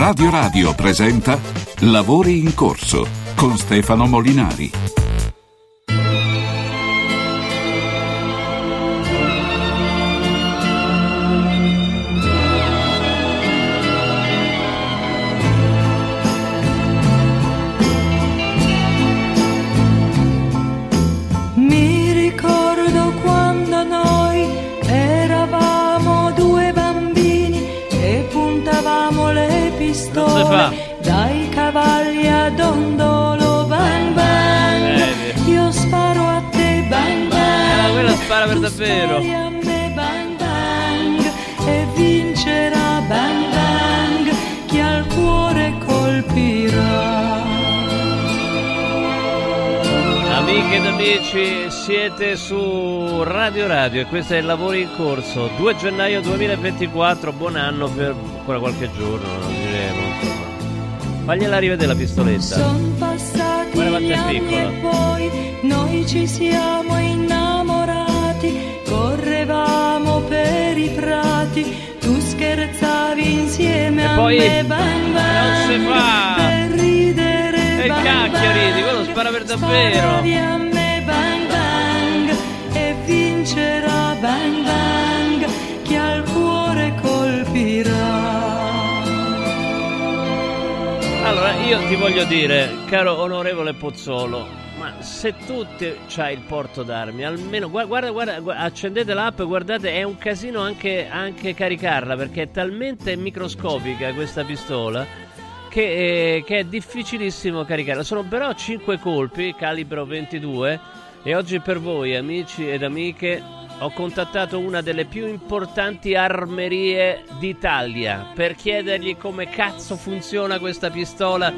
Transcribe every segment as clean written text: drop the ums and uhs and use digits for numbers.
Radio Radio presenta Lavori in corso con Stefano Molinari. Mi ricordo quando noi eravamo due bambini e puntavamo le pistole dai cavalli ad ondolo, bang bang, io sparo a te, bang bang, quella spara per davvero, tu spari a me, bang bang, e vincerà, bang bang, chi al cuore colpirà. Amiche ed amici, siete su Radio Radio e questo è Lavori in corso, 2 gennaio 2024, buon anno per ancora qualche giorno, non diremo, insomma. Fagliela rivedere la pistoletta. Son passati gli anni e poi noi ci siamo innamorati, correvamo per i prati, tu scherzavi insieme a poi me, bang bang, non si fa, per ridere, e bang cacchio ridi, quello spara per davvero. Sparavi a me, bang bang, e vincerà, bang bang, chi al cuore colpirà. Allora, io ti voglio dire, caro onorevole Pozzolo, ma se tu c'hai il porto d'armi, almeno guarda, accendete l'app e guardate, è un casino anche caricarla, perché è talmente microscopica questa pistola che è difficilissimo caricarla. Sono però 5 colpi, calibro 22, e oggi per voi, amici ed amiche, ho contattato una delle più importanti armerie d'Italia per chiedergli come cazzo funziona questa pistola.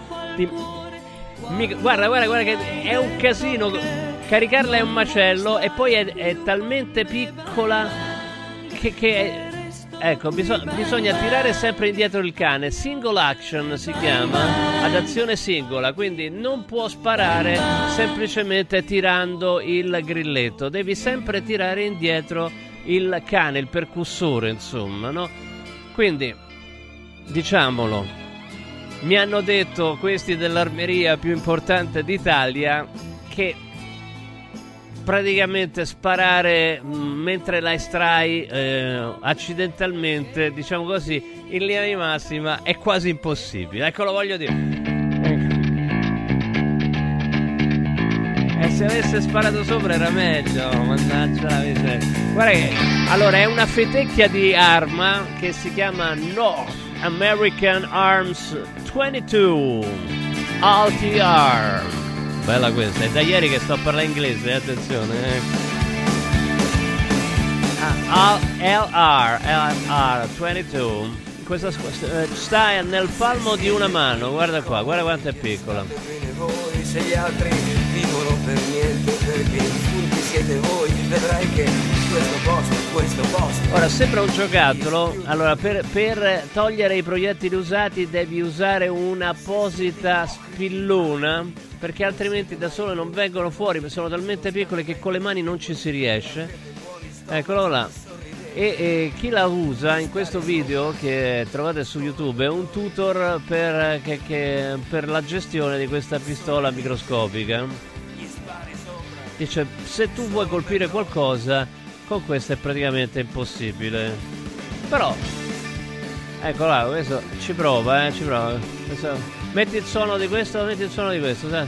Guarda che è un casino, caricarla è un macello, e poi è talmente piccola che ecco, bisogna tirare sempre indietro il cane. Single action si chiama, ad azione singola, quindi non può sparare semplicemente tirando il grilletto, devi sempre tirare indietro il cane, il percussore, insomma, no? Quindi, diciamolo, mi hanno detto questi dell'armeria più importante d'Italia che praticamente sparare mentre la estrai accidentalmente, diciamo così, in linea di massima è quasi impossibile. Ecco, lo voglio dire. E se avesse sparato sopra era meglio, mannaggia la miseria. Guarda che, allora, è una fetecchia di arma che si chiama North American Arms 22 LTR. Bella questa, è da ieri che sto a parlare inglese, attenzione. LR 22. Questa sta nel palmo di una mano, guarda qua, guarda quanto è piccola. Voi se gli altri vivono per niente, perché in fondo siete voi, vedrai che questo posto. Ora sembra un giocattolo. Allora, per togliere i proiettili usati devi usare un'apposita spillona, perché altrimenti da sole non vengono fuori, perché sono talmente piccole che con le mani non ci si riesce. Eccolo là. E chi la usa in questo video che trovate su YouTube è un tutor per la gestione di questa pistola microscopica. Dice, se tu vuoi colpire qualcosa con questa è praticamente impossibile. Però ecco là, questo ci prova, ci prova. Questo, metti il suono di questo, sai?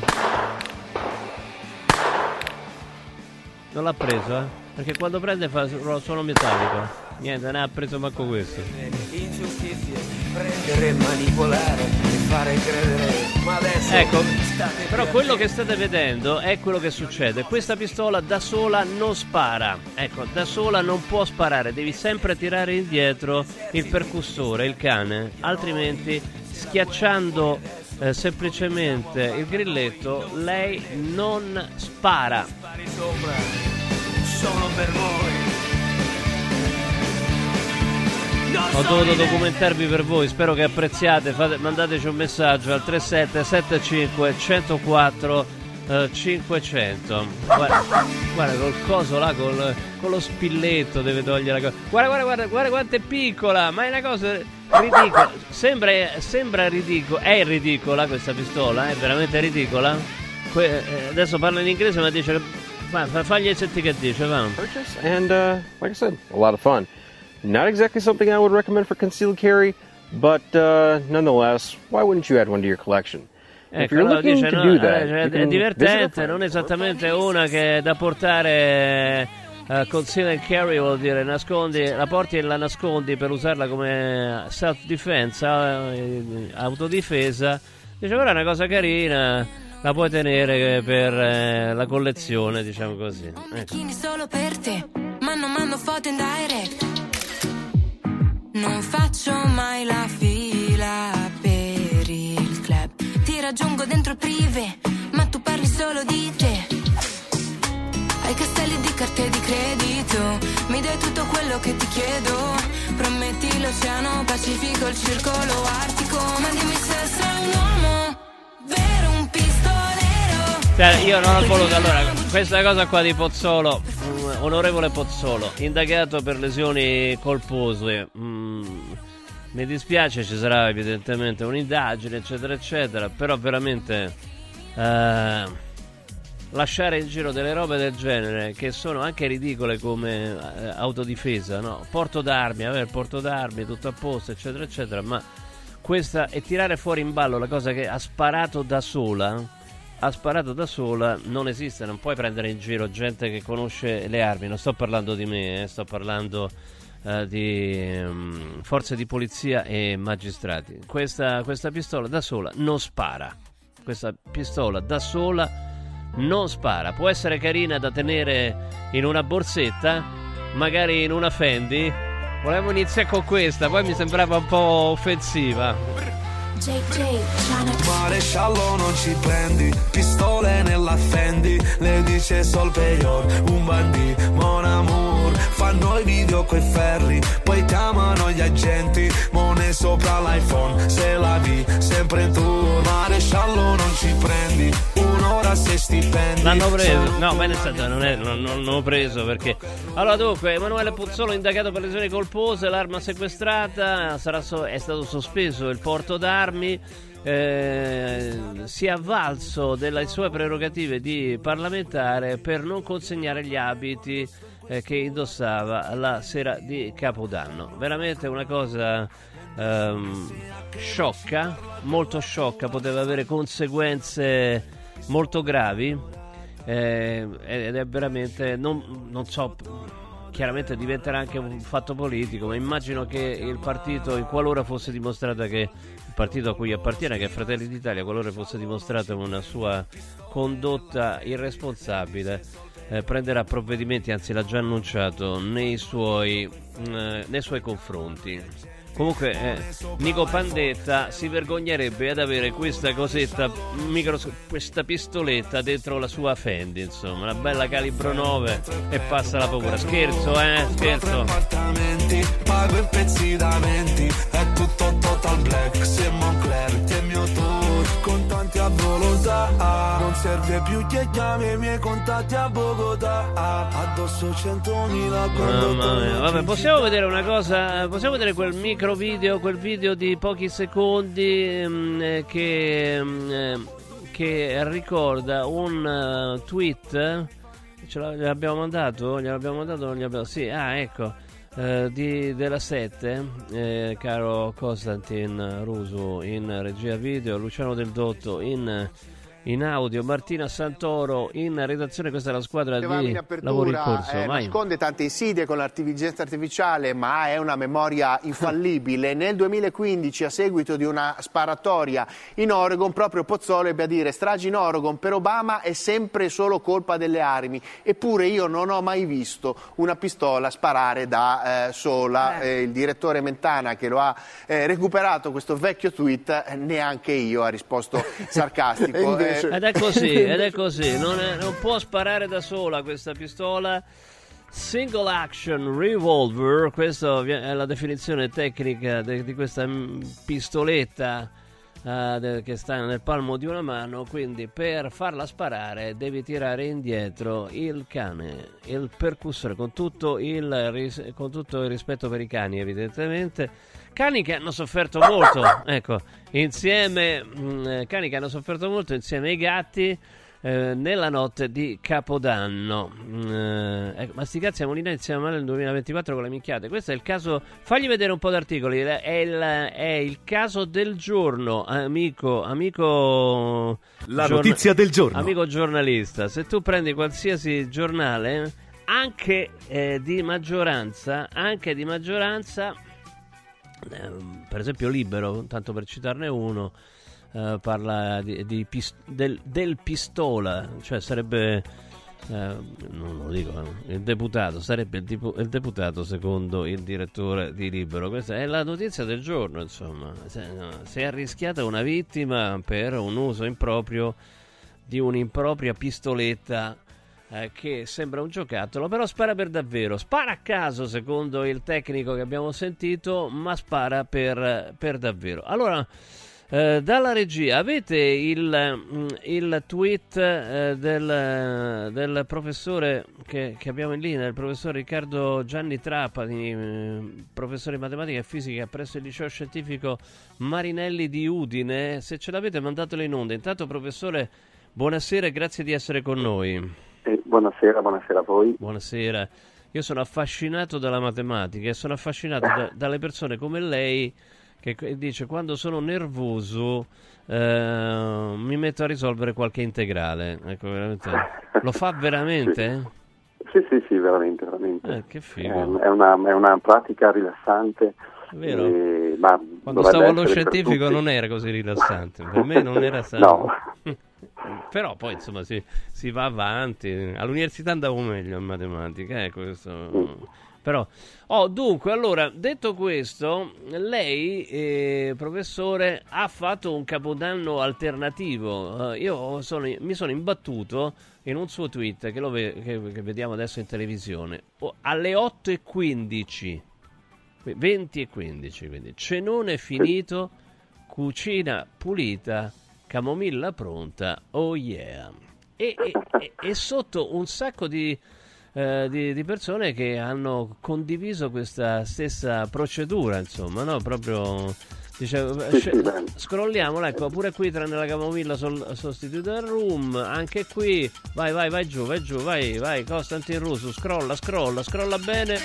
Non l'ha preso, perché quando prende fa suono metallico. Niente, non ha preso manco questo. Ingiustizie, prendere, manipolare e fare credere. Ma adesso, ecco, però quello che state vedendo è quello che succede. Questa pistola da sola non spara. Ecco, da sola non può sparare. Devi sempre tirare indietro il percussore, il cane. Altrimenti, schiacciando semplicemente il grilletto, lei non spara. Sono per voi. Ho dovuto documentarvi per voi, spero che apprezziate. Mandateci un messaggio al 3775 104 500. Guarda col coso là, con lo spilletto deve togliere la cosa. Guarda quanto è piccola, ma è una cosa ridicolo. Sembra ridicolo. È ridicola questa pistola, è veramente ridicola. Adesso parla in inglese, ma dice fagli senti che dice, va. And like I said, a lot of fun. Not exactly something I would recommend for concealed carry, but nonetheless, why wouldn't you add one to your collection? If you're looking dice, to do that, è divertente, non esattamente una che è da portare. Conceal and carry vuol dire nascondi, la porti e la nascondi per usarla come self-defense, autodifesa. Dice, però è una cosa carina, la puoi tenere per la collezione, diciamo così. Ecco. Solo per te, mando foto in direct. Non faccio mai la fila per il club. Ti raggiungo dentro prive, ma tu parli solo di te. Ai castelli di carte di credito, mi dai tutto quello che ti chiedo. Prometti l'oceano Pacifico, il circolo artico. Ma dimmi se sei un uomo vero, un pistolero. Cioè, io non ho voluto. Allora, questa cosa qua di Pozzolo, onorevole Pozzolo, indagato per lesioni colpose. Mi dispiace, ci sarà evidentemente un'indagine, eccetera, eccetera. Però veramente lasciare in giro delle robe del genere, che sono anche ridicole come autodifesa, no? Porto d'armi, tutto a posto, eccetera, eccetera. Ma questa è tirare fuori in ballo la cosa che ha sparato da sola. Non esiste, non puoi prendere in giro gente che conosce le armi. Non sto parlando di me, sto parlando di forze di polizia e magistrati. Questa pistola da sola non spara. Non spara. Può essere carina da tenere in una borsetta, magari in una Fendi. Volevo iniziare con questa, poi mi sembrava un po' offensiva. Maresciallo non ci prendi, pistole nella Fendi, le dice sol peyor, un bandì, mon amour. Fanno i video coi ferri, poi chiamano gli agenti, mone sopra l'iPhone, se la vi, sempre in tour. Maresciallo non ci prendi, un'ora se stipendi. L'hanno preso, no, ma nel senso non l'ho preso perché. Allora dunque, Emanuele Pozzolo indagato per lesioni colpose, l'arma sequestrata, è stato sospeso il porto d'armi, si è avvalso delle sue prerogative di parlamentare per non consegnare gli abiti che indossava la sera di Capodanno. Veramente una cosa sciocca, molto sciocca, poteva avere conseguenze molto gravi ed è veramente non so, chiaramente diventerà anche un fatto politico, ma immagino che il partito, qualora fosse dimostrata che il partito a cui appartiene, che è Fratelli d'Italia, qualora fosse dimostrata una sua condotta irresponsabile, prenderà provvedimenti, anzi l'ha già annunciato, nei suoi confronti. Comunque Nico Pandetta si vergognerebbe ad avere questa cosetta, questa pistoletta dentro la sua Fendi, insomma, una bella calibro 9 e passa la paura. Scherzo, scherzo. Pago in pezzi da 20, è tutto total black, se Moncler, che è il mio tour, contanti a volontà, non serve più che chiami i miei contatti a Bogotà, addosso 100.000 quando torno. Vabbè, possiamo vedere una cosa, possiamo vedere quel video, quel video di pochi secondi che ricorda un tweet. Gliel'abbiamo mandato? Sì, ecco, della 7, caro Costantin Rusu in regia video, Luciano Del Dotto in audio, Martina Santoro in redazione. Questa è la squadra di lavoro in corso. Nasconde tante insidie con l'intelligenza artificiale, ma è una memoria infallibile. Nel 2015, a seguito di una sparatoria in Oregon, proprio Pozzolo ebbe a dire: stragi in Oregon per Obama è sempre solo colpa delle armi. Eppure io non ho mai visto una pistola sparare da sola. Il direttore Mentana, che lo ha recuperato questo vecchio tweet, neanche io, ha risposto sarcastico. Ed è così, non può sparare da sola questa pistola. Single action revolver, questa è la definizione tecnica di questa pistoletta che sta nel palmo di una mano. Quindi per farla sparare devi tirare indietro il cane, il percussore, con tutto il rispetto per i cani evidentemente, Cani che hanno sofferto molto, ecco, cani che hanno sofferto molto insieme ai gatti nella notte di Capodanno. Ecco, ma sti cazzi a Molinà insieme a male nel 2024 con le minchiate. Questo è il caso, fagli vedere un po' d'articoli, è il caso del giorno, amico la notizia del giorno, amico giornalista. Se tu prendi qualsiasi giornale, anche di maggioranza, per esempio Libero, tanto per citarne uno, parla del pistola, cioè sarebbe non lo dico, il deputato sarebbe il deputato secondo il direttore di Libero. Questa è la notizia del giorno, insomma. Si è arrischiata una vittima per un uso improprio di un'impropria pistoletta che sembra un giocattolo, però spara per davvero, spara a caso secondo il tecnico che abbiamo sentito, ma spara per davvero. Allora, dalla regia avete il tweet del professore che abbiamo in linea, il professor Riccardo Gianni Trapani, professore di matematica e fisica presso il liceo scientifico Marinelli di Udine. Se ce l'avete, mandatelo in onda. Intanto, professore, buonasera e grazie di essere con noi. Buonasera a voi. Buonasera. Io sono affascinato dalla matematica e sono affascinato dalle persone come lei che dice: quando sono nervoso mi metto a risolvere qualche integrale. Ecco, veramente. Lo fa veramente? Sì, veramente. Che figo. È una pratica rilassante. Vero? Ma quando stavo allo scientifico non era così rilassante. Per me non era stato. No. Però poi insomma si va avanti. All'università andavo meglio in matematica, ecco questo. Però dunque, allora, detto questo, lei professore ha fatto un Capodanno alternativo. Io mi sono imbattuto in un suo tweet che vediamo adesso in televisione alle 8:15, 20:15, quindi cenone finito, cucina pulita, camomilla pronta, oh yeah. E sotto un sacco di persone che hanno condiviso questa stessa procedura, insomma, no? Proprio scrolliamo, ecco, pure qui tranne la camomilla sostituita dal rum, anche qui vai giù, vai Costantin Rusu, scrolla bene.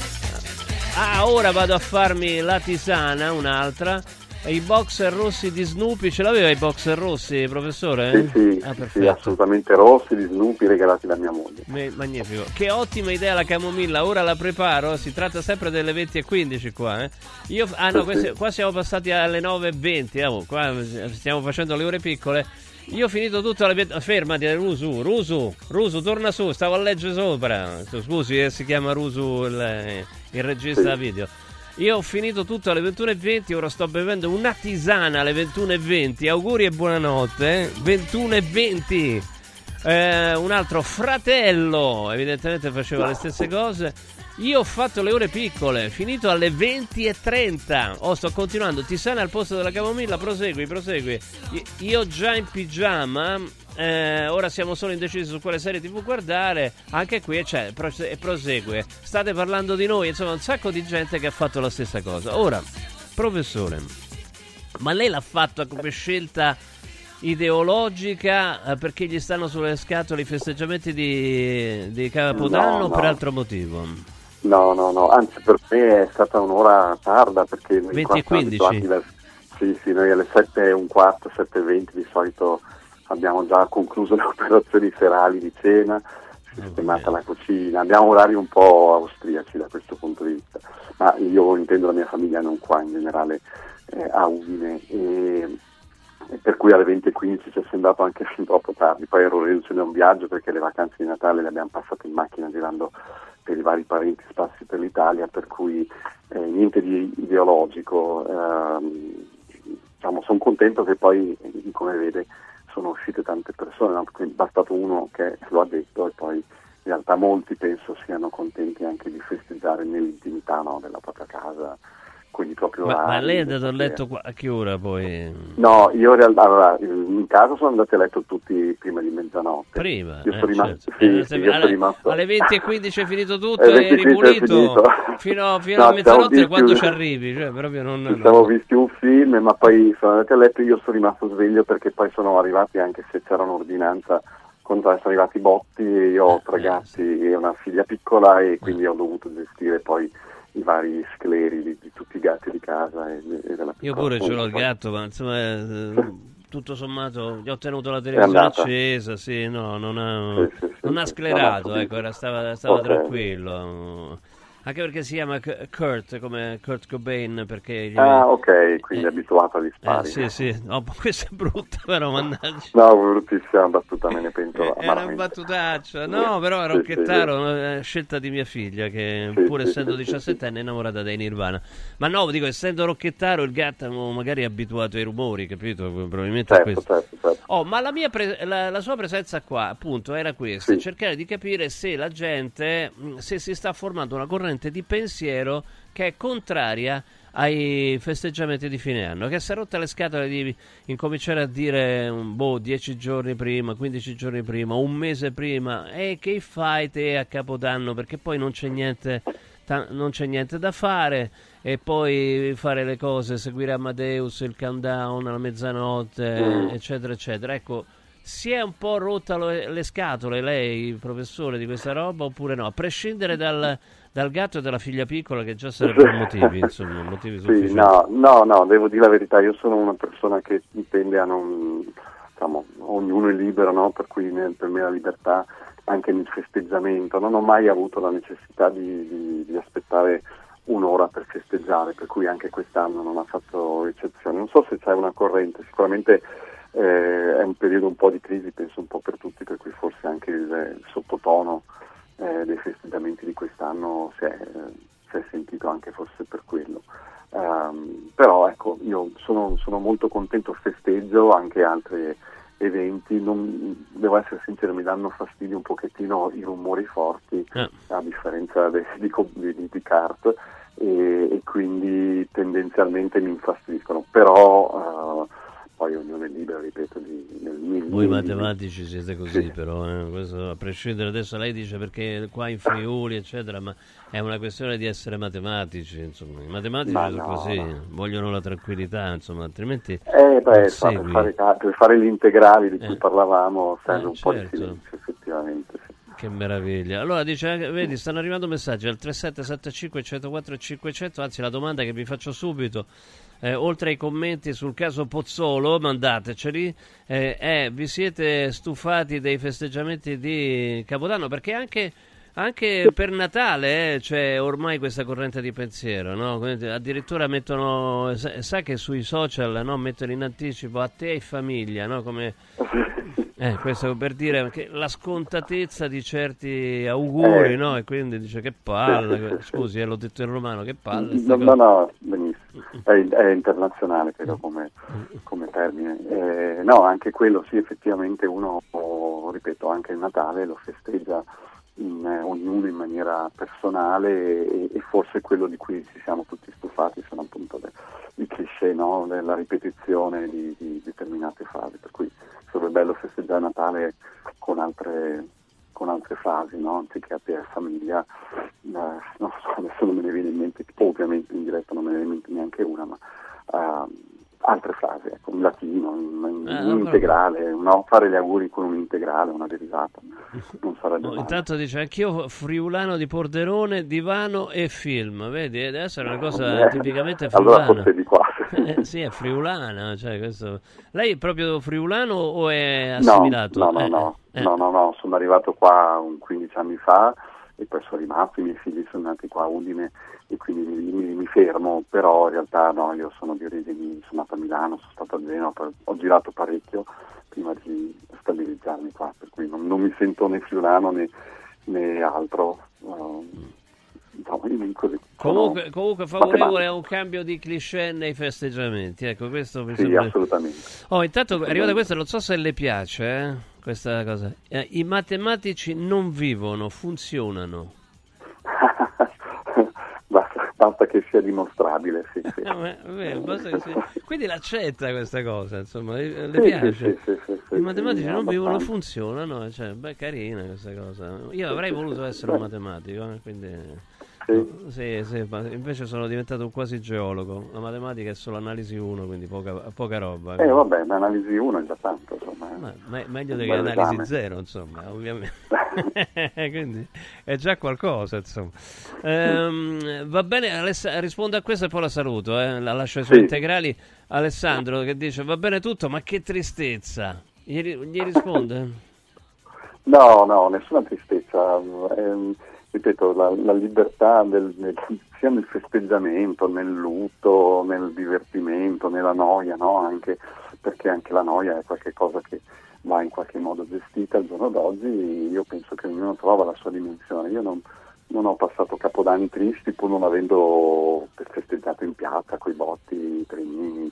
Ora vado a farmi la tisana, un'altra. I boxer rossi di Snoopy, ce l'aveva i boxer rossi, professore? Sì, assolutamente rossi di Snoopy, regalati da mia moglie. Magnifico, che ottima idea la camomilla, ora la preparo, si tratta sempre delle 20:15 qua, qua siamo passati alle 9:20, qua stiamo facendo le ore piccole. Io ho finito tutto fermati, Rusu, torna su, stavo a leggere sopra. Scusi, si chiama Rusu il regista video. Io ho finito tutto alle 21:20, ora sto bevendo una tisana alle 21:20. Auguri e buonanotte. 21:20. Un altro fratello, evidentemente faceva le stesse cose. Io ho fatto le ore piccole, finito alle 20:30. Sto continuando, tisana al posto della camomilla, prosegui. Io già in pigiama. Ora siamo solo indecisi su quale serie TV guardare. Anche qui prosegue. State parlando di noi, insomma, un sacco di gente che ha fatto la stessa cosa. Ora, professore, ma lei l'ha fatto come scelta ideologica perché gli stanno sulle scatole i festeggiamenti di Capodanno o per altro motivo? No, anzi per me è stata un'ora tarda perché 20:15. Sì, noi alle 7:15, 7:20 di solito abbiamo già concluso le operazioni serali di cena, sistemata la cucina, abbiamo orari un po' austriaci da questo punto di vista, ma io intendo la mia famiglia, non qua in generale a Udine, e per cui alle 20:15 ci è sembrato anche fin troppo tardi. Poi ero reduce da un viaggio perché le vacanze di Natale le abbiamo passate in macchina girando per i vari parenti sparsi per l'Italia, per cui niente di ideologico. Sono contento che poi, come vede, sono uscite tante persone, no? È bastato uno che lo ha detto e poi in realtà molti penso siano contenti anche di festeggiare nell'intimità, no? della propria casa, quindi proprio ma lei è andato a letto a che ora poi? No, io in realtà, allora, in casa sono andati a letto tutti prima di mezzanotte. Prima? Io sono rimasto, certo. io sono rimasto... Alle 20:15 è finito tutto e eri pulito fino a mezzanotte quando ci arrivi, cioè proprio non... Ci siamo visti un film, ma poi sono andati a letto e io sono rimasto sveglio perché poi sono arrivati, anche se c'era un'ordinanza, sono arrivati botti e io ho 3 gatti e una figlia piccola e quindi ho dovuto gestire poi i vari scleri di tutti i gatti di casa e della piccola. Io pure ce l'ho il gatto, ma insomma tutto sommato gli ho tenuto la televisione accesa, sì, no, non ha sclerato, ecco, stava tranquillo. Anche perché si chiama Kurt, come Kurt Cobain, perché... ok, quindi è abituato agli spari. Sì, no, questa è brutta, però, mannaggia. No, bruttissima battuta, me ne pento. È una battutaccia, no, però Rocchettaro, una scelta di mia figlia, che pur essendo 17enne è innamorata dei Nirvana. Ma no, dico, essendo Rocchettaro, il gatto magari è abituato ai rumori, capito? Probabilmente certo. Ma la sua presenza qua, appunto, era questa, cercare di capire se la gente, se si sta formando una corrente di pensiero che è contraria ai festeggiamenti di fine anno, che si è rotta le scatole di incominciare a dire 10 giorni prima, 15 giorni prima, un mese prima, e che fai te a Capodanno, perché poi non c'è niente da fare, e poi fare le cose, seguire Amadeus, il countdown alla mezzanotte, eccetera eccetera. Ecco, si è un po' rotta le scatole lei, professore, di questa roba, oppure no? A prescindere dal gatto e dalla figlia piccola, che già sarebbero motivi, insomma, motivi sufficienti. Sì, no, devo dire la verità, io sono una persona che tende a non, diciamo, ognuno è libero, no? Per cui per me la libertà anche nel festeggiamento, non ho mai avuto la necessità di aspettare un'ora per festeggiare, per cui anche quest'anno non ha fatto eccezione. Non so se c'è una corrente, sicuramente è un periodo un po' di crisi, penso un po' per tutti, per cui forse anche il sottotono dei festeggiamenti di quest'anno si è sentito anche forse per quello. Però ecco, io sono molto contento, festeggio anche altri eventi, non devo essere sincero, mi danno fastidio un pochettino i rumori forti, a differenza di kart, e quindi tendenzialmente mi infastidiscono, però poi ognuno è libero, ripeto, voi matematici siete così, però questo, a prescindere, adesso lei dice perché qua in Friuli eccetera, ma è una questione di essere matematici, insomma. I matematici sono così, vogliono la tranquillità, insomma, altrimenti per fare gli integrali di cui parlavamo serve un po' di silenzio, effettivamente, sì. Che meraviglia. Allora dice, vedi, stanno arrivando messaggi al 3775 104 500, anzi la domanda che vi faccio subito, oltre ai commenti sul caso Pozzolo, mandateceli, vi siete stufati dei festeggiamenti di Capodanno? Perché anche per Natale c'è ormai questa corrente di pensiero, no? Addirittura mettono, sa che sui social, no, mettono in anticipo a te e famiglia, no? Come questo per dire che la scontatezza di certi auguri, no? E quindi dice che palle, scusi, l'ho detto in romano, che palle. No, benissimo, è internazionale credo come termine. No, anche quello sì, effettivamente uno, ripeto, anche il Natale lo festeggia ognuno in maniera personale, e forse quello di cui ci siamo tutti stufati sono appunto i cliché, no? Della ripetizione di determinate frasi, per cui sarebbe bello festeggiare Natale con altre frasi, no? Anziché a te famiglia, non so, adesso non me ne viene in mente, ovviamente in diretta non me ne viene in mente neanche una, ma altre frasi, ecco, in latino, in integrale, no? Fare gli auguri con un integrale, una derivata, non sarebbe male. Intanto dice, anch'io friulano di Pordenone, divano e film, vedi, adesso è una cosa tipicamente friulana. Allora forse di qua. Sì, è friulana, cioè questo. Lei è proprio friulano o è assimilato? No, sono arrivato qua 15 anni fa e poi sono rimasto, i miei figli sono nati qua a Udine e quindi mi fermo, però in realtà no, io sono di origini, sono nato a Milano, sono stato a Genova, ho girato parecchio prima di stabilizzarmi qua, per cui non mi sento né friulano né altro. Comunque favorevole a un cambio di cliché nei festeggiamenti, ecco, questo mi sembra. Assolutamente. Intanto è arrivata questa, non so se le piace questa cosa. I matematici non vivono, funzionano. basta che sia dimostrabile, sì. Quindi l'accetta questa cosa, insomma, le piace. I matematici non vivono, funzionano, cioè, beh, carina questa cosa. Io avrei voluto essere un matematico, quindi... Sì, invece sono diventato un quasi geologo. La matematica è solo analisi 1, quindi poca roba. Vabbè, l'analisi 1 è già tanto, insomma. Meglio che analisi 0, insomma, ovviamente. Quindi è già qualcosa, insomma. Va bene, rispondo a questo e poi la saluto, la lascio ai suoi integrali. Alessandro che dice: va bene tutto, ma che tristezza. Gli risponde? No, nessuna tristezza. Ripeto, la libertà sia nel festeggiamento, nel lutto, nel divertimento, nella noia, no? Anche perché anche la noia è qualcosa che va in qualche modo gestita al giorno d'oggi. Io penso che ognuno trova la sua dimensione. Io non ho passato capodanni tristi pur non avendo festeggiato in piazza coi botti, i trenini,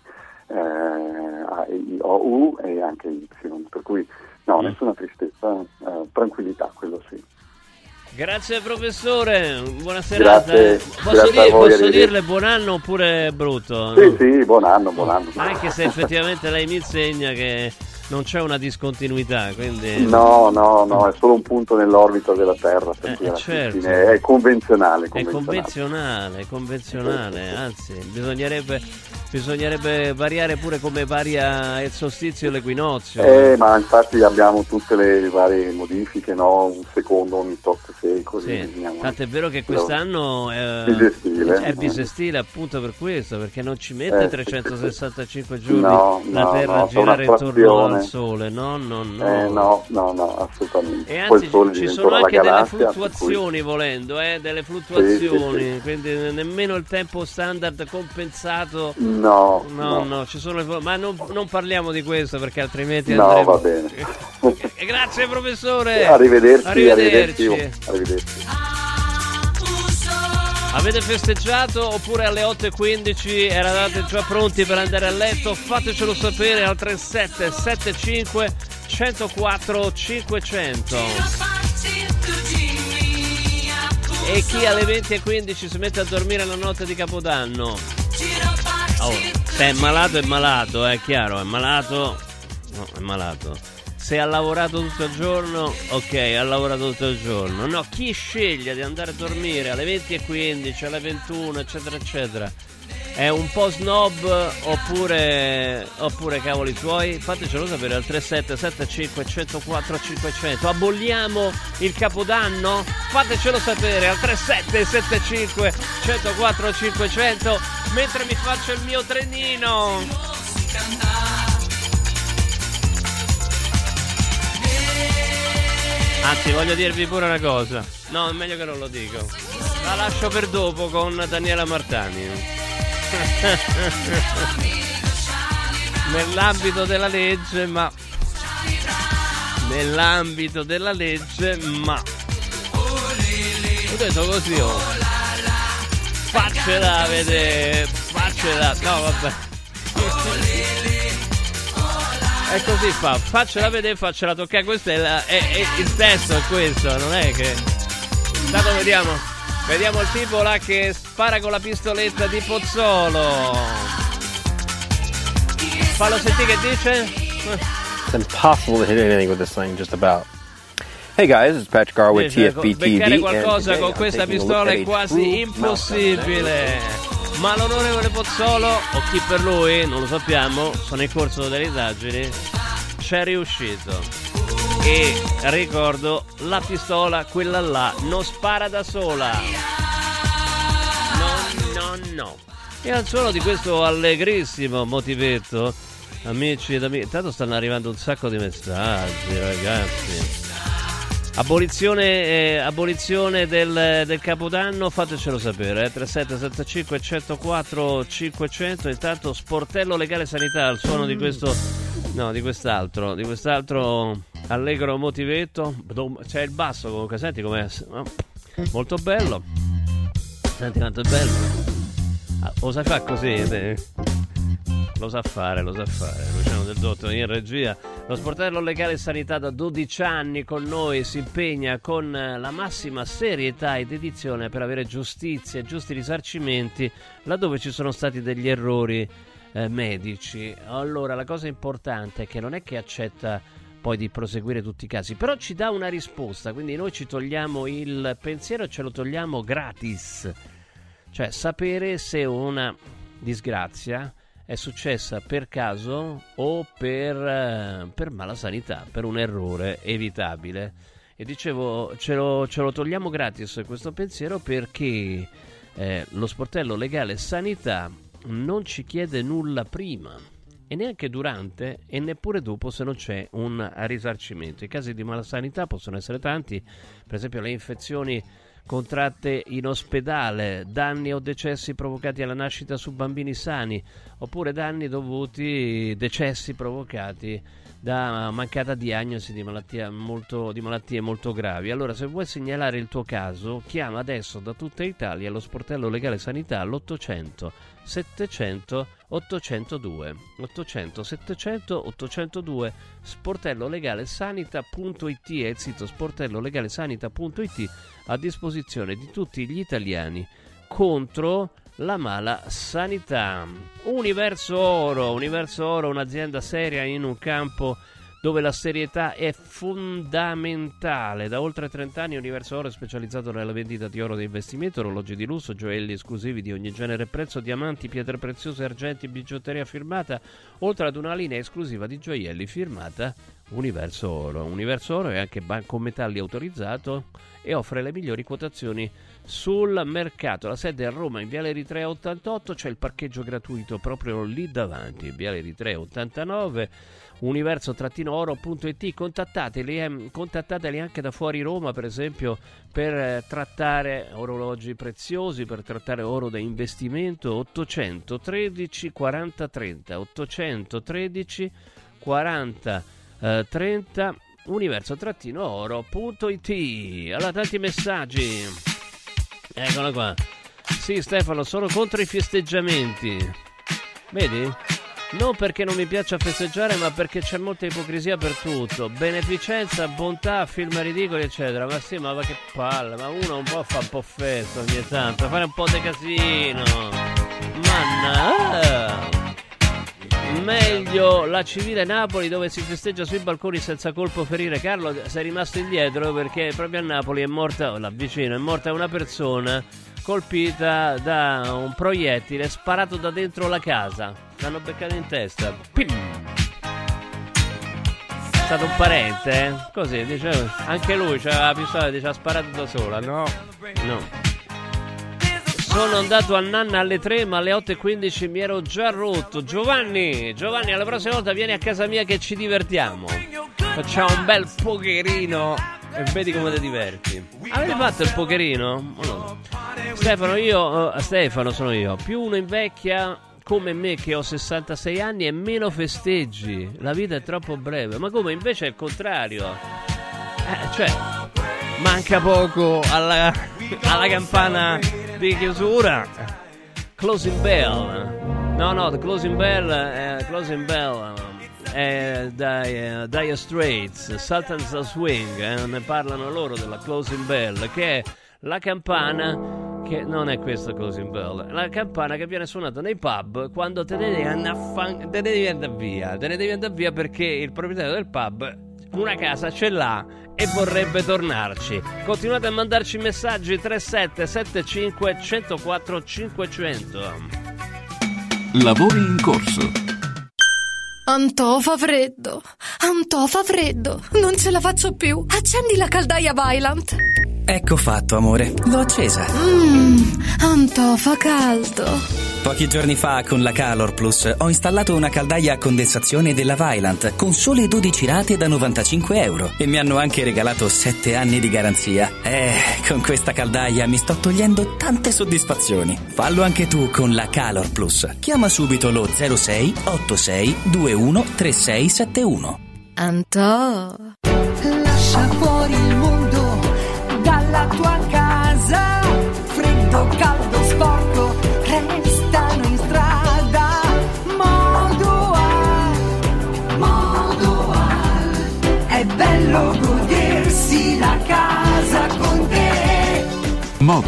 U e anche Y, per cui nessuna tristezza, tranquillità, quello sì. Grazie professore, buona serata. Posso dirle buon anno oppure brutto? Sì, buon anno. Anche se effettivamente lei mi insegna che non c'è una discontinuità, quindi... No, è solo un punto nell'orbita della Terra, per cui certo. È convenzionale. È convenzionale, anzi, bisognerebbe variare pure come varia il solstizio e l'equinozio. Ma infatti abbiamo tutte le varie modifiche, no? Un secondo ogni tot secoli. Sì. Tanto è vero che quest'anno è bisestile appunto per questo, perché non ci mette 365 giorni la Terra a girare intorno al Sole. No. Assolutamente. E anzi ci sono anche delle fluttuazioni, volendo, delle fluttuazioni, sì. Quindi nemmeno il tempo standard compensato. No, ci sono ma non parliamo di questo, perché altrimenti va bene. Grazie professore. Arrivederci. Avete festeggiato oppure alle 8:15 eravate già pronti per andare a letto? Fatecelo sapere al 3775 104 500. E chi alle 20:15 si mette a dormire la notte di Capodanno? Se è malato, è chiaro, è malato. No, è malato. Se ha lavorato tutto il giorno, ok, ha lavorato tutto il giorno. No, chi sceglie di andare a dormire alle 20:15, alle 21, eccetera, eccetera, è un po' snob oppure cavoli suoi? Fatecelo sapere al 3775 104 500. Abolliamo il Capodanno? Fatecelo sapere al 3775 104 500 mentre mi faccio il mio trenino. Anzi, voglio dirvi pure una cosa. No, è meglio che non lo dico. La lascio per dopo con Daniela Martani. Nell'ambito della legge, ma ho detto così, faccela vedere, no vabbè, è così, faccela vedere, faccela toccare, questo è il testo, è questo, non è che... Intanto vediamo il tipo là che spara con la pistoletta di Pozzolo. Fallo sentire che dice. It's impossible to hit anything with this thing, just about. Hey guys, it's Patrick Carr with TFB TV. Beccare qualcosa con questa pistola è quasi impossibile. Ma l'onorevole Pozzolo, o chi per lui, non lo sappiamo, sono in corso delle indagini, c'è riuscito. E ricordo, la pistola, quella là, non spara da sola. No. E al suono di questo allegrissimo motivetto, amici ed amiche, intanto stanno arrivando un sacco di messaggi, ragazzi. Abolizione del Capodanno, fatecelo sapere, 3775 104 500. Intanto sportello legale sanità al suono di questo, no, di quest'altro allegro motivetto. C'è il basso comunque, senti com'è, molto bello, senti quanto è bello. Lo sai fare così? Lo sa fare, Luciano Del Dotto in regia. Lo sportello legale sanità da 12 anni con noi si impegna con la massima serietà e dedizione per avere giustizia e giusti risarcimenti laddove ci sono stati degli errori medici. Allora, la cosa importante è che non è che accetta poi di proseguire tutti i casi, però ci dà una risposta, quindi noi ci togliamo il pensiero e ce lo togliamo gratis. Cioè, sapere se una disgrazia è successa per caso o per malasanità, per un errore evitabile. E dicevo, ce lo togliamo gratis questo pensiero perché lo sportello legale sanità non ci chiede nulla prima e neanche durante e neppure dopo se non c'è un risarcimento. I casi di malasanità possono essere tanti, per esempio le infezioni contratte in ospedale, danni o decessi provocati alla nascita su bambini sani, oppure decessi provocati da mancata diagnosi di malattie molto gravi. Allora, se vuoi segnalare il tuo caso, chiama adesso da tutta Italia lo sportello legale sanità all'800 700 802 800 700 802 sportellolegalesanita.it è il sito sportellolegalesanita.it a disposizione di tutti gli italiani contro la mala sanità. Universo Oro, un'azienda seria in un campo dove la serietà è fondamentale. Da oltre 30 anni Universo Oro è specializzato nella vendita di oro di investimento, orologi di lusso, gioielli esclusivi di ogni genere e prezzo, diamanti, pietre preziose, argenti, bigiotteria firmata, oltre ad una linea esclusiva di gioielli firmata Universo Oro. Universo Oro è anche banco metalli autorizzato e offre le migliori quotazioni sul mercato. La sede è a Roma in Viale Eritrea 88, c'è il parcheggio gratuito proprio lì davanti, Viale Eritrea 89. universo-oro.it. Contattateli anche da fuori Roma, per esempio, per trattare orologi preziosi, per trattare oro da investimento. 813 40 30 813 40 30 universo-oro.it. Allora, tanti messaggi, eccolo qua. Sì, Stefano, sono contro i festeggiamenti, vedi? Non perché non mi piaccia festeggiare, ma perché c'è molta ipocrisia per tutto. Beneficenza, bontà, film ridicoli, eccetera. Ma sì, ma che palle, ma uno un po' fa un po' festa ogni tanto, fare un po' di casino. Manna! Meglio la civile Napoli, dove si festeggia sui balconi senza colpo ferire. Carlo, sei rimasto indietro perché proprio a Napoli è morta, là vicino, è morta una persona colpita da un proiettile sparato da dentro la casa. L'hanno beccato in testa. Pim! È stato un parente, così, dicevo. Anche lui c'aveva la pistola e ha sparato da sola. No. Sono andato a Nanna alle 3, ma alle 8:15 mi ero già rotto. Giovanni, alla prossima volta vieni a casa mia che ci divertiamo. Facciamo un bel pokerino e vedi come ti diverti. Avete fatto il pokerino? No. Stefano sono io. Più uno invecchia come me che ho 66 anni e meno festeggi. La vita è troppo breve. Ma come, invece è il contrario. Cioè, manca poco alla campana di chiusura. Closing bell. No, the closing bell è Dire Straits, Sultans of Swing, ne parlano loro della closing bell, che è la campana che non è questa closing bell, la campana che viene suonata nei pub quando te ne devi andare via perché il proprietario del pub una casa ce l'ha e vorrebbe tornarci. Continuate a mandarci messaggi 3775 104 500. Lavori in corso. Antò fa freddo, non ce la faccio più. Accendi la caldaia Vaillant. Ecco fatto, amore, l'ho accesa. Antò fa caldo. Pochi giorni fa con la Calor Plus ho installato una caldaia a condensazione della Vaillant con sole 12 rate da €95 e mi hanno anche regalato 7 anni di garanzia. Con questa caldaia mi sto togliendo tante soddisfazioni. Fallo anche tu con la Calor Plus. Chiama subito lo 06 86 21 3671. Antò. Lascia fuori il mondo dalla tua casa. Freddo, caldo, sporco, restano in strada. Modo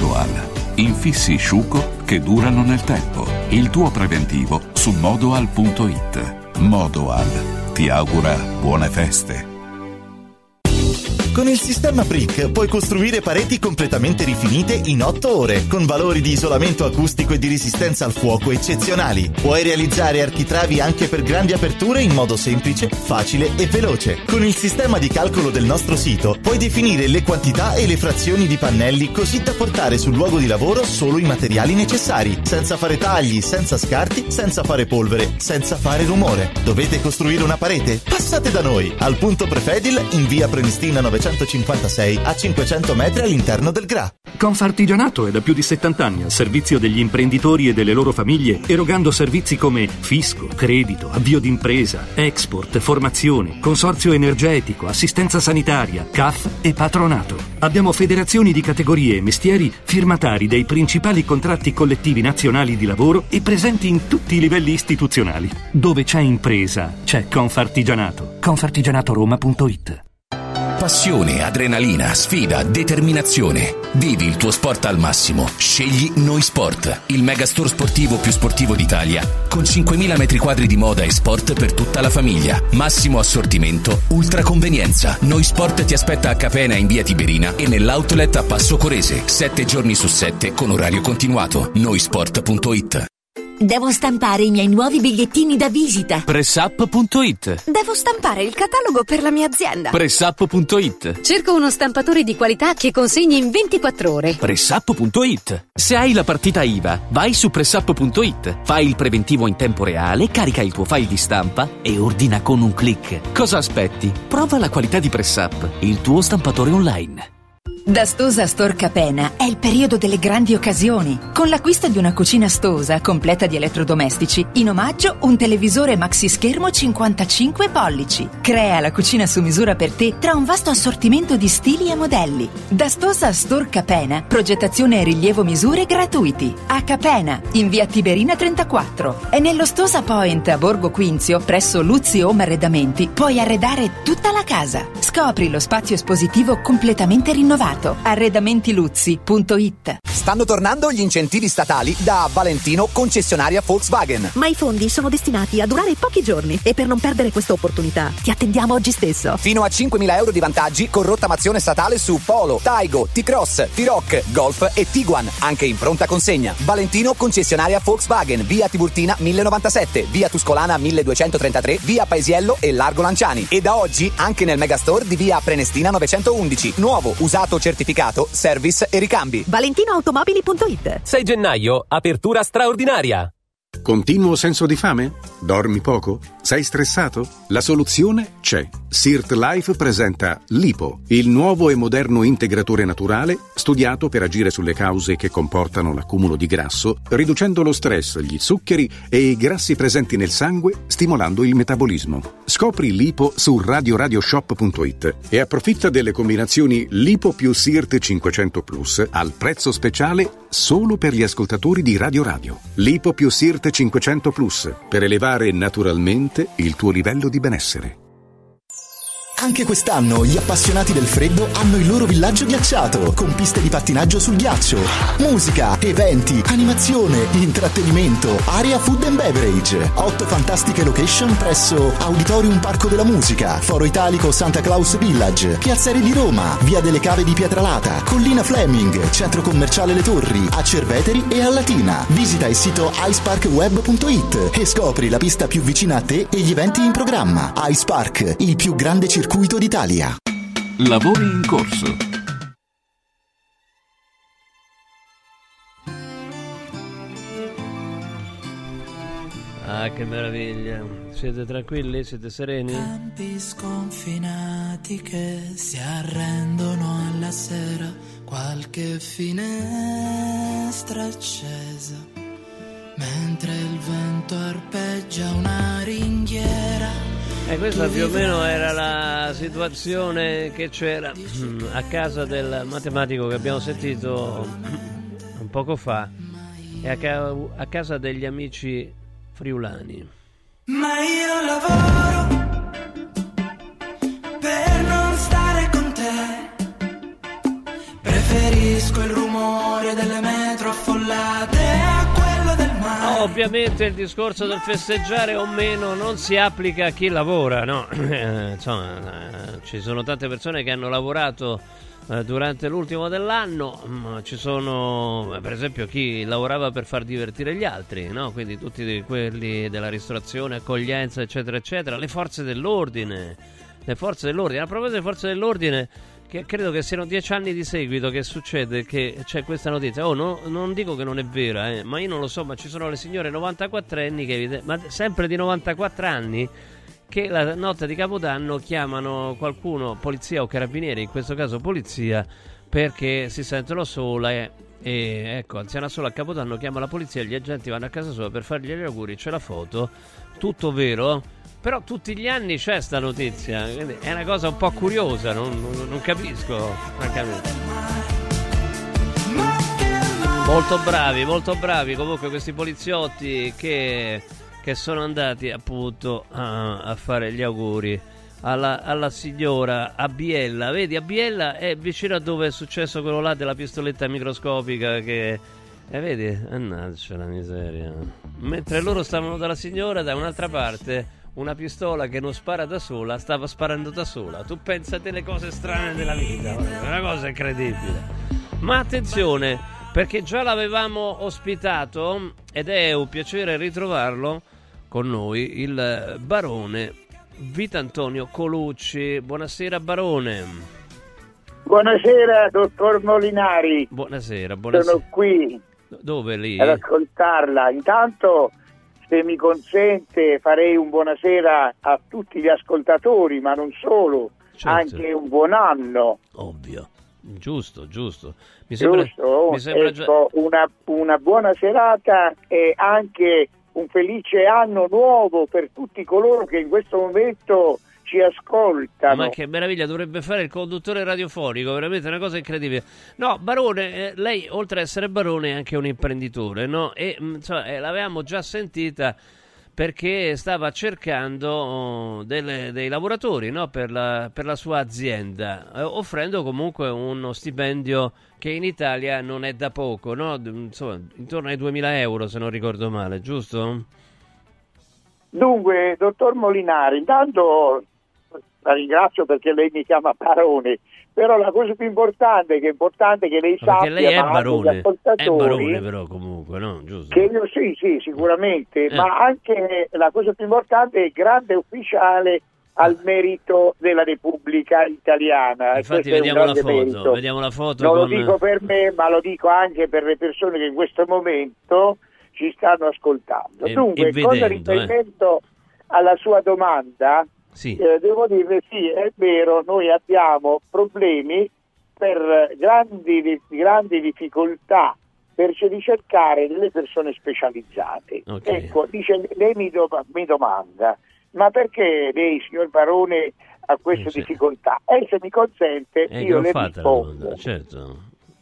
Modoal. Infissi Sciuco che durano nel tempo. Il tuo preventivo su modoal.it. Modoal ti augura buone feste. Con il sistema Brick puoi costruire pareti completamente rifinite in 8 ore, con valori di isolamento acustico e di resistenza al fuoco eccezionali. Puoi realizzare architravi anche per grandi aperture in modo semplice, facile e veloce. Con il sistema di calcolo del nostro sito puoi definire le quantità e le frazioni di pannelli così da portare sul luogo di lavoro solo i materiali necessari, senza fare tagli, senza scarti, senza fare polvere, senza fare rumore. Dovete costruire una parete? Passate da noi, al punto Prefedil in via Prenestina 956 a 500 metri all'interno del GRA. Confartigianato è da più di 70 anni al servizio degli imprenditori e delle loro famiglie, erogando servizi come fisco, credito, avvio d'impresa, export, formazione, consorzio energetico, assistenza sanitaria, CAF e patronato. Abbiamo federazioni di categorie e mestieri firmatari dei principali contratti collettivi nazionali di lavoro e presenti in tutti i livelli istituzionali. Dove c'è impresa, c'è Confartigianato. Confartigianatoroma.it. Passione, adrenalina, sfida, determinazione. Vivi il tuo sport al massimo. Scegli Noi Sport, il megastore sportivo più sportivo d'Italia, con 5.000 metri quadri di moda e sport per tutta la famiglia. Massimo assortimento, ultra convenienza. Noi Sport ti aspetta a Capena in via Tiberina e nell'outlet a Passo Corese, 7 giorni su 7 con orario continuato. Noisport.it. Devo stampare i miei nuovi bigliettini da visita. Pressup.it. Devo stampare il catalogo per la mia azienda. Pressup.it. Cerco uno stampatore di qualità che consegni in 24 ore. Pressup.it. Se hai la partita IVA, vai su Pressup.it, fai il preventivo in tempo reale, carica il tuo file di stampa e ordina con un click. Cosa aspetti? Prova la qualità di Pressup, il tuo stampatore online. Da Stosa Store Capena è il periodo delle grandi occasioni. Con l'acquisto di una cucina Stosa completa di elettrodomestici, in omaggio un televisore maxi schermo 55 pollici. Crea la cucina su misura per te tra un vasto assortimento di stili e modelli. Da Stosa Store Capena, progettazione e rilievo misure gratuiti. A Capena, in via Tiberina 34. E nello Stosa Point a Borgo Quinzio, presso Luzzi Home Arredamenti, puoi arredare tutta la casa. Scopri lo spazio espositivo completamente rinnovato. Arredamentiluzzi.it. Stanno tornando gli incentivi statali da Valentino, concessionaria Volkswagen. Ma i fondi sono destinati a durare pochi giorni e per non perdere questa opportunità ti attendiamo oggi stesso. Fino a 5.000 euro di vantaggi con rottamazione statale su Polo, Taigo, T-Cross, T-Roc, Golf e Tiguan, anche in pronta consegna. Valentino, concessionaria Volkswagen, via Tiburtina 1097, via Tuscolana 1233, via Paesiello e Largo Lanciani. E da oggi anche nel megastore di via Prenestina 911. Nuovo, usato, certificato, service e ricambi. ValentinoAutomobili.it. 6 gennaio, apertura straordinaria. Continuo senso di fame? Dormi poco? Sei stressato? La soluzione c'è. Sirt Life presenta Lipo, il nuovo e moderno integratore naturale studiato per agire sulle cause che comportano l'accumulo di grasso, riducendo lo stress, gli zuccheri e i grassi presenti nel sangue, stimolando il metabolismo. Scopri Lipo su radioradioshop.it e approfitta delle combinazioni Lipo più Sirt 500 Plus al prezzo speciale solo per gli ascoltatori di Radio Radio. Lipo più Sirt 500 Plus per elevare naturalmente il tuo livello di benessere. Anche quest'anno gli appassionati del freddo hanno il loro villaggio ghiacciato, con piste di pattinaggio sul ghiaccio, musica, eventi, animazione, intrattenimento, area food and beverage, 8 fantastiche location presso Auditorium Parco della Musica, Foro Italico Santa Claus Village, Piazzere di Roma, Via delle Cave di Pietralata, Collina Fleming, Centro Commerciale Le Torri, a Cerveteri e a Latina. Visita il sito iceparkweb.it e scopri la pista più vicina a te e gli eventi in programma. Ice Park, il più grande circuito d'Italia. Lavori in corso. Ah, che meraviglia. Siete tranquilli? Siete sereni? Tempi sconfinati che si arrendono alla sera, qualche finestra accesa, mentre il vento arpeggia una ringhiera. E questa più o meno era la situazione che c'era a casa del matematico che abbiamo sentito un poco fa e a casa degli amici friulani. Ma io lavoro per non stare con te, preferisco il rumore ovviamente il discorso del festeggiare o meno non si applica a chi lavora, no? Insomma, ci sono tante persone che hanno lavorato durante l'ultimo dell'anno, ci sono per esempio chi lavorava per far divertire gli altri, no? Quindi tutti quelli della ristorazione, accoglienza, eccetera eccetera, le forze dell'ordine. A proposito delle forze dell'ordine, che credo che siano 10 anni di seguito che succede che c'è questa notizia. Non dico che non è vera, ma io non lo so, ma ci sono le signore 94enni ma sempre di 94 anni, che la notte di Capodanno chiamano qualcuno, polizia o carabinieri, in questo caso polizia, perché si sentono sola e ecco, anziana sola a Capodanno, chiama la polizia e gli agenti vanno a casa sua per fargli gli auguri, c'è la foto, tutto vero, però tutti gli anni c'è sta notizia, quindi è una cosa un po' curiosa, non capisco, francamente. Molto bravi comunque questi poliziotti che sono andati appunto a fare gli auguri alla signora a Biella. Vedi, a Biella è vicino a dove è successo quello là della pistoletta microscopica che... vedi? Mannaggia la miseria. Mentre loro stavano dalla signora, da un'altra parte una pistola che non spara da sola stava sparando da sola. Tu pensa delle cose strane della vita, è una cosa incredibile. Ma attenzione, perché già l'avevamo ospitato ed è un piacere ritrovarlo con noi, il barone Vitantonio Colucci. Buonasera barone. Buonasera dottor Molinari. Buonasera. Sono qui. Dove lì? Ad ascoltarla. Intanto, se mi consente, farei un buonasera a tutti gli ascoltatori, ma non solo, certo. Anche un buon anno. Ovvio, giusto. Mi sembra ecco, una buona serata e anche un felice anno nuovo per tutti coloro che in questo momento ci ascoltano. Ma che meraviglia, dovrebbe fare il conduttore radiofonico, veramente una cosa incredibile. No, barone, lei oltre ad essere barone è anche un imprenditore, no? E l'avevamo già sentita perché stava cercando dei lavoratori, no? per la sua azienda, offrendo comunque uno stipendio che in Italia non è da poco, no? Insomma, intorno ai 2.000 euro se non ricordo male, giusto? Dunque, dottor Molinari, intanto la ringrazio perché lei mi chiama barone, però la cosa più importante è che lei sappia, perché lei è barone però comunque, no? Giusto? Che io sì, sicuramente, ma anche la cosa più importante è grande ufficiale al merito della Repubblica Italiana. Infatti vediamo la foto. Non lo dico per me, ma lo dico anche per le persone che in questo momento ci stanno ascoltando. Dunque, con riferimento alla sua domanda, sì. Devo dire sì, è vero, noi abbiamo problemi per grandi difficoltà per ricercare delle persone specializzate. Okay. Ecco, lei mi domanda, ma perché lei, signor barone, ha queste difficoltà? E se mi consente, io le rispondo. Certo.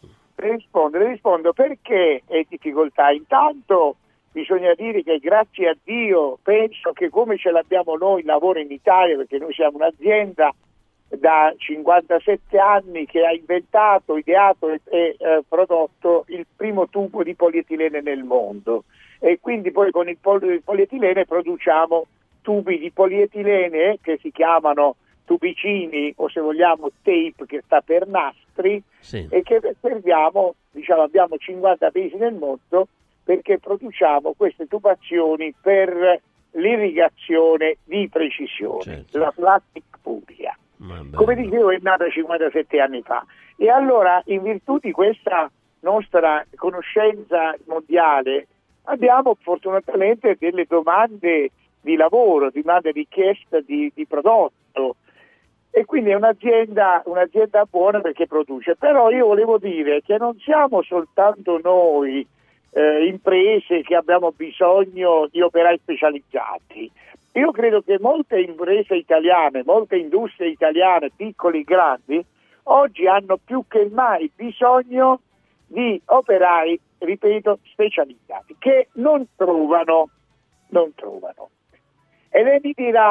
Le rispondo perché è difficoltà. Intanto bisogna dire che grazie a Dio penso che come ce l'abbiamo noi il lavoro in Italia, perché noi siamo un'azienda da 57 anni che ha inventato, ideato e prodotto il primo tubo di polietilene nel mondo, e quindi poi con il polietilene produciamo tubi di polietilene che si chiamano tubicini, o se vogliamo tape, che sta per nastri, sì. E che serviamo, abbiamo 50 paesi nel mondo perché produciamo queste tubazioni per l'irrigazione di precisione, certo. La plastic puglia. Come dicevo, è nata 57 anni fa, e allora in virtù di questa nostra conoscenza mondiale abbiamo fortunatamente delle domande di lavoro, domande di richiesta di prodotto, e quindi è un'azienda buona perché produce. Però io volevo dire che non siamo soltanto noi imprese che abbiamo bisogno di operai specializzati. Io credo che molte imprese italiane, molte industrie italiane, piccole e grandi, oggi hanno più che mai bisogno di operai, ripeto, specializzati, che non trovano. E lei mi dirà,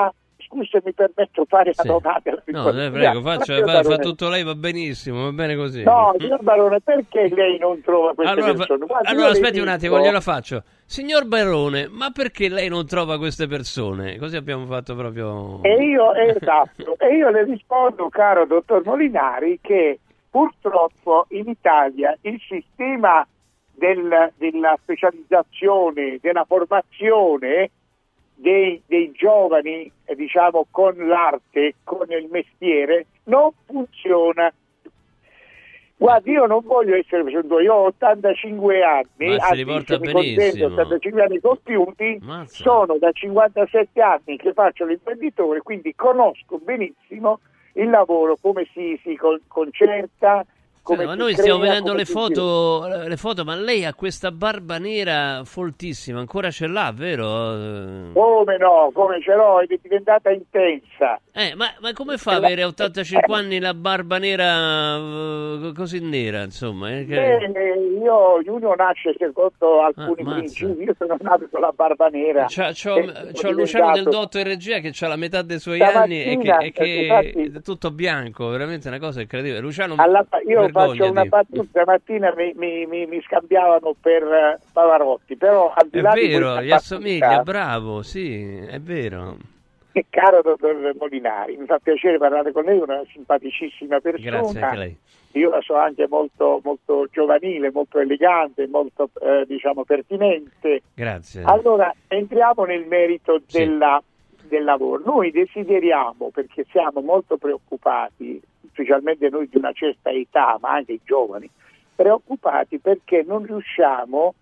scusi se mi permetto fare la domanda. No, prego, fa tutto lei, va benissimo, va bene così. No, signor Barone, perché lei non trova queste persone? Allora aspetti un attimo, gliela faccio. Signor Barone, ma perché lei non trova queste persone? Così abbiamo fatto proprio... E io le rispondo, caro dottor Molinari, che purtroppo in Italia il sistema della specializzazione, della formazione dei giovani, diciamo, con l'arte, con il mestiere, non funziona. Guardi, io non voglio essere presuntuoso, io ho 85 anni, ma si riporta benissimo. 85 anni compiuti, sono da 57 anni che faccio l'imprenditore, quindi conosco benissimo il lavoro, come si concerta. Ma noi stiamo vedendo le foto, ma lei ha questa barba nera foltissima, ancora ce l'ha, vero? Come no, come ce l'ho, è diventata intensa. Ma come fa ad avere 85 anni la barba nera così nera, insomma? Ognuno nasce secondo alcuni principi, io sono nato con la barba nera. C'ho Luciano Del Dotto in regia che ha la metà dei suoi anni e che è tutto bianco, veramente una cosa incredibile. Luciano, io faccio una battuta, stamattina mi scambiavano per Pavarotti, però al di là è vero, di gli assomiglia, bravo, sì, è vero. Caro dottor Molinari, mi fa piacere parlare con lei, una simpaticissima persona. Grazie anche a lei. Io la so anche molto, molto giovanile, molto elegante, molto diciamo pertinente. Grazie. Allora, entriamo nel merito del lavoro. Noi desideriamo, perché siamo molto preoccupati, specialmente noi di una certa età, ma anche i giovani, preoccupati perché non riusciamo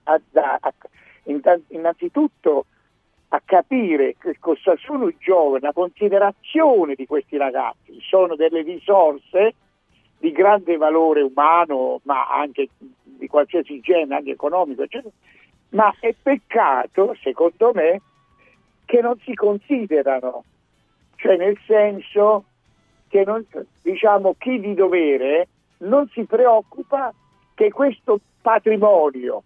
innanzitutto a capire che cosa sono i giovani, la considerazione di questi ragazzi. Sono delle risorse di grande valore umano, ma anche di qualsiasi genere, anche economico, eccetera. Ma è peccato, secondo me, che non si considerano, cioè nel senso che diciamo chi di dovere non si preoccupa che questo patrimonio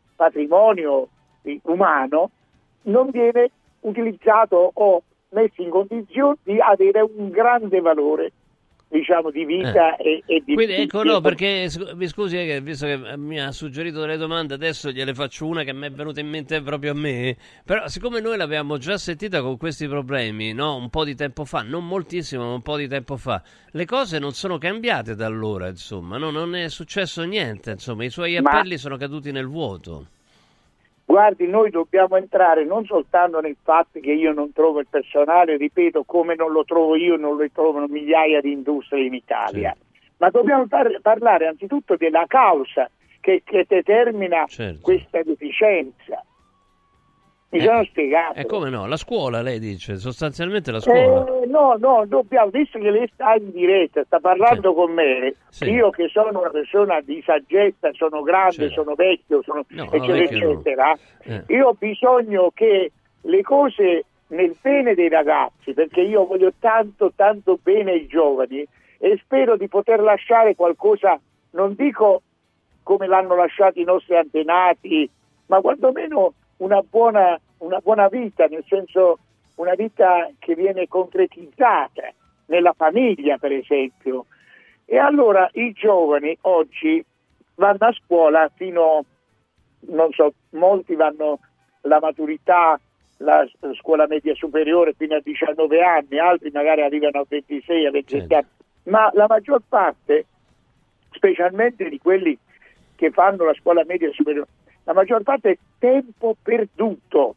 umano non viene utilizzato o messo in condizione di avere un grande valore, diciamo, di vita e di... Quindi ecco, no, perché mi scusi, visto che mi ha suggerito delle domande, adesso gliele faccio una che mi è venuta in mente proprio a me, però siccome noi l'abbiamo già sentita con questi problemi, no, un po' di tempo fa, non moltissimo, ma un po' di tempo fa, le cose non sono cambiate da allora, insomma, no, non è successo niente, insomma, i suoi appelli sono caduti nel vuoto. Guardi, noi dobbiamo entrare non soltanto nel fatto che io non trovo il personale, ripeto, come non lo trovo io, non lo trovano migliaia di industrie in Italia, ma dobbiamo parlare anzitutto della causa che determina questa deficienza. Mi sono spiegato. E come no? La scuola, lei dice, sostanzialmente la scuola. No, dobbiamo, visto che lei sta in diretta, sta parlando con me, io che sono una persona di saggezza, sono grande, sono vecchio, eccetera, io ho bisogno che le cose nel bene dei ragazzi, perché io voglio tanto bene ai giovani e spero di poter lasciare qualcosa, non dico come l'hanno lasciato i nostri antenati, ma quantomeno una buona vita, nel senso una vita che viene concretizzata nella famiglia, per esempio. E allora i giovani oggi vanno a scuola fino, non so, molti vanno alla maturità, la scuola media superiore fino a 19 anni, altri magari arrivano a 26, a 27 anni, ma la maggior parte, specialmente di quelli che fanno la scuola media superiore, la maggior parte è tempo perduto,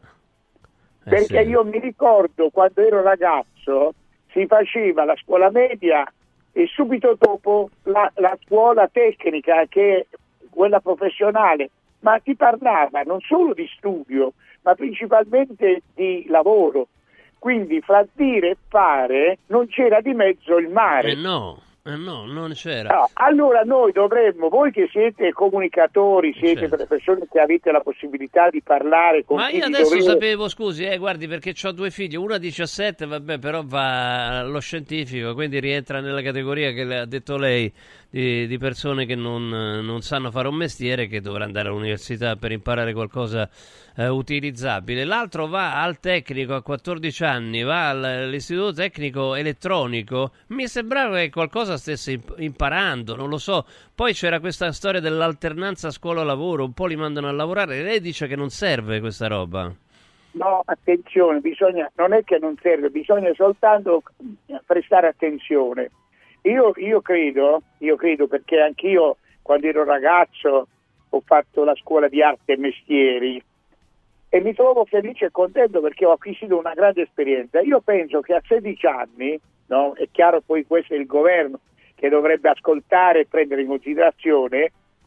perché io mi ricordo quando ero ragazzo si faceva la scuola media e subito dopo la scuola tecnica, che è quella professionale, ma si parlava non solo di studio ma principalmente di lavoro, quindi fra dire e fare non c'era di mezzo il mare. No, non c'era. No, allora noi dovremmo, voi che siete comunicatori, siete persone che avete la possibilità di parlare con Ma chi io di adesso dovere... sapevo, scusi, guardi, perché ho 2 figli, una 17, vabbè, però va allo scientifico, quindi rientra nella categoria che le ha detto lei, di persone che non sanno fare un mestiere, che dovrà andare all'università per imparare qualcosa utilizzabile. L'altro va al tecnico a 14 anni, va all'istituto tecnico elettronico. Mi sembrava che qualcosa stesse imparando, non lo so. Poi c'era questa storia dell'alternanza scuola-lavoro, un po' li mandano a lavorare. Lei dice che non serve questa roba. No, attenzione, non è che non serve, bisogna soltanto prestare attenzione. Io credo perché anch'io quando ero ragazzo ho fatto la scuola di arte e mestieri e mi trovo felice e contento perché ho acquisito una grande esperienza. Io penso che a 16 anni, no, è chiaro, poi questo è il governo che dovrebbe ascoltare e prendere in considerazione,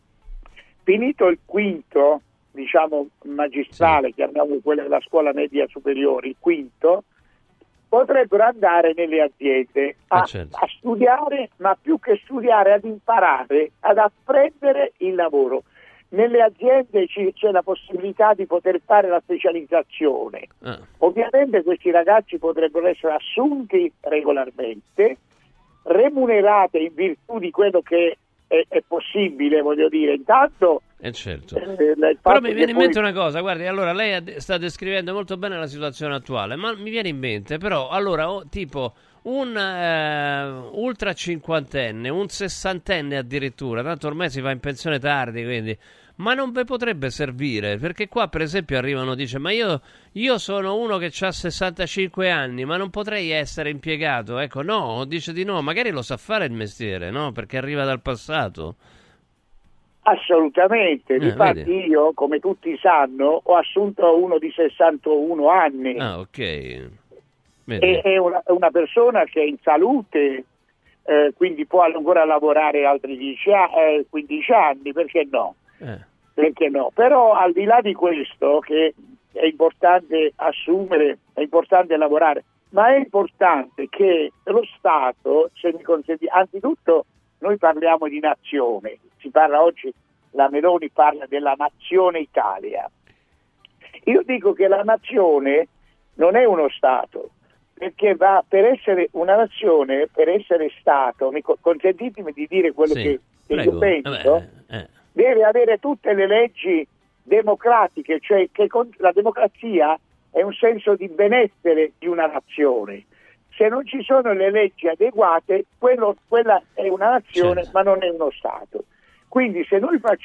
finito il quinto, diciamo magistrale, chiamiamo quella della scuola media superiore, il quinto, potrebbero andare nelle aziende a studiare, ma più che studiare, ad imparare, ad apprendere il lavoro. Nelle aziende c'è la possibilità di poter fare la specializzazione. Ovviamente questi ragazzi potrebbero essere assunti regolarmente, remunerati in virtù di quello che è possibile, voglio dire. Intanto certo. Però mi viene in mente una cosa, guardi, allora lei sta descrivendo molto bene la situazione attuale, ma mi viene in mente però, allora, tipo un ultra cinquantenne, un sessantenne addirittura, tanto ormai si va in pensione tardi, quindi, ma non vi potrebbe servire, perché qua per esempio arrivano, dice, ma io sono uno che ha 65 anni, ma non potrei essere impiegato, ecco, no, dice di no, magari lo sa fare il mestiere, no, perché arriva dal passato. Assolutamente, infatti io, come tutti sanno, ho assunto uno di 61 anni. Ah, ok. È una persona che è in salute, quindi può ancora lavorare altri 15 anni, perché no? Perché no? Però al di là di questo, che è importante assumere, è importante lavorare, ma è importante che lo Stato, se mi consenti, anzitutto noi parliamo di nazione, si parla oggi, la Meloni parla della nazione Italia. Io dico che la nazione non è uno Stato, perché per essere una nazione, per essere Stato, consentitemi di dire quello che io penso, deve avere tutte le leggi democratiche, cioè che la democrazia è un senso di benessere di una nazione. Se non ci sono le leggi adeguate, quella è una nazione, ma non è uno Stato. Quindi se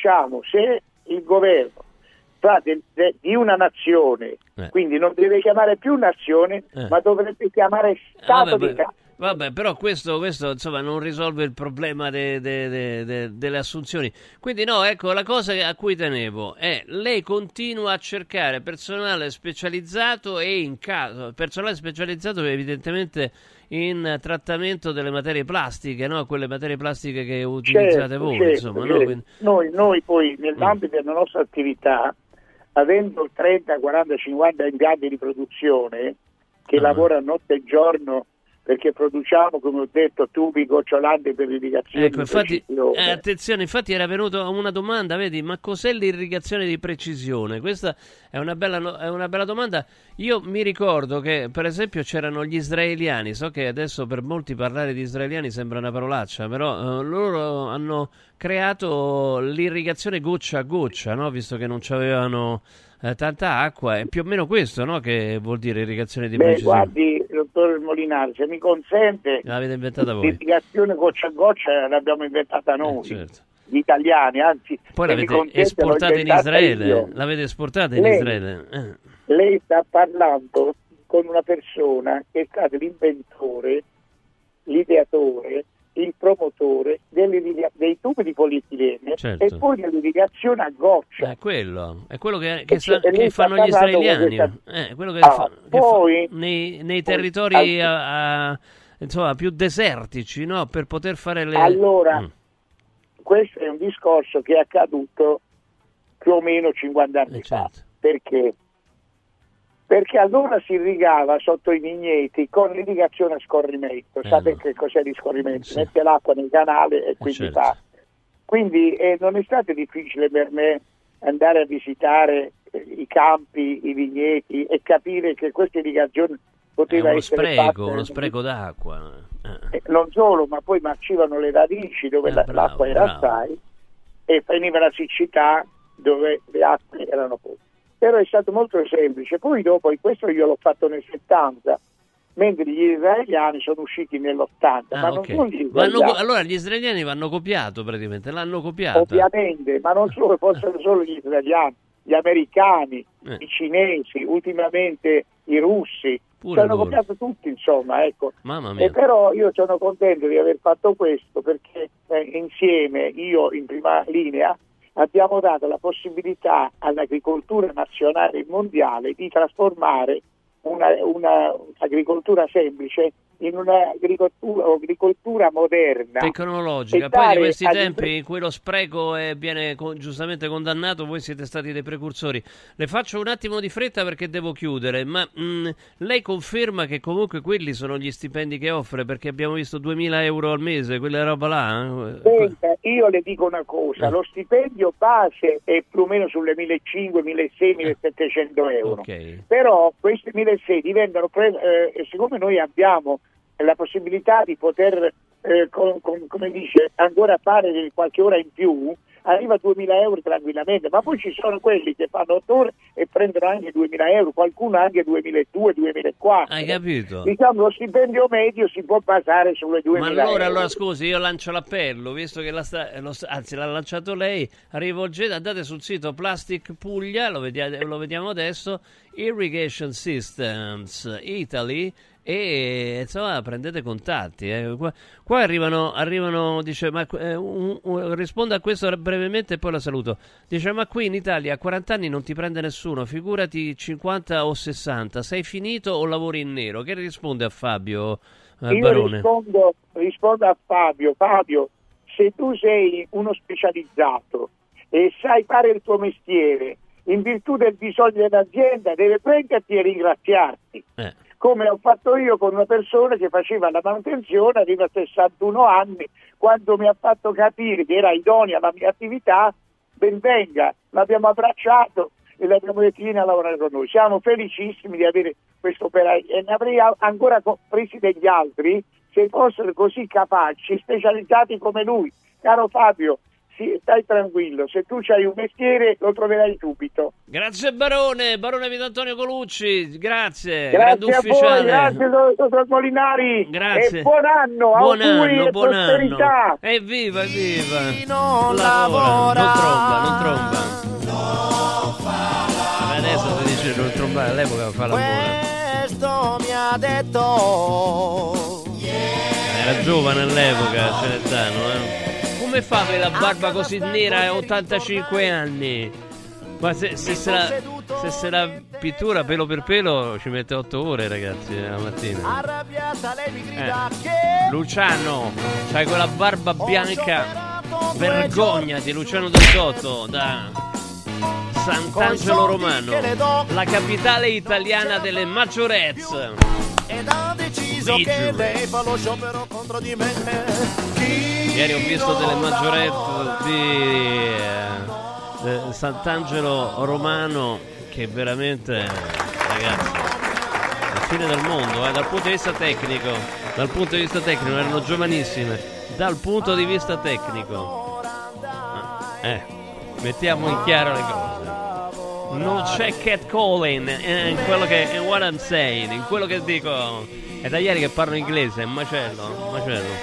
il governo fa di una nazione, quindi non deve chiamare più nazione, ma dovrebbe chiamare Stato d'Italia. Vabbè, però questo insomma non risolve il problema delle assunzioni. Quindi no, ecco, la cosa a cui tenevo è: lei continua a cercare personale specializzato personale specializzato evidentemente in trattamento delle materie plastiche, no? Quelle materie plastiche che utilizzate voi, insomma. No? Quindi... Noi poi nell'ambito della nostra attività, avendo 30, 40, 50 impianti di produzione che lavorano notte e giorno, perché produciamo, come ho detto, tubi gocciolanti per l'irrigazione. Ecco, infatti, attenzione, infatti era venuta una domanda, vedi, ma cos'è l'irrigazione di precisione? Questa è una bella domanda. Io mi ricordo che, per esempio, c'erano gli israeliani, so che adesso per molti parlare di israeliani sembra una parolaccia, però loro hanno creato l'irrigazione goccia a goccia, no? Visto che non c'avevano tanta acqua, è più o meno questo, no? Che vuol dire irrigazione di precisione. Guardi, dottor Molinari, se mi consente, l'avete inventata voi. L'irrigazione goccia a goccia l'abbiamo inventata noi, gli italiani, anzi. Poi l'avete esportata in Israele, l'avete esportata in Israele. Lei sta parlando con una persona che è stato l'inventore, l'ideatore, il promotore dei tubi di polietilene, e poi dell'irrigazione a goccia. È quello che fanno gli israeliani, quello che nei territori insomma più desertici, no? Per poter fare le... Allora, questo è un discorso che è accaduto più o meno 50 anni fa, perché perché allora si irrigava sotto i vigneti con l'irrigazione a scorrimento. Sapete che cos'è di scorrimento? Sì. Mette l'acqua nel canale e quindi certo. fa. Quindi non è stato difficile per me andare a visitare i campi, i vigneti e capire che questa irrigazione poteva essere fatta. Uno spreco d'acqua. Non solo, ma poi marcivano le radici dove l'acqua era assai e veniva la siccità dove le acque erano poche. Però è stato molto semplice. Poi dopo, questo io l'ho fatto nel 70, mentre gli israeliani sono usciti nell'80. Ma non sono gli israeliani. Allora gli israeliani vanno copiato praticamente, l'hanno copiato. Ovviamente, ma non solo fossero solo gli israeliani, gli americani, i cinesi, ultimamente i russi, hanno copiato tutti, insomma, ecco. Mamma mia. E però io sono contento di aver fatto questo perché insieme, io in prima linea, abbiamo dato la possibilità all'agricoltura nazionale e mondiale di trasformare una agricoltura semplice in un'agricoltura moderna, tecnologica. Poi di questi tempi in cui lo spreco viene giustamente condannato, voi siete stati dei precursori. Le faccio un attimo di fretta perché devo chiudere, ma lei conferma che comunque quelli sono gli stipendi che offre, perché abbiamo visto 2.000 euro al mese, quella roba là? Senta, io le dico una cosa, lo stipendio base è più o meno sulle 1.500, 1.600, 1.700 euro, però questi 1.600 diventano, siccome noi abbiamo la possibilità di poter, come dice, ancora fare qualche ora in più, arriva a 2.000 euro tranquillamente, ma poi ci sono quelli che fanno 8 ore e prendono anche 2.000 euro, qualcuno anche 2.200, 2.400. Hai capito? Diciamo, lo stipendio medio si può basare sulle 2.000 euro. Allora scusi, io lancio l'appello, visto che anzi l'ha lanciato lei, rivolgete, andate sul sito Plastic Puglia, lo vediamo adesso, Irrigation Systems Italy, e insomma prendete contatti. Qua arrivano dice, ma rispondo a questo brevemente e poi la saluto. Dice, ma qui in Italia a 40 anni non ti prende nessuno, figurati 50 o 60, sei finito o lavori in nero? Che risponde a Fabio Barone? Io rispondo a Fabio, se tu sei uno specializzato e sai fare il tuo mestiere in virtù del bisogno dell'azienda, deve prenderti e ringraziarti. Come ho fatto io con una persona che faceva la manutenzione, arriva a 61 anni, quando mi ha fatto capire che era idonea alla mia attività, ben venga, l'abbiamo abbracciato e l'abbiamo detto vieni a lavorare con noi. Siamo felicissimi di avere questo operaio e ne avrei ancora presi degli altri se fossero così capaci, specializzati come lui. Caro Fabio, stai tranquillo, se tu c'hai un mestiere lo troverai subito. Grazie Barone Vito Antonio Colucci, grazie a ufficiale. voi, grazie dottor Molinari, grazie. E buon anno, auguri e prosperità. Evviva. Non tromba. Adesso si dice non trombare, all'epoca fa l'amore. Questo mi ha detto era giovane all'epoca Celentano, Come fa per la barba così nera a 85 anni? Ma se la pittura pelo per pelo ci mette 8 ore, ragazzi, la mattina. Luciano, c'hai quella barba bianca, vergognati, Luciano Del Totto, da Sant'Angelo Romano, la capitale italiana delle maggiorezze. Ed ha deciso che lei fa lo sciopero contro di me. Ieri ho visto delle maggiorette di Sant'Angelo Romano che veramente, ragazzi, la fine del mondo, dal punto di vista tecnico erano giovanissime, dal punto di vista tecnico mettiamo in chiaro le cose. Non c'è catcalling in quello che in what I'm saying, in quello che dico. È da ieri che parlo inglese, è un macello.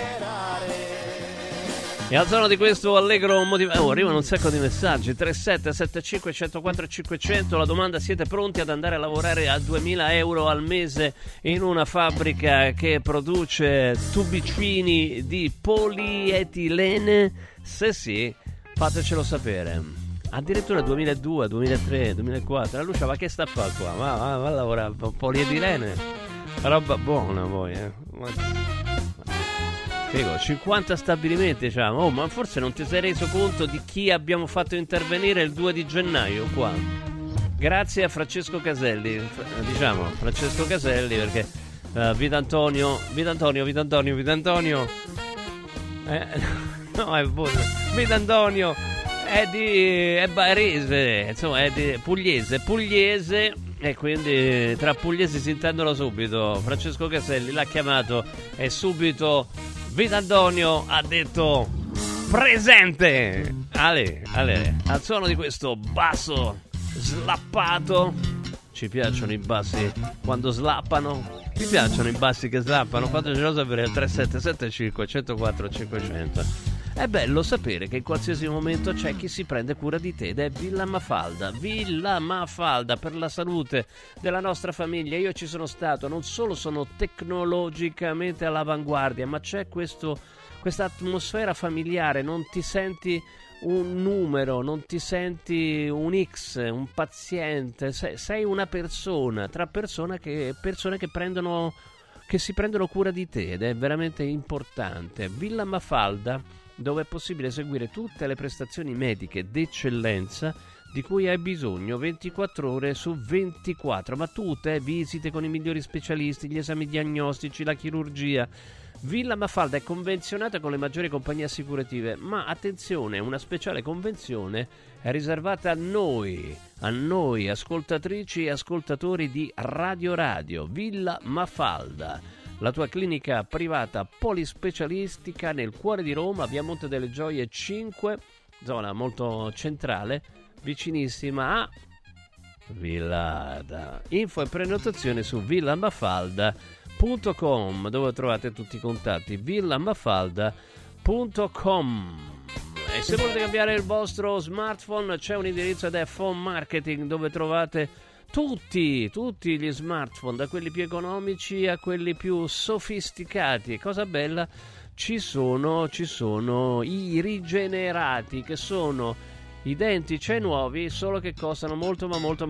E al suono di questo allegro motivato arrivano un sacco di messaggi. 3775 104 500. La domanda: siete pronti ad andare a lavorare a 2.000 euro al mese in una fabbrica che produce tubicini di polietilene? Se sì, fatecelo sapere. Addirittura 2002, 2003, 2004. La Lucia, ma che sta a fare qua? Va a lavorare con polietilene. Roba buona voi, Figo, 50 stabilimenti, diciamo. Oh, ma forse non ti sei reso conto di chi abbiamo fatto intervenire il 2 di gennaio qua? Grazie a Francesco Caselli, diciamo Francesco Caselli, perché Vitantonio no, è Vitantonio è barese, insomma è di pugliese, e quindi tra pugliesi si intendono subito. Francesco Caselli l'ha chiamato e subito Vitantonio ha detto presente. Ale, al suono di questo basso slappato. Ci piacciono i bassi quando slappano? Mi piacciono i bassi che slappano? Fatecelo sapere al 3775 104 500. È bello sapere che in qualsiasi momento c'è chi si prende cura di te ed è Villa Mafalda per la salute della nostra famiglia. Io ci sono stato, non solo sono tecnologicamente all'avanguardia, ma c'è questa atmosfera familiare, non ti senti un numero, non ti senti un X, un paziente, sei una persona tra persone che si prendono cura di te, ed è veramente importante. Villa Mafalda, dove è possibile seguire tutte le prestazioni mediche d'eccellenza di cui hai bisogno 24 ore su 24, ma tutte visite con i migliori specialisti, gli esami diagnostici, la chirurgia. Villa Mafalda è convenzionata con le maggiori compagnie assicurative, ma attenzione, una speciale convenzione è riservata a noi ascoltatrici e ascoltatori di Radio. Villa Mafalda, la tua clinica privata polispecialistica nel cuore di Roma, via Monte delle Gioie 5, zona molto centrale, vicinissima a Villada. Info e prenotazione su villamafalda.com, dove trovate tutti i contatti. villamafalda.com. E se volete cambiare il vostro smartphone, c'è un indirizzo ed è Phone Marketing, dove trovate tutti gli smartphone, da quelli più economici a quelli più sofisticati. E cosa bella, ci sono i rigenerati, che sono identici ai nuovi, solo che costano molto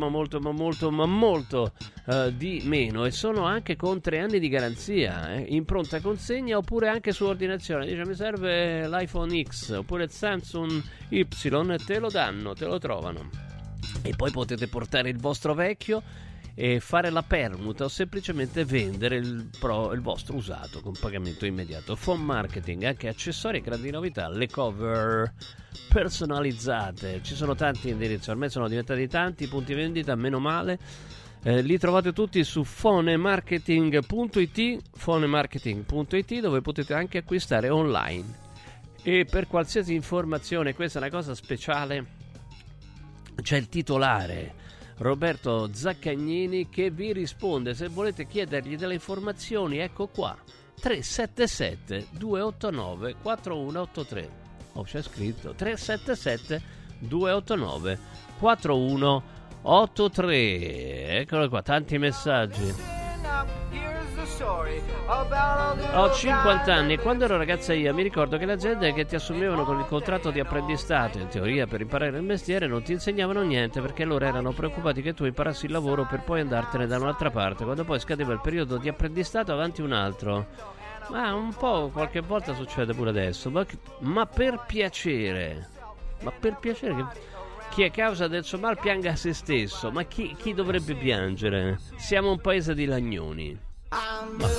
di meno, e sono anche con 3 anni di garanzia, in pronta consegna oppure anche su ordinazione. Dice mi serve l'iPhone X oppure il Samsung Y, te lo danno, te lo trovano, e poi potete portare il vostro vecchio e fare la permuta o semplicemente vendere il vostro usato con pagamento immediato. Phone Marketing, anche accessori e grandi novità, le cover personalizzate. Ci sono tanti indirizzi, ormai sono diventati tanti punti vendita, meno male. Li trovate tutti su phonemarketing.it, dove potete anche acquistare online. E per qualsiasi informazione, questa è una cosa speciale, c'è il titolare Roberto Zaccagnini che vi risponde. Se volete chiedergli delle informazioni, ecco qua, 377 289 4183. C'è scritto 377 289 4183. Eccolo qua, tanti messaggi. Ho 50 anni e quando ero ragazza io mi ricordo che le aziende che ti assumevano con il contratto di apprendistato, in teoria per imparare il mestiere, non ti insegnavano niente, perché loro erano preoccupati che tu imparassi il lavoro per poi andartene da un'altra parte. Quando poi scadeva il periodo di apprendistato, avanti un altro. Ma un po' qualche volta succede pure adesso, ma per piacere che chi è causa del suo mal pianga a se stesso. Ma chi dovrebbe piangere? Siamo un paese di lagnoni. Non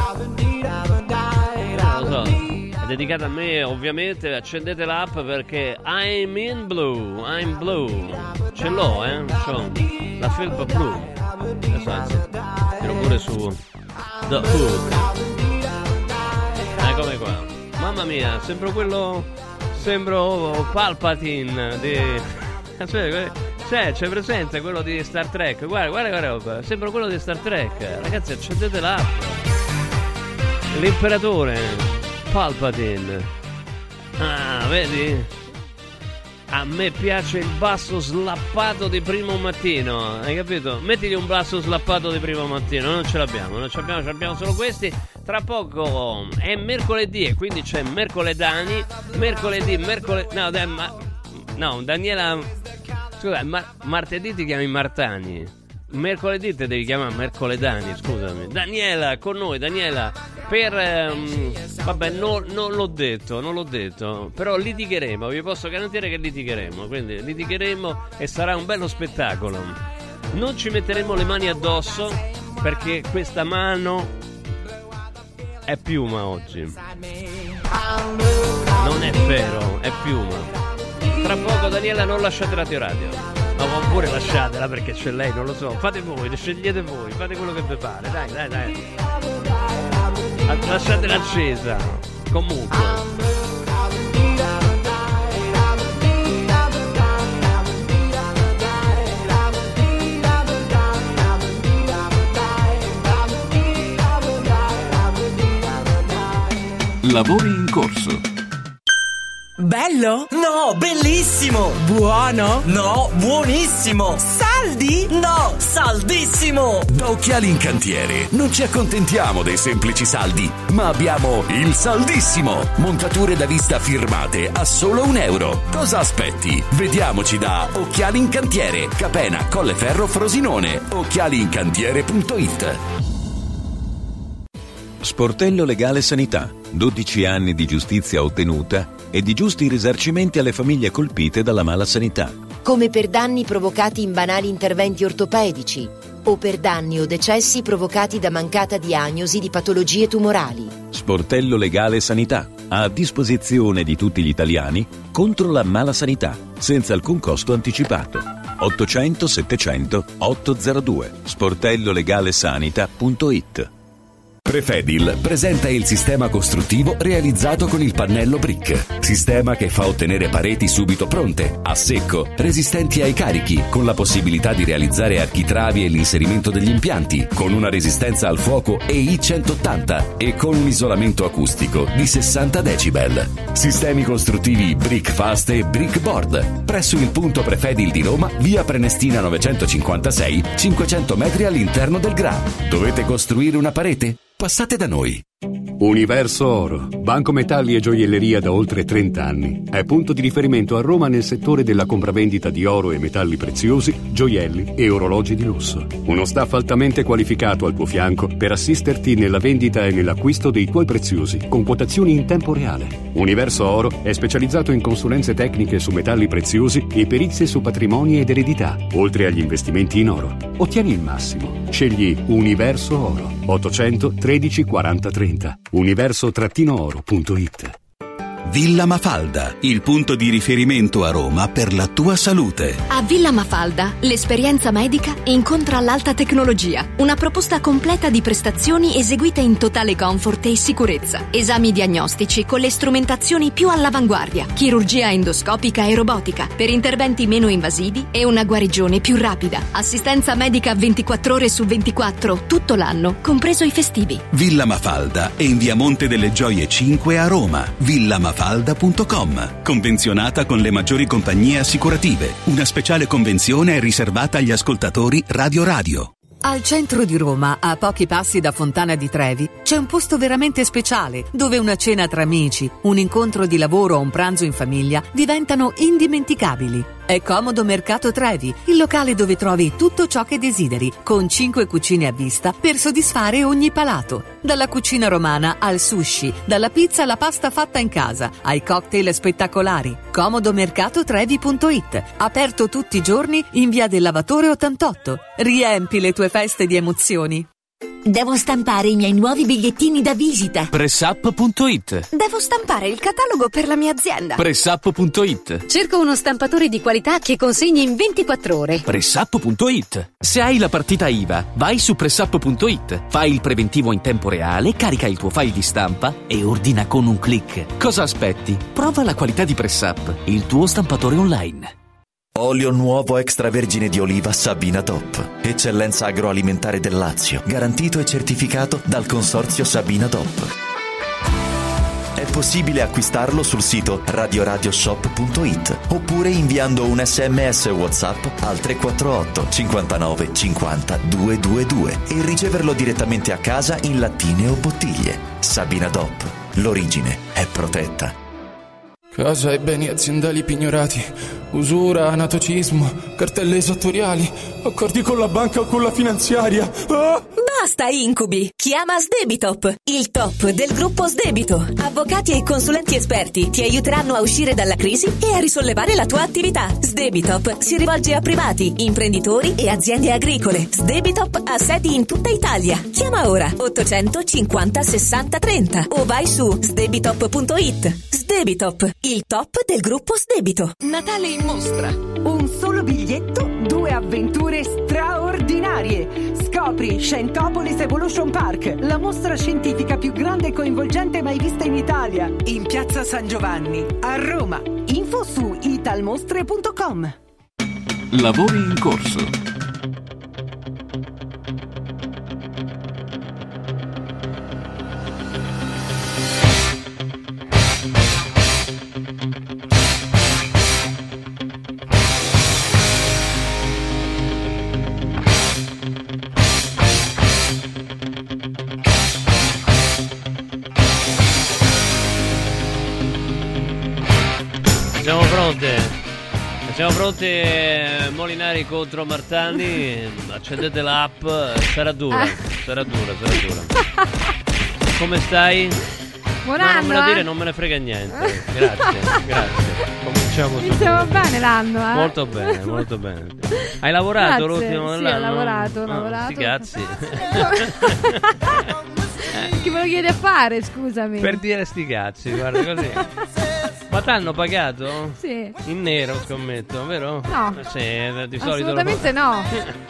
lo so, è dedicata a me ovviamente. Accendete l'app perché I'm in blue, ce l'ho, c'ho la felpa blu. Adesso anzi, ero pure su The Hook. Eccomi qua, mamma mia, sembro Palpatine di... c'è presente quello di Star Trek? Guarda, sembra quello di Star Trek. Ragazzi, accendete l'app. L'imperatore Palpatine. Ah, vedi? A me piace il basso slappato di primo mattino, hai capito? Mettiti un basso slappato di primo mattino. Non ce l'abbiamo, abbiamo solo questi. Tra poco è mercoledì e quindi c'è Mercoledani. No, Daniela, scusa, martedì ti chiami Martani, mercoledì te devi chiamare Mercoledani, scusami. Daniela, con noi, Daniela, per... vabbè, non l'ho detto, però litigheremo, vi posso garantire che litigheremo, quindi litigheremo e sarà un bello spettacolo. Non ci metteremo le mani addosso perché questa mano è piuma oggi. Non è vero, è piuma. Tra poco Daniela non lasciate Radio Radio. Ma oppure lasciatela perché c'è lei, non lo so. Fate voi, scegliete voi, fate quello che vi pare. Dai. Lasciatela accesa. Comunque. Lavori in corso. Bello? No, bellissimo! Buono? No, buonissimo! Saldi? No, saldissimo! Da Occhiali in Cantiere non ci accontentiamo dei semplici saldi, ma abbiamo il saldissimo! Montature da vista firmate a solo €1. Cosa aspetti? Vediamoci da Occhiali in Cantiere, Capena, Colleferro, Frosinone. occhialiincantiere.it. Sportello Legale Sanità. 12 anni di giustizia ottenuta e di giusti risarcimenti alle famiglie colpite dalla mala sanità. Come per danni provocati in banali interventi ortopedici o per danni o decessi provocati da mancata diagnosi di patologie tumorali. Sportello Legale Sanità. A disposizione di tutti gli italiani contro la mala sanità, senza alcun costo anticipato. 800 700 802. sportellolegalesanita.it. Prefedil presenta il sistema costruttivo realizzato con il pannello brick. Sistema che fa ottenere pareti subito pronte, a secco, resistenti ai carichi, con la possibilità di realizzare architravi e l'inserimento degli impianti, con una resistenza al fuoco EI 180 e con un isolamento acustico di 60 decibel. Sistemi costruttivi Brick Fast e Brick Board. Presso il punto Prefedil di Roma, via Prenestina 956, 500 metri all'interno del GRA. Dovete costruire una parete? Passate da noi. Universo Oro, banco metalli e gioielleria da oltre 30 anni. È punto di riferimento a Roma nel settore della compravendita di oro e metalli preziosi, gioielli e orologi di lusso. Uno staff altamente qualificato al tuo fianco per assisterti nella vendita e nell'acquisto dei tuoi preziosi, con quotazioni in tempo reale. Universo Oro è specializzato in consulenze tecniche su metalli preziosi e perizie su patrimoni ed eredità, oltre agli investimenti in oro. Ottieni il massimo. Scegli Universo Oro. 800 13 40 30. universo-oro.it. Villa Mafalda, il punto di riferimento a Roma per la tua salute. A Villa Mafalda, l'esperienza medica incontra l'alta tecnologia. Una proposta completa di prestazioni eseguite in totale comfort e sicurezza. Esami diagnostici con le strumentazioni più all'avanguardia. Chirurgia endoscopica e robotica per interventi meno invasivi e una guarigione più rapida. Assistenza medica 24 ore su 24 tutto l'anno, compreso i festivi. Villa Mafalda è in via Monte delle Gioie 5 a Roma. villamafalda.com. Convenzionata con le maggiori compagnie assicurative. Una speciale convenzione è riservata agli ascoltatori Radio Radio. Al centro di Roma, a pochi passi da Fontana di Trevi, c'è un posto veramente speciale dove una cena tra amici, un incontro di lavoro o un pranzo in famiglia diventano indimenticabili. È Comodo Mercato Trevi, il locale dove trovi tutto ciò che desideri, con 5 cucine a vista per soddisfare ogni palato. Dalla cucina romana al sushi, dalla pizza alla pasta fatta in casa, ai cocktail spettacolari. ComodoMercatoTrevi.it, aperto tutti i giorni in via del Lavatore 88. Riempi le tue feste di emozioni. Devo stampare i miei nuovi bigliettini da visita. Pressup.it. Devo stampare il catalogo per la mia azienda. Pressup.it. Cerco uno stampatore di qualità che consegni in 24 ore. Pressup.it. Se hai la partita IVA, vai su Pressup.it. Fai il preventivo in tempo reale, carica il tuo file di stampa e ordina con un click. Cosa aspetti? Prova la qualità di Pressup, il tuo stampatore online. Olio nuovo extravergine di oliva Sabina DOP. Eccellenza agroalimentare del Lazio. Garantito e certificato dal consorzio Sabina DOP. È possibile acquistarlo sul sito radioradioshop.it oppure inviando un SMS WhatsApp al 348 59 50 222 e riceverlo direttamente a casa in lattine o bottiglie. Sabina DOP. L'origine è protetta. Casa e beni aziendali pignorati, usura, anatocismo, cartelle esattoriali, accordi con la banca o con la finanziaria. Ah! Basta incubi! Chiama Sdebitop, il top del gruppo Sdebito. Avvocati e consulenti esperti ti aiuteranno a uscire dalla crisi e a risollevare la tua attività. Sdebitop si rivolge a privati, imprenditori e aziende agricole. Sdebitop ha sedi in tutta Italia. Chiama ora 850 60 30 o vai su sdebitop.it. Sdebitop, il top del gruppo Sdebito. Natale in mostra. Un solo biglietto, 2 avventure straordinarie. Scopri Scientopolis Evolution Park, la mostra scientifica più grande e coinvolgente mai vista in Italia, in Piazza San Giovanni, a Roma. Info su italmostre.com. Lavori in corso. Siamo pronti, Molinari contro Martani. Accendete l'app, sarà dura. Come stai? Buon no, anno, non me lo dire, non me ne frega niente. Grazie. Cominciamo subito. Iniziamo bene l'anno, eh? Molto bene. Hai lavorato l'ultimo dell'anno? Sì, ho lavorato. Sti cazzi. Che me lo chiedi a fare, scusami? Per dire sti cazzi, guarda così. Ma t'hanno pagato? Sì. In nero, scommetto, vero? No. Sì, di solito assolutamente no.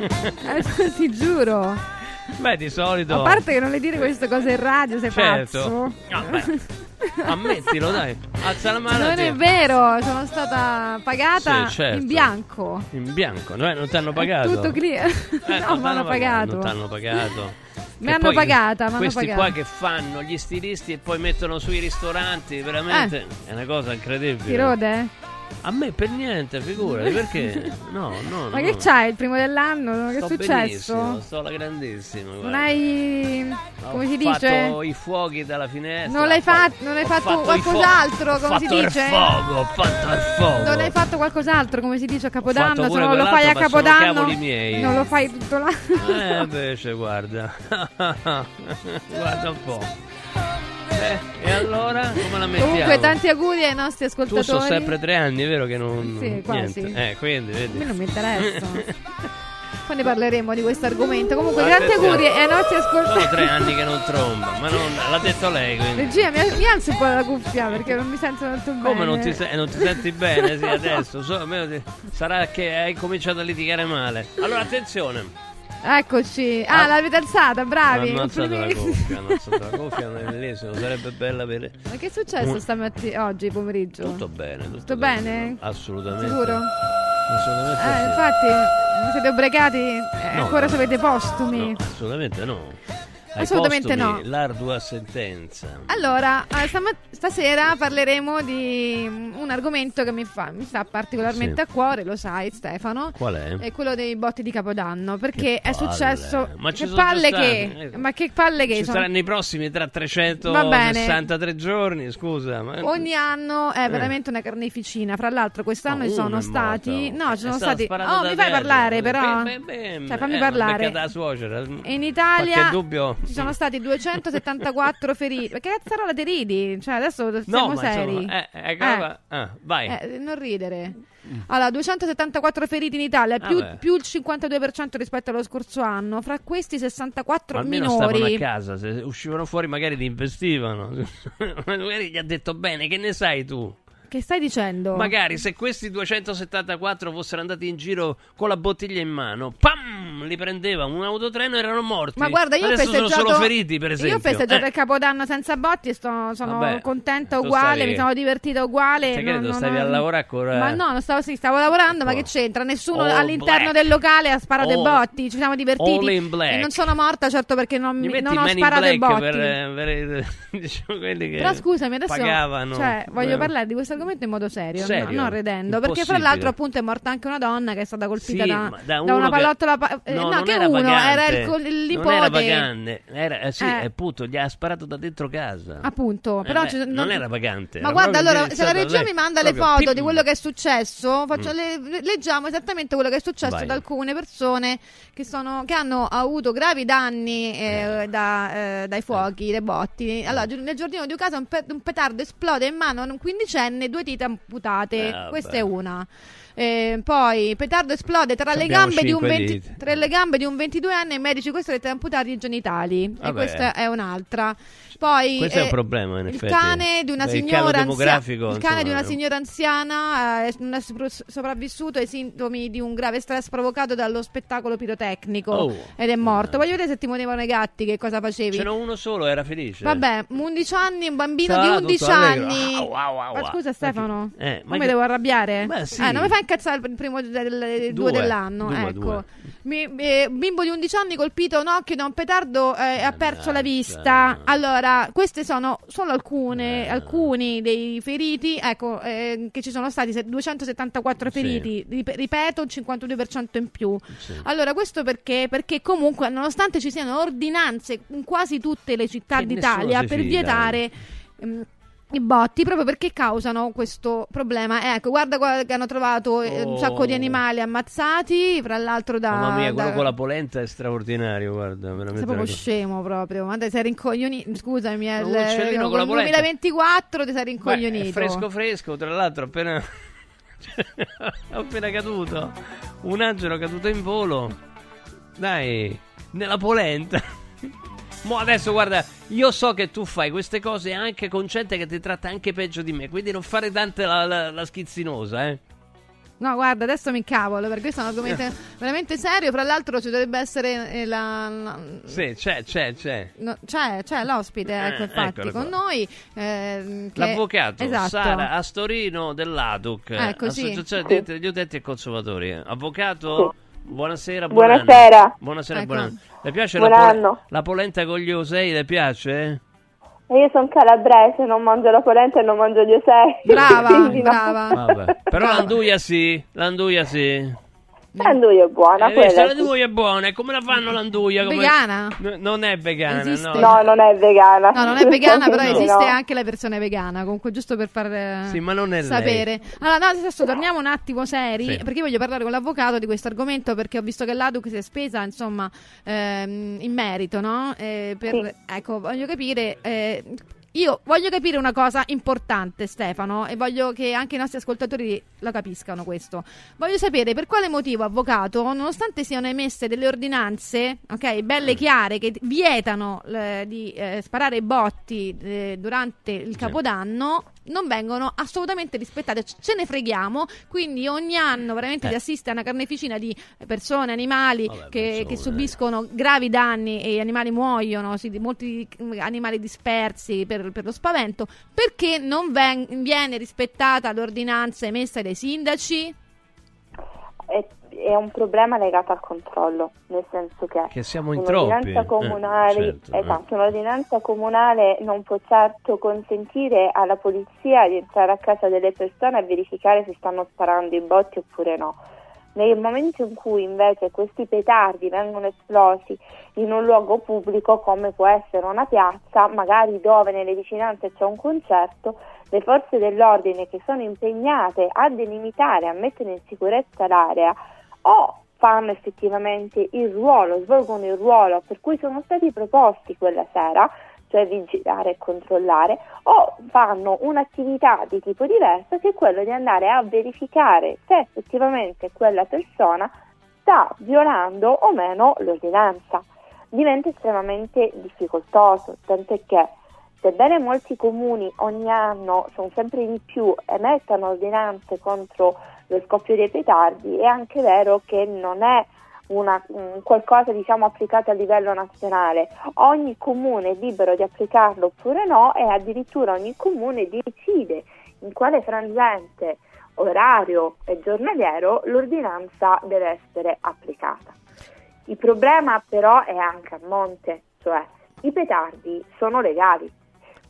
Ti giuro. Beh, di solito. A parte che non le dire queste cose in radio, sei pazzo. No, ammettilo, dai. Alza la mano. Non è vero, sono stata pagata in bianco. In bianco? Non ti hanno pagato? Tutto clear. No, mi hanno pagato. Non ti hanno pagato. Mi hanno pagata. Questi qua che fanno gli stilisti e poi mettono sui ristoranti, veramente è una cosa incredibile. Ti rode? A me per niente, figurati, perché? No. Ma che c'hai il primo dell'anno? Che è successo? Sto alla grandissima. Guarda. Non hai... come si dice? Ho fatto i fuochi dalla finestra. Non hai fatto qualcos'altro, come si dice? Ho fatto il fuoco. Non hai fatto qualcos'altro, come si dice, a Capodanno? Se non lo fai a Capodanno, non lo fai tutto l'anno. Invece, guarda. Guarda un po'. E allora come la mettiamo? Comunque tanti auguri ai nostri ascoltatori. Tu sono sempre 3 anni, vero che non... Sì, quasi. Niente. Quindi vedi. A me non mi interessa. Poi ne parleremo di questo argomento. Comunque tanti auguri ai nostri ascoltatori. Sono 3 anni che non tromba, ma non l'ha detto lei, quindi. Regia, mi alzo un po' la cuffia perché non mi sento molto bene. Come non ti senti bene? Sì, adesso sarà che hai cominciato a litigare male. Allora attenzione. Eccoci. L'avete alzata, bravi. Hanno alzato la cuffia, è bellissimo, sarebbe bella per... Ma che è successo stamattina, oggi pomeriggio? Tutto bene. Tutto bene? Assolutamente. Sicuro? Assolutamente sì. Infatti, non siete ubriacati? Ancora sapete postumi? No, assolutamente no. Assolutamente no. L'ardua sentenza. Allora, stasera parleremo di un argomento che mi sta particolarmente a cuore, lo sai Stefano. Qual è? È quello dei botti di Capodanno, perché è successo... Ma che palle che... Ma che palle che... Ci saranno nei prossimi tra 363 giorni, scusa. Ma... Ogni anno è veramente una carneficina. Fra l'altro quest'anno ci sono stati... No, ci sono stati... Oh, mi fai parlare però? Cioè, fammi parlare. Da suocera. In Italia... Qualche dubbio? Ci sono stati 274 feriti. Perché cazzarola ti ridi? Cioè, adesso siamo seri. Vai. Non ridere. Allora, 274 feriti in Italia, più il 52% rispetto allo scorso anno. Fra questi 64 almeno minori. Stavano a casa, se uscivano fuori magari li investivano. Magari gli ha detto bene, che ne sai tu? Che stai dicendo? Magari se questi 274 fossero andati in giro con la bottiglia in mano, pam, li prendeva un autotreno e erano morti. Ma guarda, io adesso sono solo feriti, per esempio. Io ho festeggiato il Capodanno senza botti e sono contenta uguale, mi sono divertita uguale. Stavi a lavorare ancora? Ma no, stavo lavorando, ma che c'entra? Nessuno all'interno del locale ha sparato i botti, ci siamo divertiti. E non sono morta, certo, perché non ho sparato i botti. Diciamo, quelli che però scusami, adesso pagavano. Cioè, voglio parlare di questo l'argomento in modo serio. No, non ridendo, perché fra l'altro appunto è morta anche una donna che è stata colpita da una pallottola era il nipote. Non era vagante, appunto, gli ha sparato da dentro casa. Appunto, però non era vagante. Ma guarda, allora, se la regia mi manda le foto di quello che è successo, leggiamo esattamente quello che è successo ad alcune persone che hanno avuto gravi danni dai fuochi, dai botti. Allora, nel giardino di casa un petardo esplode in mano a un quindicenne, 2 dita amputate. Questa è una. Poi petardo esplode tra le gambe di un 22enne e medici costretti ad amputare i genitali. E questa è un'altra. Poi questo è un problema, in effetti. Il cane di una signora anziana è sopravvissuto ai sintomi di un grave stress provocato dallo spettacolo pirotecnico ed è morto. Voglio vedere se ti muovevano i gatti, che cosa facevi. C'era uno solo, era felice. Vabbè, 11 anni, un bambino di 11 anni. Ma scusa Stefano, come devo arrabbiare? Non mi fai incazzare il primo del 2 dell'anno. Ecco. Bimbo di 11 anni colpito un occhio da un petardo e ha perso la vista. Allora, queste sono solo alcuni dei feriti, che ci sono stati 274 feriti, ripeto, un 52% in più. Allora, questo perché comunque, nonostante ci siano ordinanze in quasi tutte le città d'Italia per vietare i botti, proprio perché causano questo problema. Ecco, guarda che hanno trovato un sacco di animali ammazzati, fra l'altro mamma mia, quello con la polenta è straordinario, guarda, veramente. Sei proprio scemo proprio, ma te sei rincoglionito, scusami, nel 2024 ti sei rincoglionito. È fresco, tra l'altro appena caduto, un angelo caduto in volo, dai, nella polenta. Mo adesso guarda, io so che tu fai queste cose anche con gente che ti tratta anche peggio di me, quindi non fare tante la schizzinosa, No, guarda, adesso mi incavolo, perché questo è un argomento veramente serio. Fra l'altro ci dovrebbe essere Sì, c'è. No, c'è l'ospite, infatti, con noi. L'avvocato Sara Astorino dell'ADUC, Associazione degli utenti e consumatori. Avvocato? Buonasera. Buonasera. Le piace la polenta con gli osei? Le piace? Io sono calabrese, non mangio la polenta e non mangio gli osei. Brava. Vabbè. Però l'anduia sì. L'anduia è buona. L'anduia è buona. E come la fanno l'anduia? Vegana? Non è vegana. Esiste? No, non è vegana. No, non è vegana, però esiste anche la versione vegana. Comunque, giusto per far ma non è sapere. Lei. Allora, adesso torniamo un attimo seri, perché voglio parlare con l'avvocato di questo argomento, perché ho visto che l'ADUC si è spesa, insomma, in merito, no? Ecco, voglio capire. Io voglio capire una cosa importante, Stefano, e voglio che anche i nostri ascoltatori lo capiscano questo. Voglio sapere per quale motivo, avvocato, nonostante siano emesse delle ordinanze, belle chiare, che vietano di sparare botti durante il Capodanno, non vengono assolutamente rispettate. Ce ne freghiamo, quindi ogni anno veramente si assiste a una carneficina di persone, animali che subiscono gravi danni e gli animali muoiono, molti animali dispersi per lo spavento. Perché non viene rispettata l'ordinanza emessa dai sindaci? È un problema legato al controllo, nel senso che siamo in troppi. Un'ordinanza comunale non può certo consentire alla polizia di entrare a casa delle persone e verificare se stanno sparando i botti oppure no. Nel momento in cui invece questi petardi vengono esplosi in un luogo pubblico, come può essere una piazza, magari dove nelle vicinanze c'è un concerto, le forze dell'ordine che sono impegnate a delimitare, a mettere in sicurezza l'area, o fanno effettivamente svolgono il ruolo per cui sono stati proposti quella sera, cioè vigilare e controllare, o fanno un'attività di tipo diverso, che è quello di andare a verificare se effettivamente quella persona sta violando o meno l'ordinanza. Diventa estremamente difficoltoso, tant'è che sebbene molti comuni ogni anno, sono sempre di più, emettano ordinanze contro lo scoppio dei petardi, è anche vero che non è qualcosa applicato a livello nazionale. Ogni comune è libero di applicarlo oppure no, e addirittura ogni comune decide in quale frangente orario e giornaliero l'ordinanza deve essere applicata. Il problema però è anche a monte, cioè i petardi sono legali.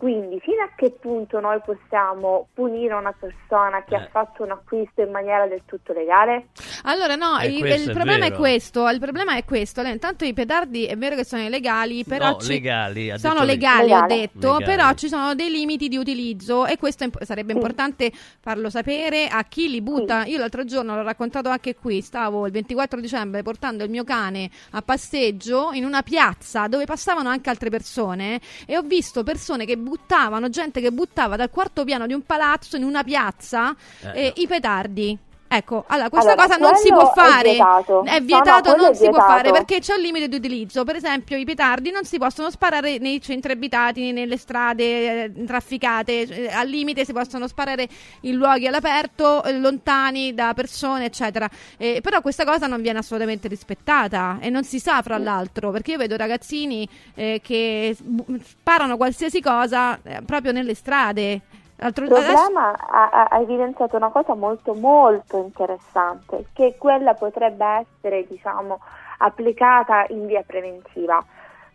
Quindi fino a che punto noi possiamo punire una persona che ha fatto un acquisto in maniera del tutto legale? Allora no, il problema è questo. Il problema è questo. Intanto i petardi è vero che sono illegali, però sono legali, ho detto, però ci sono dei limiti di utilizzo e questo sarebbe importante farlo sapere a chi li butta. Io l'altro giorno l'ho raccontato anche qui, stavo il 24 dicembre portando il mio cane a passeggio in una piazza dove passavano anche altre persone e ho visto persone che gente che buttava dal quarto piano di un palazzo in una piazza i petardi. Ecco, allora questa cosa non si può fare, è vietato, non si può fare perché c'è un limite di utilizzo. Per esempio i petardi non si possono sparare nei centri abitati, nelle strade trafficate, al limite si possono sparare in luoghi all'aperto, lontani da persone eccetera, però questa cosa non viene assolutamente rispettata e non si sa, fra l'altro, perché io vedo ragazzini che sparano qualsiasi cosa proprio nelle strade. Il problema ha evidenziato una cosa molto molto interessante, che quella potrebbe essere, diciamo, applicata in via preventiva.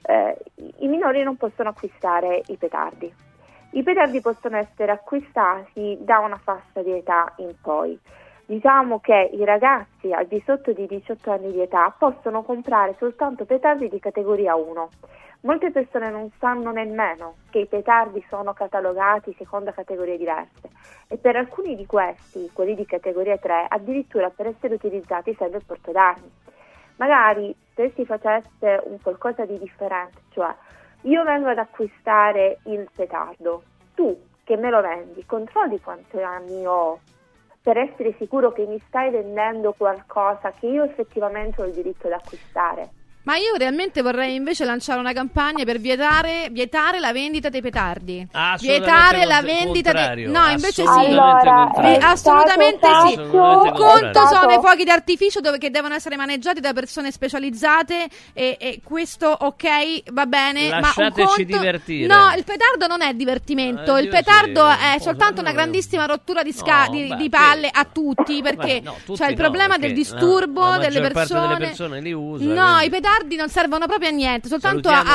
I minori non possono acquistare i petardi. I petardi possono essere acquistati da una fascia di età in poi. Diciamo che i ragazzi al di sotto di 18 anni di età possono comprare soltanto petardi di categoria 1. Molte persone non sanno nemmeno che i petardi sono catalogati secondo categorie diverse e per alcuni di questi, quelli di categoria 3, addirittura per essere utilizzati serve il portaarmi. Magari se si facesse un qualcosa di differente, cioè io vengo ad acquistare il petardo, tu che me lo vendi, controlli quanti anni ho per essere sicuro che mi stai vendendo qualcosa che io effettivamente ho il diritto di acquistare. Ma io realmente vorrei invece lanciare una campagna per vietare la vendita dei petardi. Vietare la vendita no, invece assolutamente sì. Un conto sono i fuochi d'artificio che devono essere maneggiati da persone specializzate e questo ok, va bene, lasciateci divertire. No, il petardo non è divertimento, il petardo è soltanto una grandissima rottura di palle a tutti, perché c'è il problema del disturbo delle persone li usano. No, i petardi non servono proprio a niente, soltanto a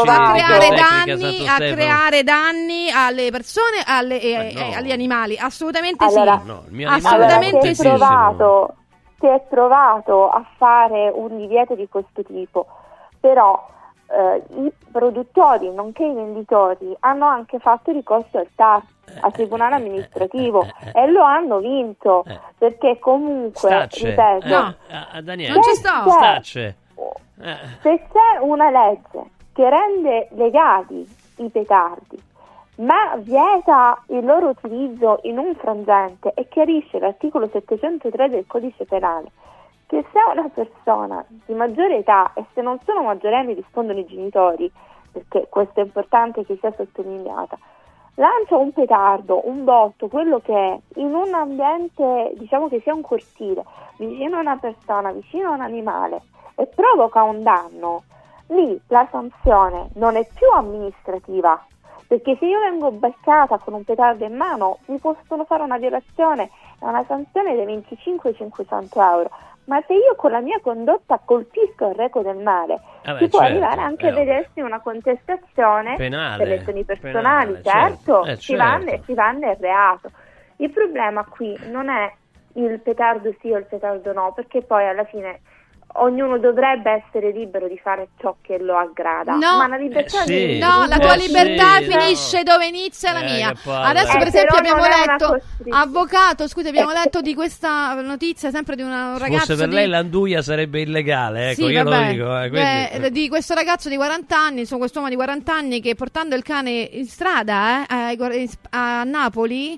creare danni alle persone agli animali. Assolutamente allora, sì. Assolutamente sì. Si è provato a fare un divieto di questo tipo, però i produttori nonché i venditori hanno anche fatto ricorso al TAR, al tribunale amministrativo, e lo hanno vinto perché comunque ripeto, Daniele, non ci sto. Se c'è una legge che rende legali i petardi ma vieta il loro utilizzo in un frangente e chiarisce l'articolo 703 del codice penale che se una persona di maggiore età, e se non sono maggiorenni rispondono i genitori, perché questo è importante che sia sottolineata, lancia un petardo, un botto, quello che è, in un ambiente, diciamo che sia un cortile, vicino a una persona, vicino a un animale, e provoca un danno, lì la sanzione non è più amministrativa, perché se io vengo beccata con un petardo in mano mi possono fare una violazione e una sanzione dei 25-500 euro, ma se io con la mia condotta colpisco il reco del male si può arrivare anche a vedersi una contestazione penale, per lesioni personali, certo. Si vanno il reato. Il problema qui non è il petardo sì o il petardo no, perché poi alla fine ognuno dovrebbe essere libero di fare ciò che lo aggrada, ma la libertà la tua libertà finisce dove inizia la mia. Adesso per esempio abbiamo letto, avvocato, scusi, abbiamo letto di questa notizia sempre di un ragazzo. Forse per lei l'anduia sarebbe illegale, ecco, io lo dico. Di questo ragazzo di 40 anni, quest'uomo di 40 anni che portando il cane in strada a Napoli,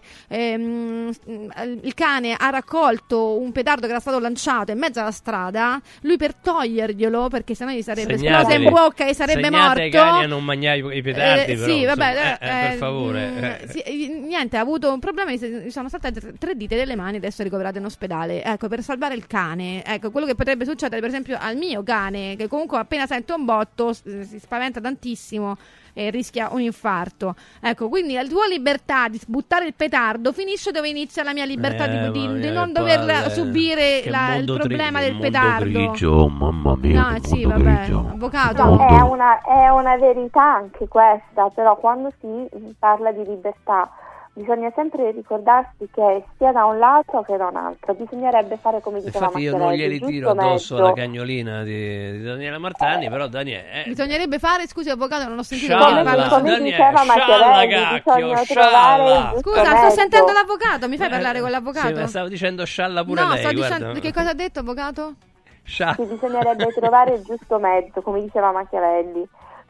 il cane ha raccolto un petardo che era stato lanciato in mezzo alla strada. Lui per toglierglielo, perché sennò gli sarebbe esplosa in bocca e sarebbe morto. I cani a non mangiare i petardi, però, sì, vabbè, per favore. Niente, ha avuto un problema di sono saltate 3 dita delle mani, adesso è ricoverato in ospedale. Ecco, per salvare il cane. Ecco, quello che potrebbe succedere per esempio al mio cane, che comunque appena sente un botto si spaventa tantissimo e rischia un infarto. Ecco, quindi la tua libertà di buttare il petardo finisce dove inizia la mia libertà di non dover subire il problema del petardo. Grigio, mamma mia. No, sì, vabbè, avvocato. No, è una verità anche questa, però quando si parla di libertà bisogna sempre ricordarsi che sia da un lato che da un altro. Bisognerebbe fare come diceva Infatti io non glieli tiro addosso la cagnolina di Daniela Martani, però Daniele bisognerebbe fare, scusi avvocato, non ho sentito come diceva Machiavelli, bisogna trovare scusa, sto sentendo l'avvocato, mi fai parlare con l'avvocato? Sì, stavo dicendo scialla pure lei. Sto dicendo, che cosa ha detto avvocato? Sì, bisognerebbe trovare il giusto mezzo, come diceva Machiavelli.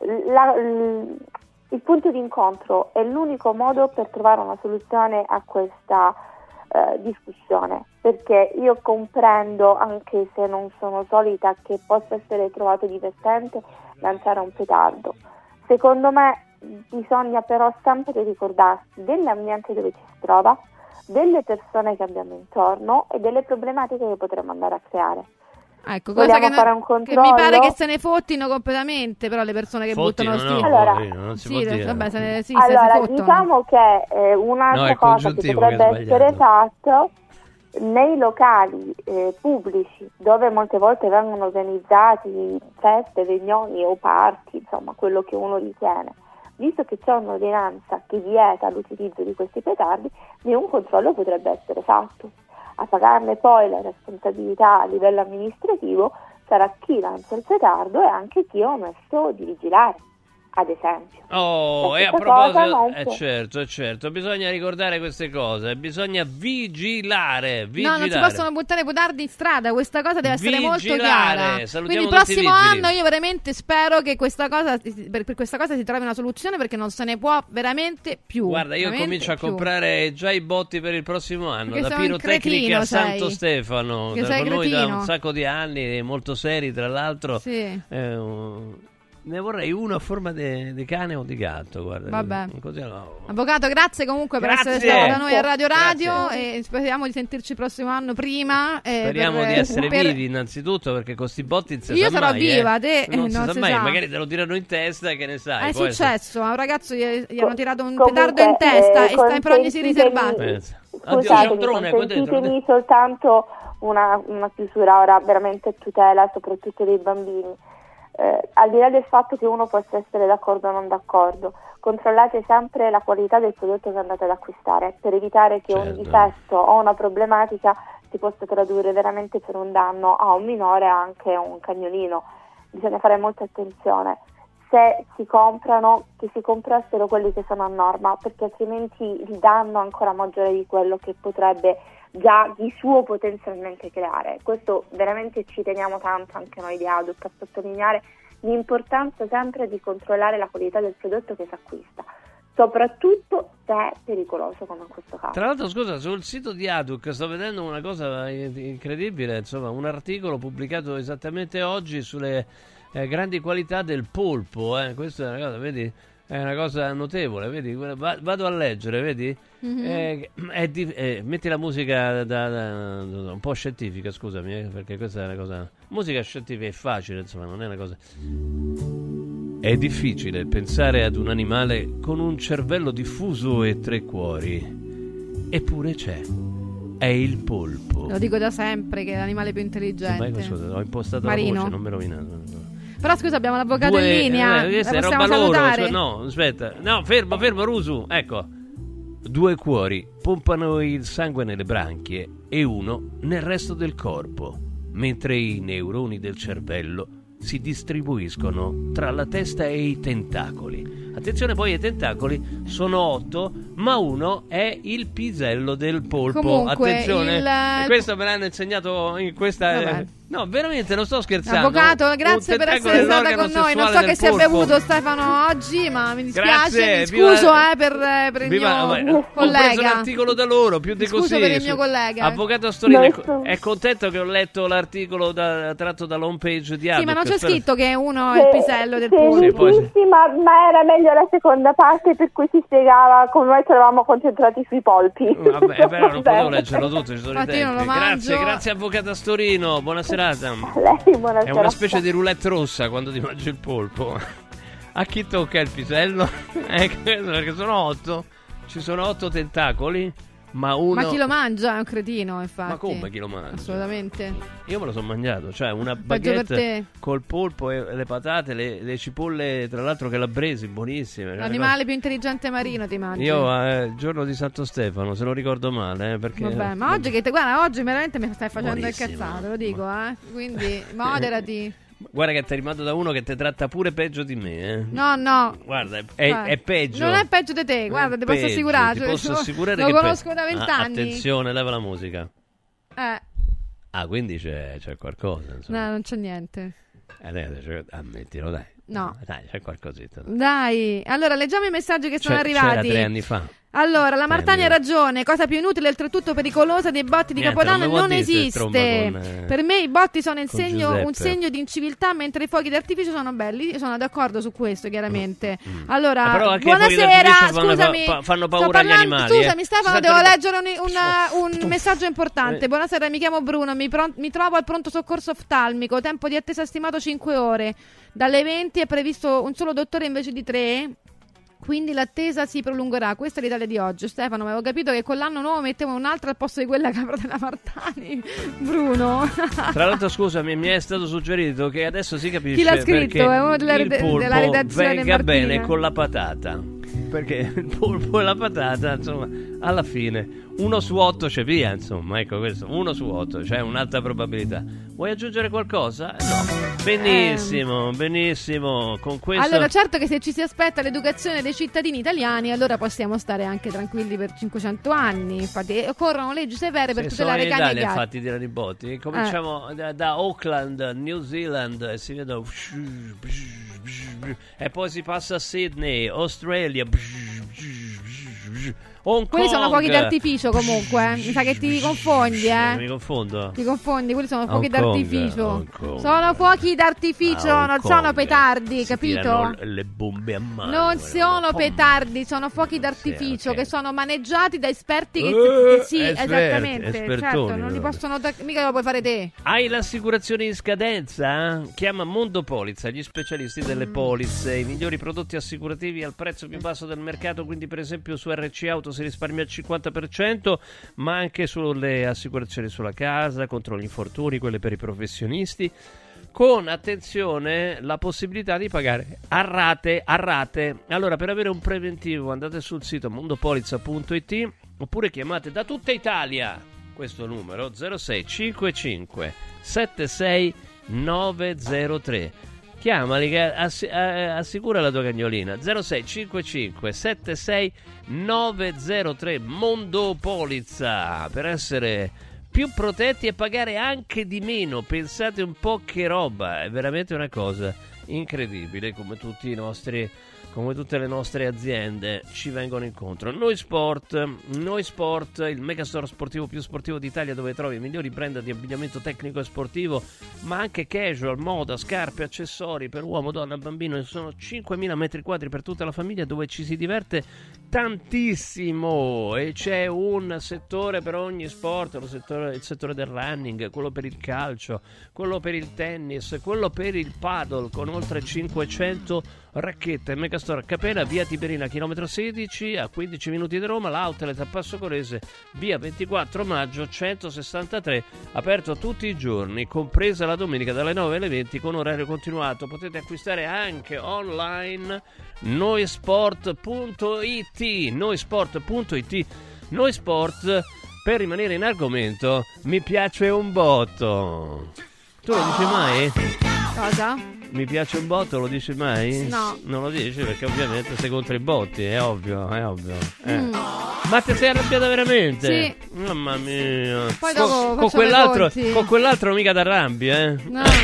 Il punto di incontro è l'unico modo per trovare una soluzione a questa discussione, perché io comprendo, anche se non sono solita, che possa essere trovato divertente lanciare un petardo. Secondo me bisogna però sempre ricordarsi dell'ambiente dove ci si trova, delle persone che abbiamo intorno e delle problematiche che potremmo andare a creare. Ecco, cosa che mi pare che se ne fottino completamente, però le persone che buttano non si può dire. Vabbè, se diciamo che un'altra cosa che potrebbe essere fatto nei locali pubblici, dove molte volte vengono organizzati feste, riunioni o party, insomma quello che uno ritiene, visto che c'è un'ordinanza che vieta l'utilizzo di questi petardi, un controllo potrebbe essere fatto. A pagarne poi la responsabilità a livello amministrativo sarà chi lancia il petardo e anche chi è omesso di vigilare, ad esempio. E a proposito, certo, bisogna ricordare queste cose, bisogna vigilare. No, non si possono buttare petardi in strada, questa cosa deve essere molto chiara. Salutiamo quindi il prossimo anno io veramente spero che questa cosa, per questa cosa si trovi una soluzione, perché non se ne può veramente più. Guarda, io comincio a comprare già i botti per il prossimo anno, perché da pirotecnica a Santo Stefano, con noi da un sacco di anni, molto seri tra l'altro. Sì. Ne vorrei uno a forma di cane o di gatto, guarda. Vabbè. Così no. Avvocato, grazie comunque per essere stato da noi a Radio e speriamo di sentirci il prossimo anno prima. Speriamo di essere vivi innanzitutto, perché con sti botti io sarò viva, te non si sa mai, magari te lo tirano in testa, che ne sai. È successo, a un ragazzo gli hanno tirato un petardo in testa e sta in prognosi riservata. Consentitemi soltanto una chiusura ora, veramente a tutela soprattutto dei bambini. Al di là del fatto che uno possa essere d'accordo o non d'accordo, controllate sempre la qualità del prodotto che andate ad acquistare, per evitare che un difetto o una problematica si possa tradurre veramente per un danno a un minore, anche a un cagnolino. Bisogna fare molta attenzione. Se si comprano, che si comprassero quelli che sono a norma, perché altrimenti il danno è ancora maggiore di quello che potrebbe già di suo potenzialmente creare. Questo veramente ci teniamo tanto anche noi di ADUC a sottolineare l'importanza sempre di controllare la qualità del prodotto che si acquista, soprattutto se è pericoloso come in questo caso. Tra l'altro, scusa, sul sito di ADUC sto vedendo una cosa incredibile, insomma, un articolo pubblicato esattamente oggi sulle grandi qualità del polpo, questa è una cosa, vedi? È una cosa notevole, vedi? Vado a leggere, vedi? Metti la musica un po' scientifica, scusami, perché questa è una cosa... Musica scientifica è facile, insomma, non è una cosa... È difficile pensare ad un animale con un cervello diffuso e 3 cuori. Eppure c'è. È il polpo. Lo dico da sempre che è l'animale più intelligente. Ho impostato Marino. La voce, non mi rovinate. Però scusa, abbiamo l'avvocato in linea. Questa è roba loro. No, aspetta. No, fermo, Rusu. Ecco. 2 cuori pompano il sangue nelle branchie e uno nel resto del corpo, mentre i neuroni del cervello si distribuiscono tra la testa e i tentacoli. Attenzione, poi i tentacoli sono 8, ma uno è il pisello del polpo. Comunque, attenzione, questo me l'hanno insegnato in questa No, veramente, non sto scherzando. Avvocato, grazie per essere stata con noi. Non so che si è bevuto Stefano oggi, ma mi dispiace. Mi scuso per il mio collega. Ho preso l'articolo da loro, più di così. Scuso per il mio collega. Avvocato Astorino è contento che ho letto l'articolo tratto dall'home page di Adoc. Sì, ma non c'è scritto che uno è il pisello del polpo. Sì, ma era meglio la seconda parte per cui si spiegava come noi ci eravamo concentrati sui polpi. Vabbè, però non potevo leggerlo tutto, ci sono i tempi. Grazie Avvocato Astorino, buona serata. Lei, buonasera. È una specie di roulette rossa quando ti mangi il polpo. A chi tocca il pisello? Perché sono 8. Ci sono 8 tentacoli. Ma chi lo mangia è un cretino, infatti. Ma come chi lo mangia? Assolutamente. Io me lo sono mangiato, cioè una baguette col polpo e le patate, le cipolle, tra l'altro che la bresi, buonissime. L'animale più intelligente marino ti mangi. Io il giorno di Santo Stefano, se non ricordo male, perché... Vabbè, ma oggi oggi veramente mi stai facendo il cazzato, lo dico, Quindi moderati. Guarda che ti rimando da uno che ti tratta pure peggio di me, No. Guarda, è peggio. Non è peggio di te, guarda, ti posso assicurare. Ti posso assicurare lo conosco da 20 anni. Attenzione, leva la musica. Quindi c'è qualcosa, insomma. No, non c'è niente. Ammettilo, dai. No. Dai, c'è qualcosetta. Dai, allora leggiamo i messaggi che sono arrivati. C'era 3 anni fa. Allora, la Martani ha ragione, cosa più inutile e oltretutto pericolosa dei botti di Capodanno non esiste. Per me i botti sono un segno di inciviltà, mentre i fuochi d'artificio sono belli. Io sono d'accordo su questo, chiaramente. Allora, buonasera, scusami. Fanno paura agli animali. Scusami Stefano, devo leggere un messaggio importante. Buonasera, mi chiamo Bruno, mi trovo al pronto soccorso oftalmico, tempo di attesa stimato 5 ore. Dalle 20 è previsto un solo dottore invece di 3. Quindi l'attesa si prolungherà. Questa è l'Italia di oggi. Stefano, avevo capito che con l'anno nuovo mettevo un'altra al posto di quella capra della Martani. Bruno. Tra l'altro, scusami, mi è stato suggerito che adesso si capisce chi l'ha scritto, è uno della redazione venga bene con la patata. Perché il polpo e la patata, insomma, alla fine 1 su 8 c'è via, insomma, ecco questo, 1 su 8, c'è un'alta probabilità. Vuoi aggiungere qualcosa? No. Benissimo, con questo... Allora, certo che se ci si aspetta l'educazione dei cittadini italiani, allora possiamo stare anche tranquilli per 500 anni. Infatti, occorrono leggi severe per tutelare cani e gatti. Infatti, tirano i botti. Cominciamo da Auckland, New Zealand, e si vedono... E poi si passa a Sydney, Australia... Hong Kong. Quelli sono fuochi d'artificio comunque, mi sa che ti confondi, Mi confondo. Ti confondi, quelli sono fuochi d'artificio. Sono fuochi d'artificio, non sono petardi, capito? Le bombe a mano. Non sono petardi, sono fuochi d'artificio che sono maneggiati da esperti sì, esattamente. Certo, non li possono mica lo puoi fare te. Hai l'assicurazione in scadenza? Chiama Mondo Polizza, gli specialisti delle polizze, i migliori prodotti assicurativi al prezzo più basso del mercato, quindi per esempio su RC Auto si risparmia il 50%, ma anche sulle assicurazioni sulla casa, contro gli infortuni, quelle per i professionisti, con, attenzione, la possibilità di pagare a rate. Allora, per avere un preventivo andate sul sito mondopolizza.it oppure chiamate da tutta Italia questo numero 0655 76 903. Chiamali che assicura la tua cagnolina. 0655 76 903 Mondo Polizza, per essere più protetti e pagare anche di meno. Pensate un po' che roba, è veramente una cosa incredibile come tutte le nostre aziende ci vengono incontro. Noi Sport, il megastore sportivo più sportivo d'Italia, dove trovi i migliori brand di abbigliamento tecnico e sportivo, ma anche casual, moda, scarpe, accessori per uomo, donna, bambino. Sono 5.000 metri quadri per tutta la famiglia, dove ci si diverte tantissimo e c'è un settore per ogni sport, il settore del running, quello per il calcio, quello per il tennis, quello per il paddle, con oltre 500 racchette. Megastore a Capena, via Tiberina, chilometro 16, a 15 minuti da Roma. L'outlet a Passo Corese, via 24 maggio 163, aperto tutti i giorni, compresa la domenica dalle 9 alle 20 con orario continuato. Potete acquistare anche online noisport.it. Noi Sport, per rimanere in argomento, mi piace un botto. Tu lo dici mai? Cosa? Mi piace un botto, lo dici mai? No. Non lo dici perché ovviamente sei contro i botti, è ovvio. Ma ti sei arrabbiata veramente? Sì. Mamma mia. Poi dopo con quell'altro mica t'arrabbi, No.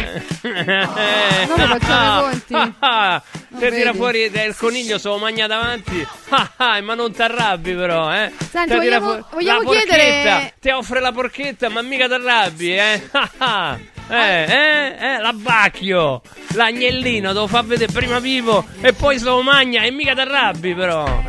Dopo facciamo i conti. Se tira fuori il coniglio se lo mangia davanti. Ma non t'arrabbi però, Senti, vogliamo chiedere... Ti offre la porchetta, ma mica t'arrabbi, l'abbacchio, l'agnellino, devo far vedere prima vivo e poi se lo mangia e mica t'arrabbi però,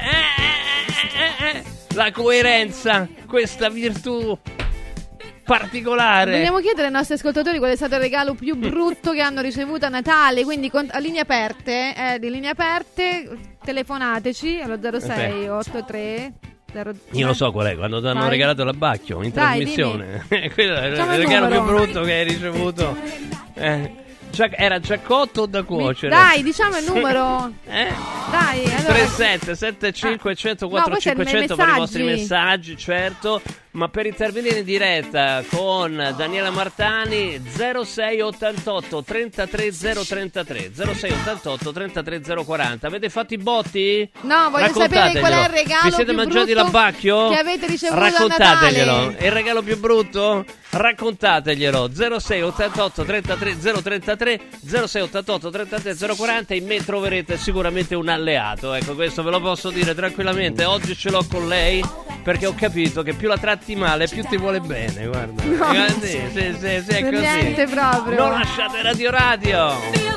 la coerenza, questa virtù particolare. Vogliamo chiedere ai nostri ascoltatori qual è stato il regalo più brutto che hanno ricevuto a Natale, quindi a linee aperte, telefonateci allo 0683 Io lo so qual è, quando ti hanno regalato l'abbacchio in trasmissione. Quello è il regalo più brutto che hai ricevuto. Era giaccotto o da cuocere? Dai, diciamo il numero. Dai, allora. 37 75 104 500 per i vostri messaggi, certo. Ma per intervenire in diretta con Daniela Martani 0688 33 033 0688 33 040. Avete fatto i botti? No, voglio sapere qual è il regalo. Vi siete mangiati l'abbacchio? Che avete ricevuto Raccontateglielo. a Natale. È il regalo più brutto? Raccontateglielo. 0688 33 033 0688 33 040. In me troverete sicuramente un alleato. Ecco, questo ve lo posso dire tranquillamente. Oggi ce l'ho con lei perché ho capito che più la tratti male più ti vuole bene, guarda. No. Sì, è così. Niente proprio. Non lasciate Radio.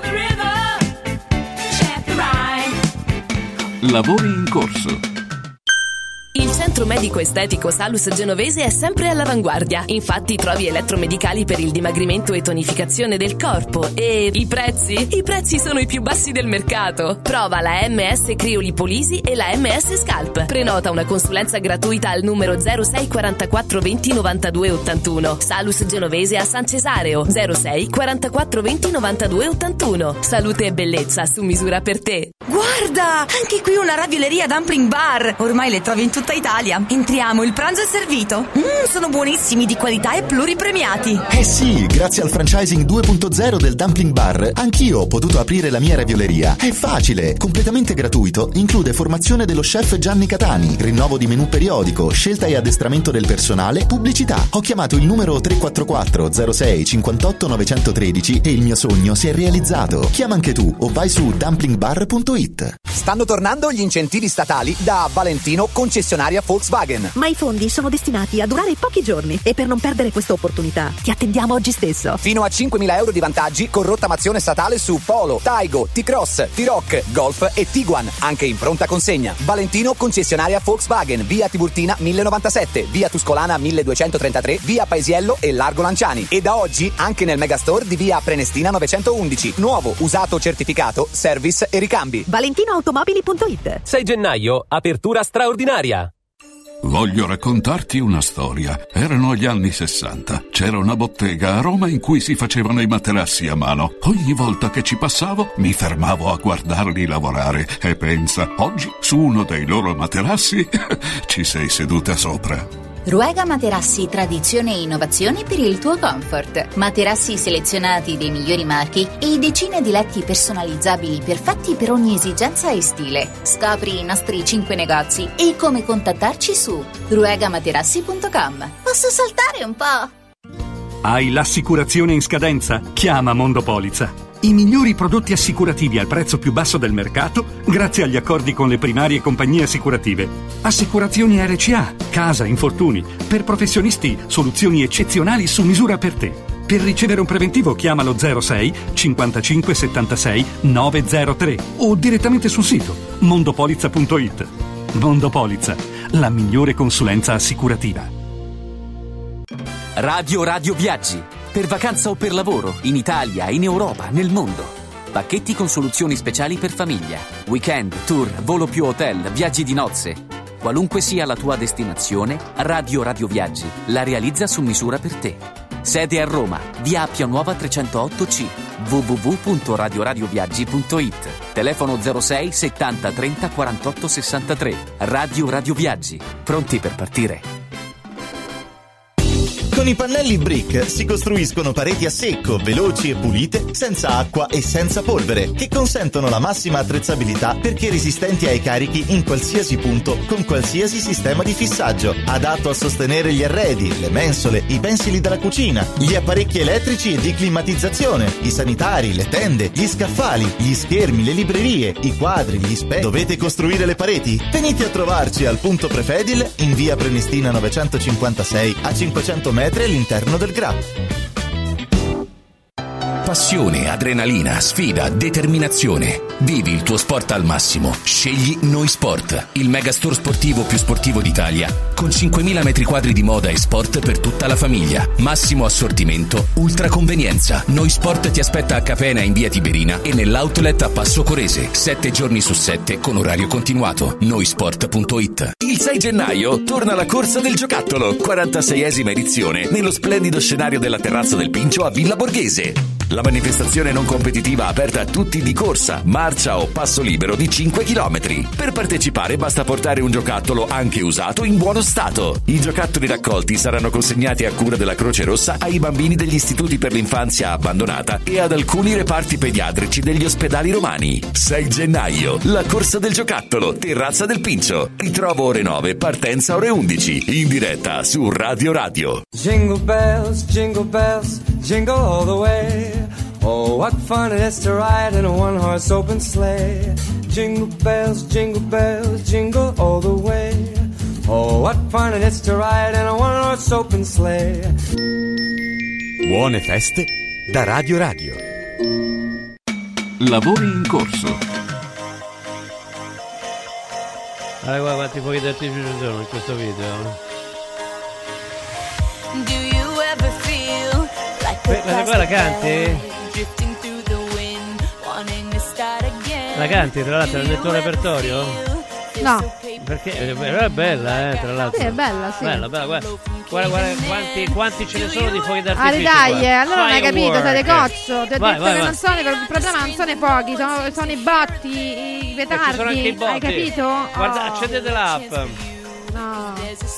Lavori in corso. Il centro medico estetico Salus Genovese è sempre all'avanguardia. Infatti trovi elettromedicali per il dimagrimento e tonificazione del corpo. E i prezzi? I prezzi sono i più bassi del mercato. Prova la MS Criolipolisi e la MS Scalp. Prenota una consulenza gratuita al numero 06 44 20 92 81. Salus Genovese a San Cesareo 06 44 20 92 81. Salute e bellezza su misura per te. Guarda, anche qui una ravioleria dumpling bar. Ormai le trovi in tutta Italia. Entriamo, il pranzo è servito. Sono buonissimi, di qualità e pluripremiati. Sì, grazie al franchising 2.0 del Dumpling Bar, anch'io ho potuto aprire la mia ravioleria. È facile, completamente gratuito, include formazione dello chef Gianni Catani, rinnovo di menù periodico, scelta e addestramento del personale, pubblicità. Ho chiamato il numero 344 06 58 913 e il mio sogno si è realizzato. Chiama anche tu o vai su dumplingbar.it. Stanno tornando gli incentivi statali da Valentino, concessionaria Volkswagen. Ma i fondi sono destinati a durare pochi giorni e per non perdere questa opportunità ti attendiamo oggi stesso. Fino a 5.000 euro di vantaggi con rottamazione statale su Polo, Taigo, T-Cross, T-Rock, Golf e Tiguan, anche in pronta consegna. Valentino, concessionaria Volkswagen, via Tiburtina 1097, via Tuscolana 1233, via Paesiello e Largo Lanciani. E da oggi anche nel Megastore di via Prenestina 911. Nuovo, usato, certificato, service e ricambi. ValentinoAutomobili.it. 6 gennaio, apertura straordinaria. Voglio raccontarti una storia. Erano gli anni 60. C'era una bottega a Roma in cui si facevano i materassi a mano. Ogni volta che ci passavo mi fermavo a guardarli lavorare e pensa, oggi su uno dei loro materassi ci sei seduta sopra. Ruega Materassi, tradizione e innovazione per il tuo comfort. Materassi selezionati dei migliori marchi e decine di letti personalizzabili perfetti per ogni esigenza e stile. Scopri i nostri 5 negozi e come contattarci su ruegamaterassi.com. Posso saltare un po'? Hai l'assicurazione in scadenza? Chiama Mondopolizza. I migliori prodotti assicurativi al prezzo più basso del mercato grazie agli accordi con le primarie compagnie assicurative. Assicurazioni RCA, casa, infortuni. Per professionisti, soluzioni eccezionali su misura per te. Per ricevere un preventivo chiamalo 06 55 76 903 o direttamente sul sito mondopolizza.it. Mondopolizza, la migliore consulenza assicurativa. Radio Viaggi. Per vacanza o per lavoro, in Italia, in Europa, nel mondo. Pacchetti con soluzioni speciali per famiglia. Weekend, tour, volo più hotel, viaggi di nozze. Qualunque sia la tua destinazione, Radio Viaggi la realizza su misura per te. Sede a Roma, via Appia Nuova 308C. www.radioradioviaggi.it. Telefono 06 70 30 48 63. Radio Viaggi. Pronti per partire? Con i pannelli Brick si costruiscono pareti a secco, veloci e pulite, senza acqua e senza polvere, che consentono la massima attrezzabilità perché resistenti ai carichi in qualsiasi punto, con qualsiasi sistema di fissaggio, adatto a sostenere gli arredi, le mensole, i pensili della cucina, gli apparecchi elettrici e di climatizzazione, i sanitari, le tende, gli scaffali, gli schermi, le librerie, i quadri, gli specchi. Dovete costruire le pareti? Venite a trovarci al punto Prefedil in via Prenestina 956 a 500 metri all'interno del GRA. Passione, adrenalina, sfida, determinazione. Vivi il tuo sport al massimo. Scegli Noi Sport, il megastore sportivo più sportivo d'Italia, con 5.000 metri quadri di moda e sport per tutta la famiglia. Massimo assortimento, ultra convenienza. Noi Sport ti aspetta a Capena in via Tiberina e nell'outlet a Passo Corese, 7 giorni su 7 con orario continuato. Noisport.it. Il 6 gennaio torna la corsa del giocattolo, 46esima edizione, nello splendido scenario della terrazza del Pincio a Villa Borghese. La manifestazione non competitiva aperta a tutti di corsa, marcia o passo libero di 5 km. Per partecipare basta portare un giocattolo anche usato in buono stato. I giocattoli raccolti saranno consegnati a cura della Croce Rossa ai bambini degli istituti per l'infanzia abbandonata e ad alcuni reparti pediatrici degli ospedali romani. 6 gennaio, la corsa del giocattolo, terrazza del Pincio. Ritrovo ore 9, partenza ore 11. In diretta su Radio Radio. Jingle bells, jingle all the way. Oh, what fun it is to ride in a one-horse open sleigh. Jingle bells, jingle all the way. Oh, what fun it is to ride in a one-horse open sleigh. Buone feste da Radio Radio. Lavori in corso. Guarda quanti fuochi d'artificio ci sono in questo video. Do you ever feel like Questa qua la canti? La canti tra l'altro nel tuo repertorio? No. Perché è bella, tra l'altro. Sì, è bella, sì. Bella, guarda quanti ce ne sono di fuochi d'artificio. Dai, allora non hai capito, siete cozzo. Ti ho detto che vai. non sono, il problema non sono i fuochi, sono i botti, i petardi. Ci sono anche i botti. Hai capito? Guarda, accendete l'app. No.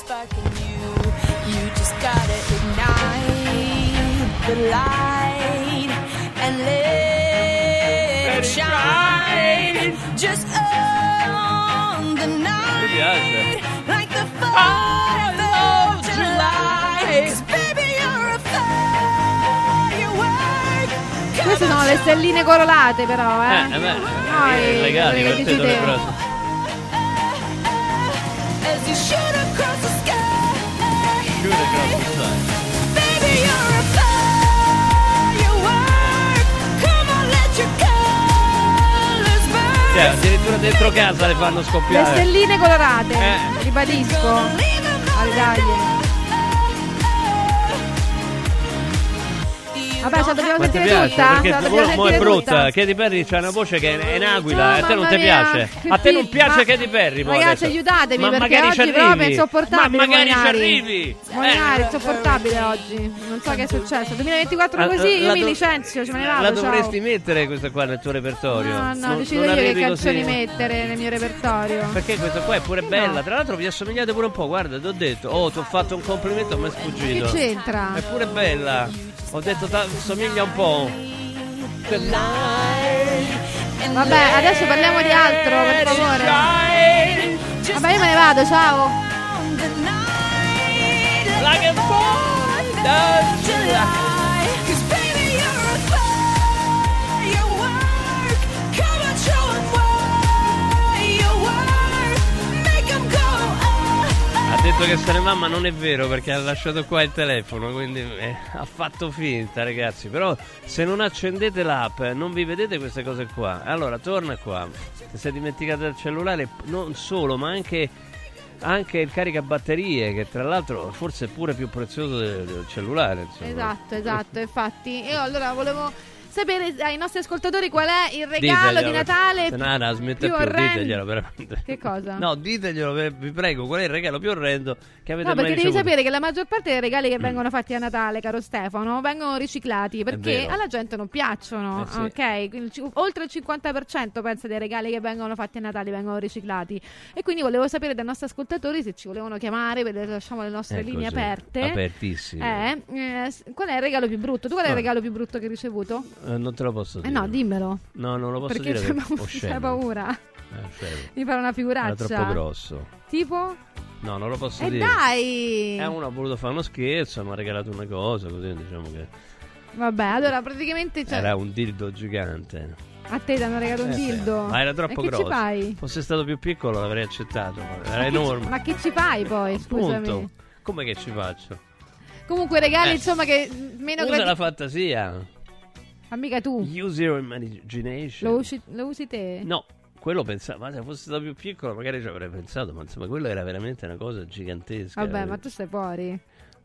You just gotta ignite the light and let it shine just on the night like the 4th of July. 'Cause baby you're a firework. Queste sono le stelline corolate però, legali per te dove prossimo. As you shoot across the sky. Baby, you're a firework. Come on, let your colors burn. Addirittura dentro casa le fanno scoppiare. Le stelline colorate, ribadisco. Dai. Vabbè, ce la dobbiamo sentire tutta? Perché mo è brutta. Katy Perry c'ha una voce che è un'aquila. A te non ti piace? A te non piace Katy Perry? Ragazzi, aiutatemi perché oggi proprio è insopportabile. Ma magari ci arrivi. Molinari, insopportabile oggi. Non so che è successo. 2024 così, io mi licenzio, ce me ne vado. La dovresti mettere questa qua nel tuo repertorio. No, decido io che canzoni mettere nel mio repertorio. Perché questa qua è pure bella. Tra l'altro vi assomigliate pure un po'. Guarda, ti ho detto. Oh, ti ho fatto un complimento, mi è sfuggito. Che c'entra? È pure bella. Ho detto somiglia un po'. Vabbè, adesso parliamo di altro, per favore. Vabbè, io me ne vado, ciao. Ha detto che se ne va, ma non è vero perché ha lasciato qua il telefono, quindi ha fatto finta, ragazzi. Però se non accendete l'app non vi vedete queste cose qua. Allora torna qua. Se sei dimenticato il cellulare, non solo, ma anche il caricabatterie, che tra l'altro forse è pure più prezioso del cellulare, insomma. Esatto, infatti io allora volevo sapere ai nostri ascoltatori qual è il regalo di Natale smetta più più, orrendo. diteglielo veramente. Che cosa? No, diteglielo, vi prego, qual è il regalo più orrendo che avete No, mai perché devi ricevuto? sapere che la maggior parte dei regali che vengono fatti a Natale, caro Stefano, vengono riciclati perché vero. alla gente non piacciono, Sì. ok? Quindi oltre il 50% pensa dei regali che vengono fatti a Natale vengono riciclati. E quindi volevo sapere dai nostri ascoltatori se ci volevano chiamare, lasciamo le nostre linee sì, aperte. apertissime. Qual è il regalo più brutto? Tu qual è il regalo più brutto che hai ricevuto? Non te lo posso dire. No, dimmelo. No, non lo posso Perché dire perché ho c'è scemo. paura Scemo. di fare una figuraccia. Era troppo grosso. Tipo? No, non lo posso E dire. dai! Uno ha voluto fare uno scherzo, mi ha regalato una cosa, così diciamo che Vabbè, allora praticamente era un dildo gigante. a te ti hanno regalato un dildo. Ma era troppo e che grosso. ci fai? Fosse stato più piccolo l'avrei accettato, ma era enorme. Ma che ci fai poi, scusami? Punto. Come che ci faccio? Comunque regali insomma che meno Usa la fantasia. Ma mica tu. Use your imagination. Lo usi te? No, quello pensavo, ma se fosse stato più piccolo magari ci avrei pensato, ma insomma quello era veramente una cosa gigantesca. Vabbè, ma tu stai fuori.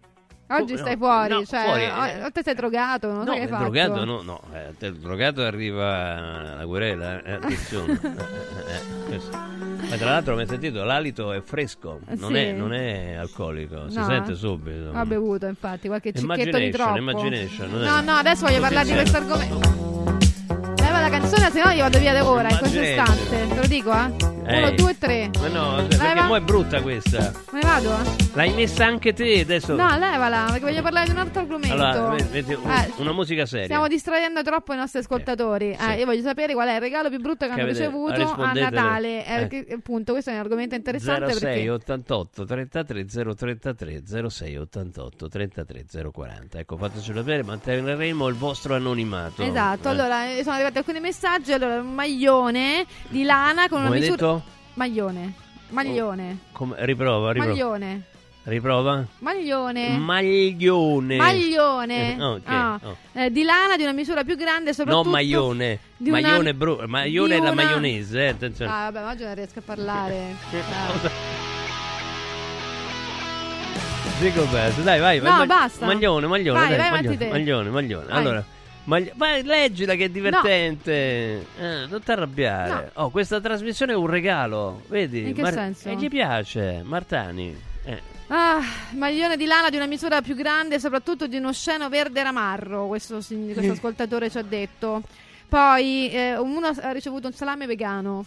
Oggi stai no, fuori, no, cioè fuori, o te sei drogato, non so che hai fatto. Drogato no, il drogato arriva la querela, attenzione. Questo. Ma tra l'altro mi hai sentito, l'alito è fresco, non è alcolico, si No, sente subito. Ho bevuto infatti qualche cicchetto di Imagination, troppo. non è- No, adesso voglio parlare di questo argomento. Leva la canzone, se no io vado via ora in questo istante. Te lo dico, 1, 2, 3. Ma no, perché mo' è brutta questa. Me ne vado? L'hai messa anche te adesso. No, levala, perché voglio parlare di un altro argomento. Allora, metti una musica seria. Stiamo distraendo troppo i nostri ascoltatori. Io voglio sapere qual è il regalo più brutto che hanno avete- ricevuto a rispondetele. Natale. Perché, appunto, questo è un argomento interessante 06 perché 88 33 033 06 88 33 040. Ecco, fatecelo sapere, manterremo il vostro anonimato. esatto, allora sono arrivati alcuni messaggi. Allora, un maglione di lana con una Come hai misura detto? Maglione. Riprova. Maglione. Riprova. Maglione. Di lana di una misura più grande, soprattutto Non maglione. di una- Maglione maglione di è la una- maionese, attenzione. vabbè, ma oggi non riesco a parlare. Jingle bells, dai, vai. No, basta. Maglione, Vai, dai, vai avanti te. maglione. Vai. Allora, vai, leggila che è divertente. Non ti arrabbiare. No. Questa trasmissione è un regalo, vedi? In che senso? E gli piace, Martani. Maglione di lana di una misura più grande, soprattutto di uno sceno verde ramarro. Questo ascoltatore ci ha detto. Poi uno ha ricevuto un salame vegano.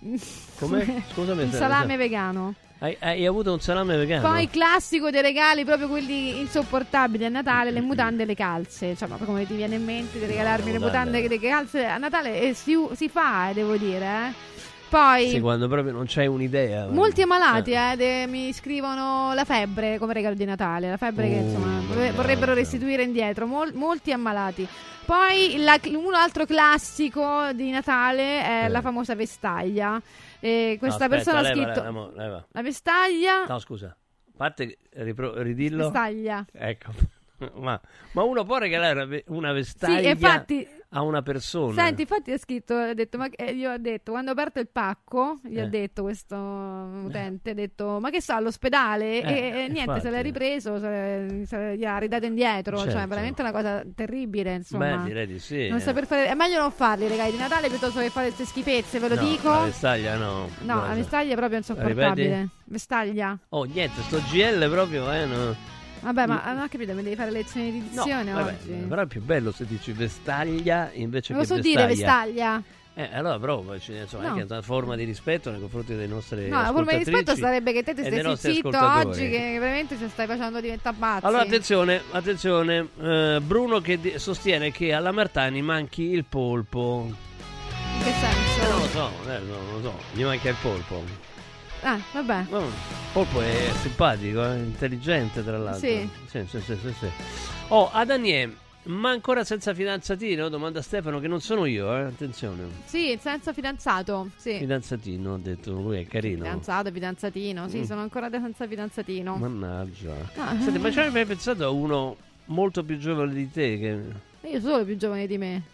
Come? Scusami. Un salame vegano. Hai avuto un salame vegano? Poi classico dei regali, proprio quelli insopportabili a Natale, le mutande e le calze. Cioè, ma come ti viene in mente di regalarmi le mutande e le calze a Natale? Si fa, devo dire, Poi Sì, quando proprio non c'hai un'idea. molti ammalati mi scrivono la febbre come regalo di Natale. La febbre che insomma vorrebbero restituire indietro. Molti ammalati. Poi un altro classico di Natale è la famosa vestaglia. Questa persona ha scritto leva. la vestaglia. No, scusa. A parte ridillo. Vestaglia. Ecco. Ma uno può regalare una vestaglia Sì, infatti, a una persona? Senti, infatti ha scritto, io ho detto, quando ho aperto il pacco, gli ha detto questo utente, ha detto, ma che sa, all'ospedale? E niente, infatti. se l'ha ripreso, gli ha ridato indietro, Certo. cioè veramente una cosa terribile, insomma. Beh, direi di sì. Non saper fare, è meglio non farli i regali di Natale piuttosto che fare queste schifezze, ve lo dico. La vestaglia no. No, la vestaglia è proprio insopportabile. Ripeti? Vestaglia. Oh, niente, sto GL proprio, no. Vabbè, ma non ho capito, mi devi fare lezioni di dizione oggi. Però è più bello se dici vestaglia invece Non che lo so vestaglia. dire vestaglia. Allora prova, insomma, No. anche una forma di rispetto nei confronti dei nostri No, la forma di rispetto ascoltatrici sarebbe che te e dei stessi nostri zitto ascoltatori. oggi, che veramente ci stai facendo diventare pazzi. Allora attenzione, Bruno che sostiene che alla Martani manchi il polpo. In che senso? Non lo so, gli manca il polpo. Vabbè. Il polpo è simpatico, è intelligente tra l'altro. Sì. Sì. Oh, a Daniele, ma ancora senza fidanzatino? Domanda Stefano, che non sono io, attenzione. Sì, senza fidanzato, sì. Fidanzatino, ho detto, lui è carino. Fidanzato, sì, sono ancora senza fidanzatino. Mannaggia. No. Senti, ma ci hai mai pensato a uno molto più giovane di te? Io sono più giovane di me.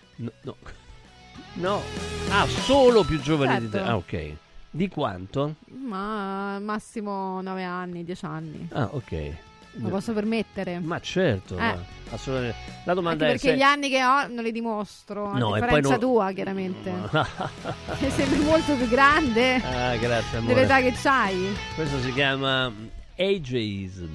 No. Solo più giovane di te. Certo. Ok. Di quanto? Ma massimo 9 anni, 10 anni. Ok. Lo posso permettere? Ma certo, assolutamente. La domanda anche è perché gli anni che ho non li dimostro, a differenza tua, chiaramente. Che sembri molto più grande grazie, amore. dell'età che c'hai. Questo si chiama ageism.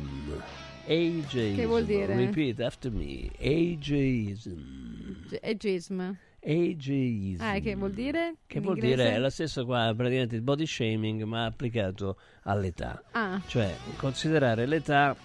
Ageism. Che vuol dire? Repeat after me. Ageism. Ageism. Ageism. Che vuol dire? Che vuol dire? È la stessa qua, praticamente il body shaming, ma applicato all'età. Cioè, considerare l'età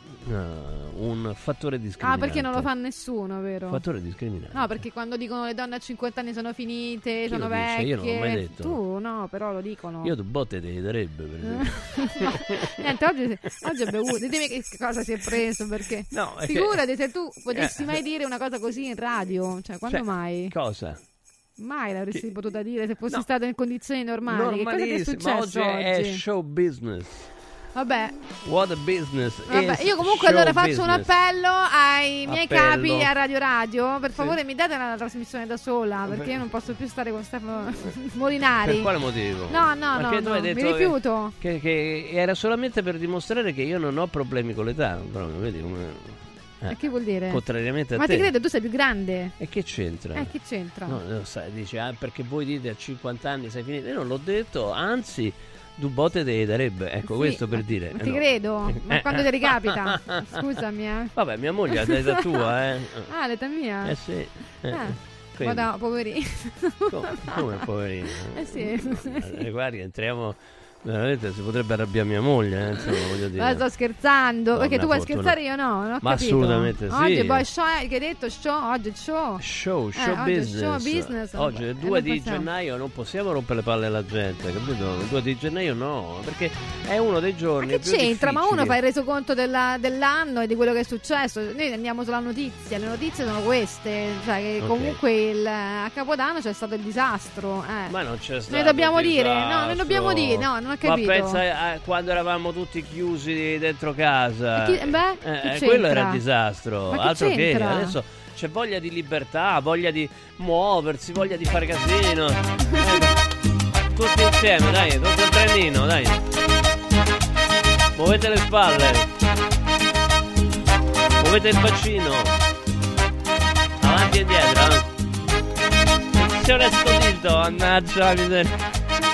un fattore discriminante. Perché non lo fa nessuno, vero? Fattore discriminante. No, perché quando dicono le donne a 50 anni sono finite, Chi sono lo dice? vecchie. Io non l'ho mai detto. Tu no, però lo dicono. Io tu botte te darebbe, per esempio. Niente, oggi ho bevuto. Ditemi che cosa si è preso, perché figurati se tu potessi mai dire una cosa così in radio. Cioè, quando mai? Cosa? Mai l'avresti potuta dire se fossi stato in condizioni normali. Che cosa ti è successo ma oggi? È show business. Vabbè. What a business. Io comunque allora faccio un appello ai miei capi a Radio. Per favore mi date una trasmissione da sola, perché io non posso più stare con Stefano Molinari. Per quale motivo? No, tu hai detto mi rifiuto. Che era solamente per dimostrare che io non ho problemi con l'età. Proprio, vedi come... che vuol dire? Contrariamente a te. Ma ti credo, tu sei più grande. E che c'entra? Che c'entra? No, sai, dici, perché voi dite a 50 anni sei finito. Io non l'ho detto, anzi, tu botte te darebbe. Ecco, questo per dire. Ma ti credo, ma quando ti ricapita? Scusami. Vabbè, mia moglie ha l'età tua, l'età mia? Sì. Guarda, poverino. Come poverino? Sì. Guardi, entriamo... Veramente si potrebbe arrabbiare mia moglie, insomma, voglio dire. Ma sto scherzando, perché tu vuoi scherzare, io no, non ho ma capito. Assolutamente sì. Oggi poi show, che hai detto show, oggi è show. Show business. Oggi è il 2 di gennaio, non possiamo rompere le palle alla gente, capito? Il 2 di gennaio no, perché è uno dei giorni che più c'entra? difficili. Ma uno fa il resoconto dell'anno e di quello che è successo. Noi andiamo sulla notizia, le notizie sono queste, cioè che comunque a Capodanno c'è stato il disastro. Ma non c'è stato. Noi dobbiamo dire, no, noi dobbiamo dire, no, non ho capito. Ma pensa a quando eravamo tutti chiusi dentro casa. Chi quello era il disastro. Ma altro che c'entra? adesso c'è voglia di libertà, voglia di muoversi, voglia di fare casino. Tutti insieme, dai, tutto il trenino, dai. Muovete le spalle. Muovete il bacino. Avanti e indietro. Attenzione sto dito, mannaggia la miseria.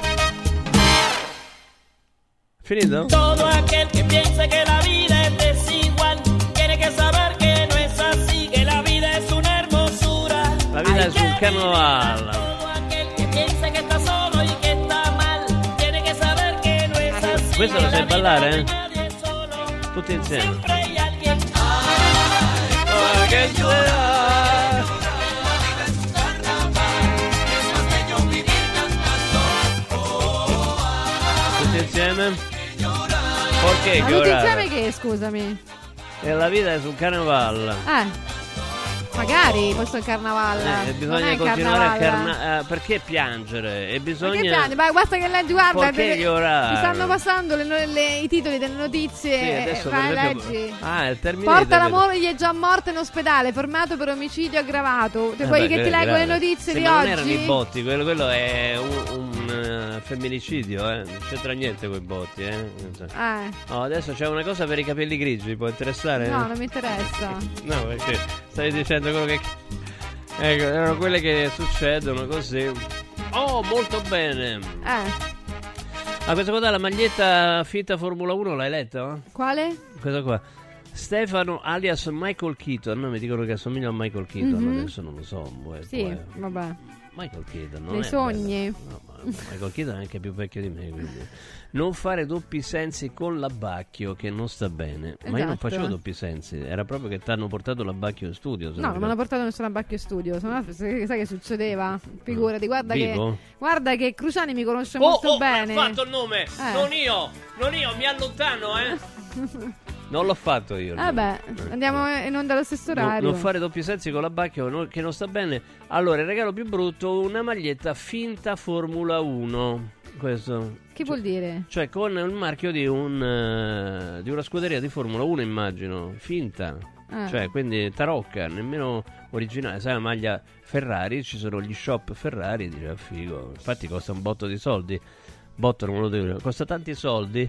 ¿Finito? Todo aquel que piense que la vida es desigual tiene que saber que no es así, que la vida es una hermosura. La vida es un carnaval. Todo aquel que piense que está solo y que está mal tiene que saber que no es así. Questo lo sai ballare, Tutti insieme. Siempre hay alguien. Che sarà? Tutti insieme. Perché ma tutti insieme che, scusami? E la vita è sul carnaval. Magari questo è il carnaval. Bisogna continuare a perché piangere? E bisogna. Perché piangere? Ma basta che leggi, guarda, perché gli orari? Ti stanno passando i titoli delle notizie. Sì, adesso vai, per esempio... leggi. il Terminator. Porta la moglie già morta in ospedale, fermato per omicidio aggravato. Vuoi che ti leggo le notizie di oggi? Non erano i botti, quello è un femminicidio, non c'entra niente con i botti, adesso c'è una cosa per i capelli grigi, può interessare? No, non mi interessa. No, perché stai dicendo quello che ecco, erano quelle che succedono così. Oh, molto bene. Questa qua, la maglietta finta Formula 1, l'hai letta? Quale? Questa qua. Stefano alias Michael Keaton, mi dicono che assomiglia a Michael Keaton, adesso non lo so. Sì, vabbè. Michael Keaton, non nei è sogni. No, Michael Keaton è anche più vecchio di me, quindi. Non fare doppi sensi con l'abbacchio, che non sta bene. Ma io non facevo doppi sensi, era proprio che ti hanno portato l'abbacchio in studio. No, non mi hanno portato nessun abbacchio in studio. Sai che succedeva? Figurati, guarda che Cruciani mi conosce molto bene. Ho fatto il nome, non io, mi allontano, Non l'ho fatto io. Andiamo in onda allo stesso orario. Non fare doppi sensi con l'abbacchio che non sta bene. Allora, il regalo più brutto, una maglietta finta Formula 1. Questo. Che vuol dire? Cioè con il marchio di una scuderia di Formula 1, immagino. Finta. Cioè, quindi tarocca, nemmeno originale. Sai, la maglia Ferrari, ci sono gli shop Ferrari, dice figo. Infatti costa un botto di soldi. Botto non me lo devo dire. Costa tanti soldi.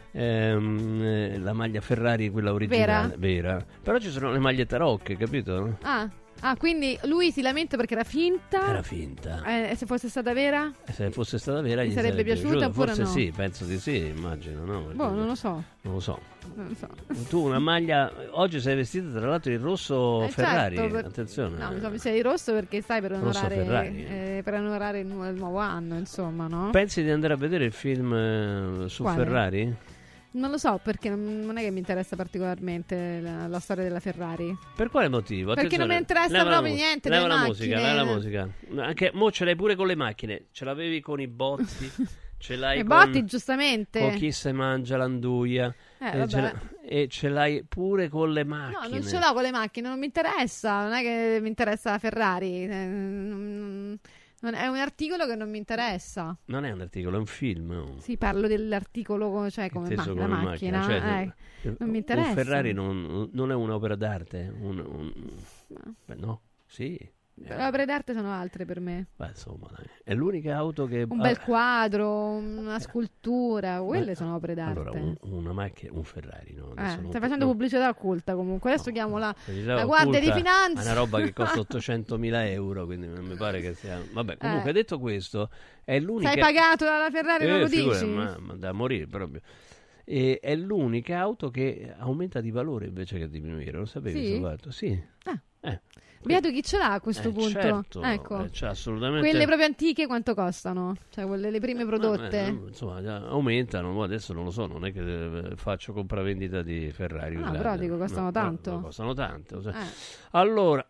la maglia Ferrari, quella originale, vera. Però ci sono le maglie tarocche, capito? Ah, quindi lui si lamenta perché era finta. Era finta. Se fosse stata vera? Se fosse stata vera gli sarebbe piaciuta oppure forse no? Sì, penso di sì, immagino, no? Non lo so. Non lo so. Tu una maglia, oggi sei vestita tra l'altro in rosso Ferrari, certo, attenzione. No, mi sei di rosso perché stai per per onorare il nuovo anno, insomma, no? Pensi di andare a vedere il film su Quale? Ferrari? Non lo so, perché non è che mi interessa particolarmente la storia della Ferrari. Per quale motivo? Perché Attenzione, non mi interessa proprio niente delle macchine. Leva la musica. Anche mo ce l'hai pure con le macchine. Ce l'avevi con i botti. Ce l'hai I con botti, giustamente. Con chi se mangia l'anduia. E ce l'hai pure con le macchine. No, non ce l'ho con le macchine, non mi interessa. Non è che mi interessa la Ferrari. È un articolo che non mi interessa. Non è un articolo, è un film. Sì, parlo dell'articolo, cioè come la macchina. Cioè, non mi interessa. Un Ferrari non è un'opera d'arte. Beh, no, sì. Le opere d'arte sono altre per me. Beh, insomma, dai. È l'unica auto che... Un bel quadro, una scultura, quelle sono opere d'arte. Allora, una macchina, un Ferrari, no? Stai facendo pubblicità occulta comunque. Adesso chiamo la Guardia di Finanza. È una roba che costa 800.000 euro, quindi non mi pare che sia... Vabbè, comunque, detto questo, è l'unica... Sei pagato dalla Ferrari, non lo dici? Ma da morire proprio. E è l'unica auto che aumenta di valore invece che diminuire. Lo sapevi? Sì? Sì. Beato chi ce l'ha a questo punto? Certo, ecco. Assolutamente. Quelle proprio antiche quanto costano? Cioè quelle le prime prodotte? Insomma, aumentano, adesso non lo so, non è che faccio compravendita di Ferrari. Però dico, costano tanto. No, costano tanto. Allora,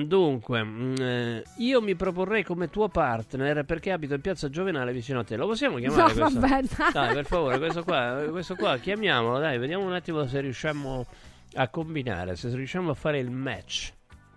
dunque, io mi proporrei come tuo partner, perché abito in Piazza Giovenale vicino a te. Lo possiamo chiamare questo? Vabbè, dai, per favore, questo qua, chiamiamolo, dai, vediamo un attimo se riusciamo a combinare, se riusciamo a fare il match.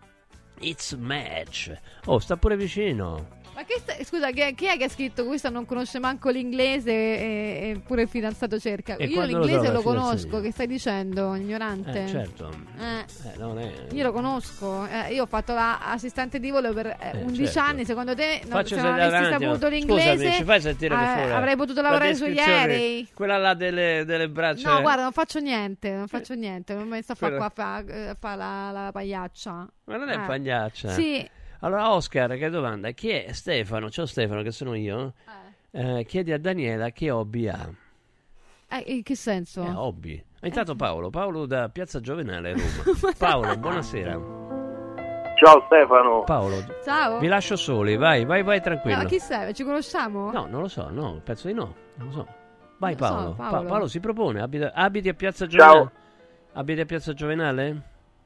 It's match. Oh, sta pure vicino. Ma scusa, chi è che ha scritto questo? Non conosce manco l'inglese e pure il fidanzato cerca. Io l'inglese lo conosco, che stai dicendo, ignorante? Certo. Non è... Io lo conosco. Io ho fatto l'assistente di volo per 11 anni. Secondo te, se non avessi saputo l'inglese, scusami, ci fai sentire per favore avrei potuto lavorare sugli aerei? Quella là delle braccia. No, guarda, non faccio niente. Non mi sto a fare la pagliaccia. Ma non è pagliaccia? Sì. Allora, Oscar, che domanda? Chi è Stefano? Ciao Stefano, che sono io. Chiedi a Daniela che hobby ha. In che senso? Hobby. Intanto Paolo da Piazza Giovenale, Roma. Paolo, buonasera. Ciao Stefano. Paolo. Ciao. Vi lascio soli, vai tranquillo. Ma chi sei? Ci conosciamo? No, non lo so, penso di no. Non lo so. Vai Paolo. Paolo si propone, abiti a Piazza Giovenale? Ciao. Abiti a Piazza Giovenale?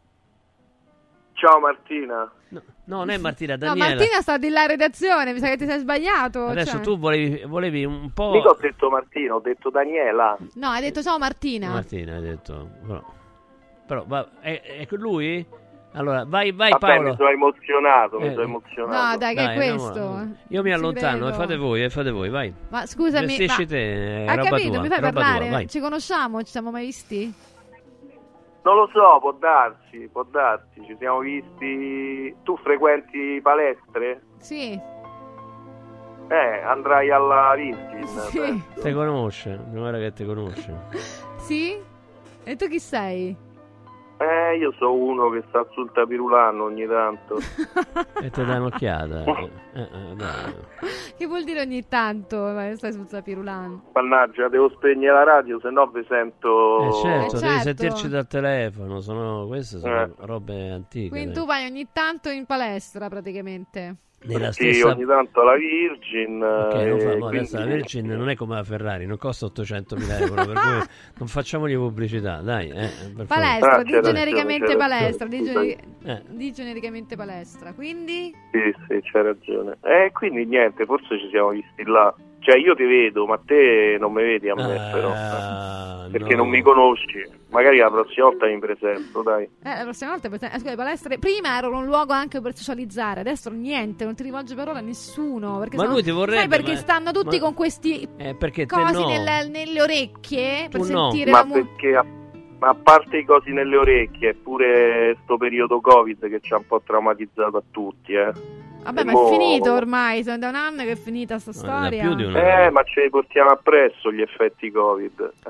Ciao Martina. No, non è Martina, Daniela. No, Martina sta di là in redazione, mi sa che ti sei sbagliato. Adesso tu volevi un po'... Mica ho detto Martina, ho detto Daniela. No, hai detto ciao Martina. Martina hai detto. Però è lui? Allora, vai Vabbè, Paolo. mi sono emozionato. No, dai, che è questo? No. Io mi allontano, fate voi, vai. Ma scusami, Vestisci te, hai roba capito, tua, mi fai roba parlare? Tua, ci conosciamo? Ci siamo mai visti? Non lo so, può darsi, ci siamo visti. Tu frequenti palestre? Sì. Andrai alla Virgin. Sì. Te conosce, guarda che te conosce. Sì? E tu chi sei? Io so uno che sta sul tapirulano ogni tanto. E te dai un'occhiata. Dai. Che vuol dire ogni tanto? Stai sul tapirulano. Mannaggia, devo spegnere la radio, se no vi sento. Certo, devi sentirci dal telefono. Queste sono robe antiche. Quindi tu vai ogni tanto in palestra praticamente. Sì, ogni tanto alla Virgin. Adesso la Virgin non è come la Ferrari, non costa 800.000 euro, per cui non facciamogli pubblicità, dai. Palestra, di genericamente palestra, di genericamente palestra, quindi? Sì, c'hai ragione. Quindi niente, forse ci siamo visti là. Cioè io ti vedo, ma te non mi vedi a me però. Perché non mi conosci. Magari la prossima volta mi presento, dai. La prossima volta scusa, palestre prima erano un luogo anche per socializzare, adesso niente, non ti rivolge parola a nessuno. Perché ma lui ti vorrebbe. Sai perché stanno tutti con questi cosi nelle orecchie per sentire la musica. Ma a parte i cosi nelle orecchie, è pure sto periodo Covid che ci ha un po' traumatizzato a tutti, Vabbè, ma è finito ormai, sono da un anno che è finita sta storia. Più di un anno. Ma ce li portiamo appresso gli effetti Covid.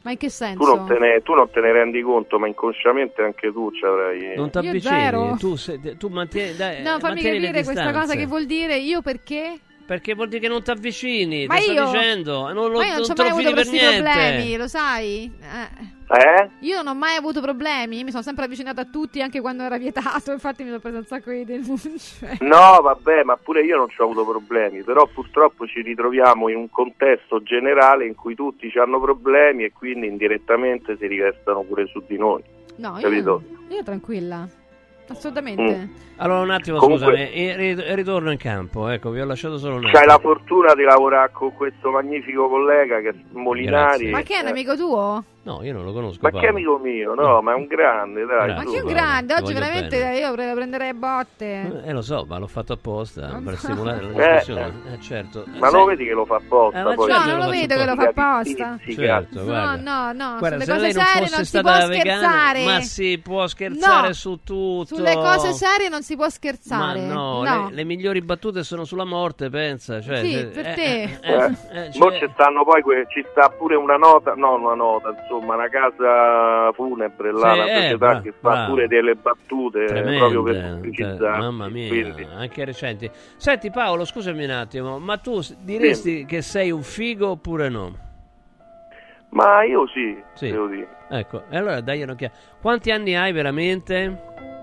Ma in che senso? Tu non te ne rendi conto, ma inconsciamente anche tu ci avrai... Non ti avvicini, tu mantieni... No, fammi capire questa cosa che vuol dire, io perché? Perché vuol dire che non ti avvicini, ma ti io? sto dicendo. Non ma io non te ho mai lo avuto fili per questi niente. problemi, lo sai? Io non ho mai avuto problemi, mi sono sempre avvicinata a tutti anche quando era vietato, infatti mi sono preso un sacco di denunce. No, vabbè, ma pure io non ci ho avuto problemi, però purtroppo ci ritroviamo in un contesto generale in cui tutti hanno problemi e quindi indirettamente si riversano pure su di noi. No, capito? Io tranquilla. Assolutamente. Allora un attimo, Comunque, scusami, ritorno in campo, ecco, vi ho lasciato solo un attimo. C'hai la fortuna di lavorare con questo magnifico collega che è Molinari. Grazie. Ma che è un amico tuo? No, io non lo conosco. Ma Paolo. che amico mio, no, ma è un grande, dai. Grazie, Ma che un Paolo, grande, ti oggi voglio veramente bene. io prenderei botte. Lo so, ma l'ho fatto apposta per stimolare la discussione. Certo. Ma lo vedi che lo fa apposta? ma poi. certo No, non lo vedo che lo fa apposta. Certo, guarda. No, Guarda, sulle se cose lei non serie fosse non si stata può vegana, scherzare. ma si può scherzare su tutto. Sulle cose serie non si può scherzare. Ma no. Le migliori battute sono sulla morte, pensa. Cioè, sì, per te. Mo ci stanno poi ci sta pure una nota, insomma, una casa funebre là, una società che fa pure delle battute proprio per pubblicizzare. Mamma mia, quindi. anche recenti. Senti Paolo, scusami un attimo, ma tu diresti che sei un figo oppure no? Ma io sì, devo dire. Ecco, e allora dai un'occhiata. Quanti anni hai veramente?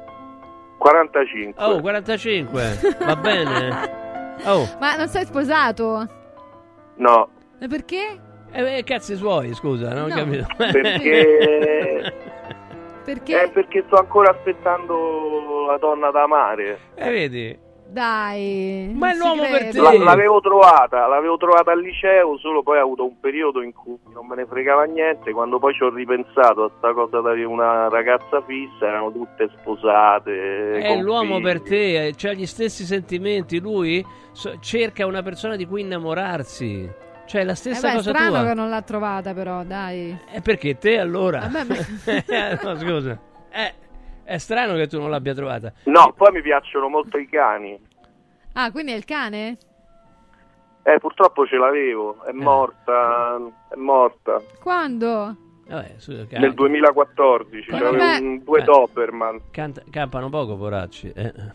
45. Oh, 45, va bene? Oh. Ma non sei sposato? No. E perché? Cazzi suoi, scusa, non ho capito. Perché... Perché? Perché sto ancora aspettando la donna da amare. Vedi? Dai. Ma è l'uomo per te. L'avevo trovata al liceo, solo poi ho avuto un periodo in cui non me ne fregava niente, quando poi ci ho ripensato a sta cosa di una ragazza fissa, erano tutte sposate. È l'uomo per te, c'ha gli stessi sentimenti, lui cerca una persona di cui innamorarsi. Cioè la stessa cosa tua. È strano che non l'ha trovata però, dai. Perché te allora? No, scusa. È strano che tu non l'abbia trovata. No, poi mi piacciono molto i cani. Ah, quindi è il cane? Purtroppo ce l'avevo, è morta. Quando? Nel 2014, c'avevo due Doberman. Campano poco, poracci.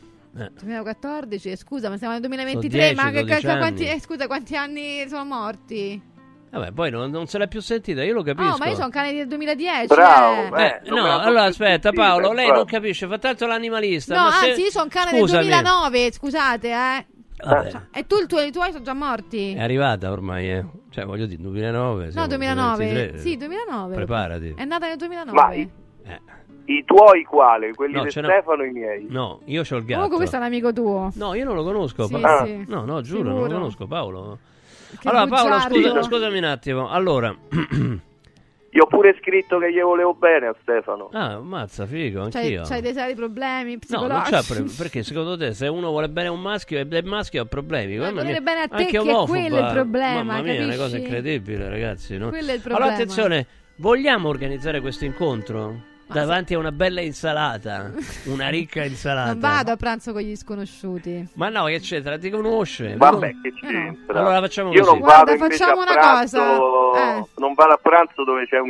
2014, scusa, ma siamo nel 2023, 10, ma quanti anni sono morti? Vabbè, poi non se l'ha più sentita, io lo capisco. No, ma io sono un cane del 2010. Bravo, no, allora aspetta Paolo, lei non capisce, fa tanto l'animalista. No, ma anzi, io sono un cane del 2009, scusate, Vabbè. E tu i tuoi sono già morti? È arrivata ormai, Cioè, voglio dire, 2009. No, 2009. 2023. Sì, 2009. Preparati. È nata nel 2009. Ma i tuoi quali? Quelli di Stefano i miei? No, io c'ho il gatto. Comunque questo è un amico tuo. No, io non lo conosco. Sì, sì. No, giuro, non lo conosco, Paolo. Che allora, Paolo, bugiardo. scusami un attimo. Allora, io ho pure scritto che gli volevo bene a Stefano. Ah, mazza, figo, anch'io. C'hai dei seri problemi No, psicologici? non c'ha perché secondo te se uno vuole bene a un maschio e è maschio ha problemi. Vuole bene a te, anche che omofoba. quello è il problema, Mamma mia, è una capisci? cosa incredibile, ragazzi. No? Quello è il problema. Allora, attenzione, vogliamo organizzare questo incontro? Davanti a una bella insalata, una ricca insalata. Non vado a pranzo con gli sconosciuti. Ma no, che c'entra? Ti conosce? Vabbè, che c'entra? Allora facciamo io così. non vado Guarda, facciamo una pranzo, cosa. Non vado a pranzo dove c'è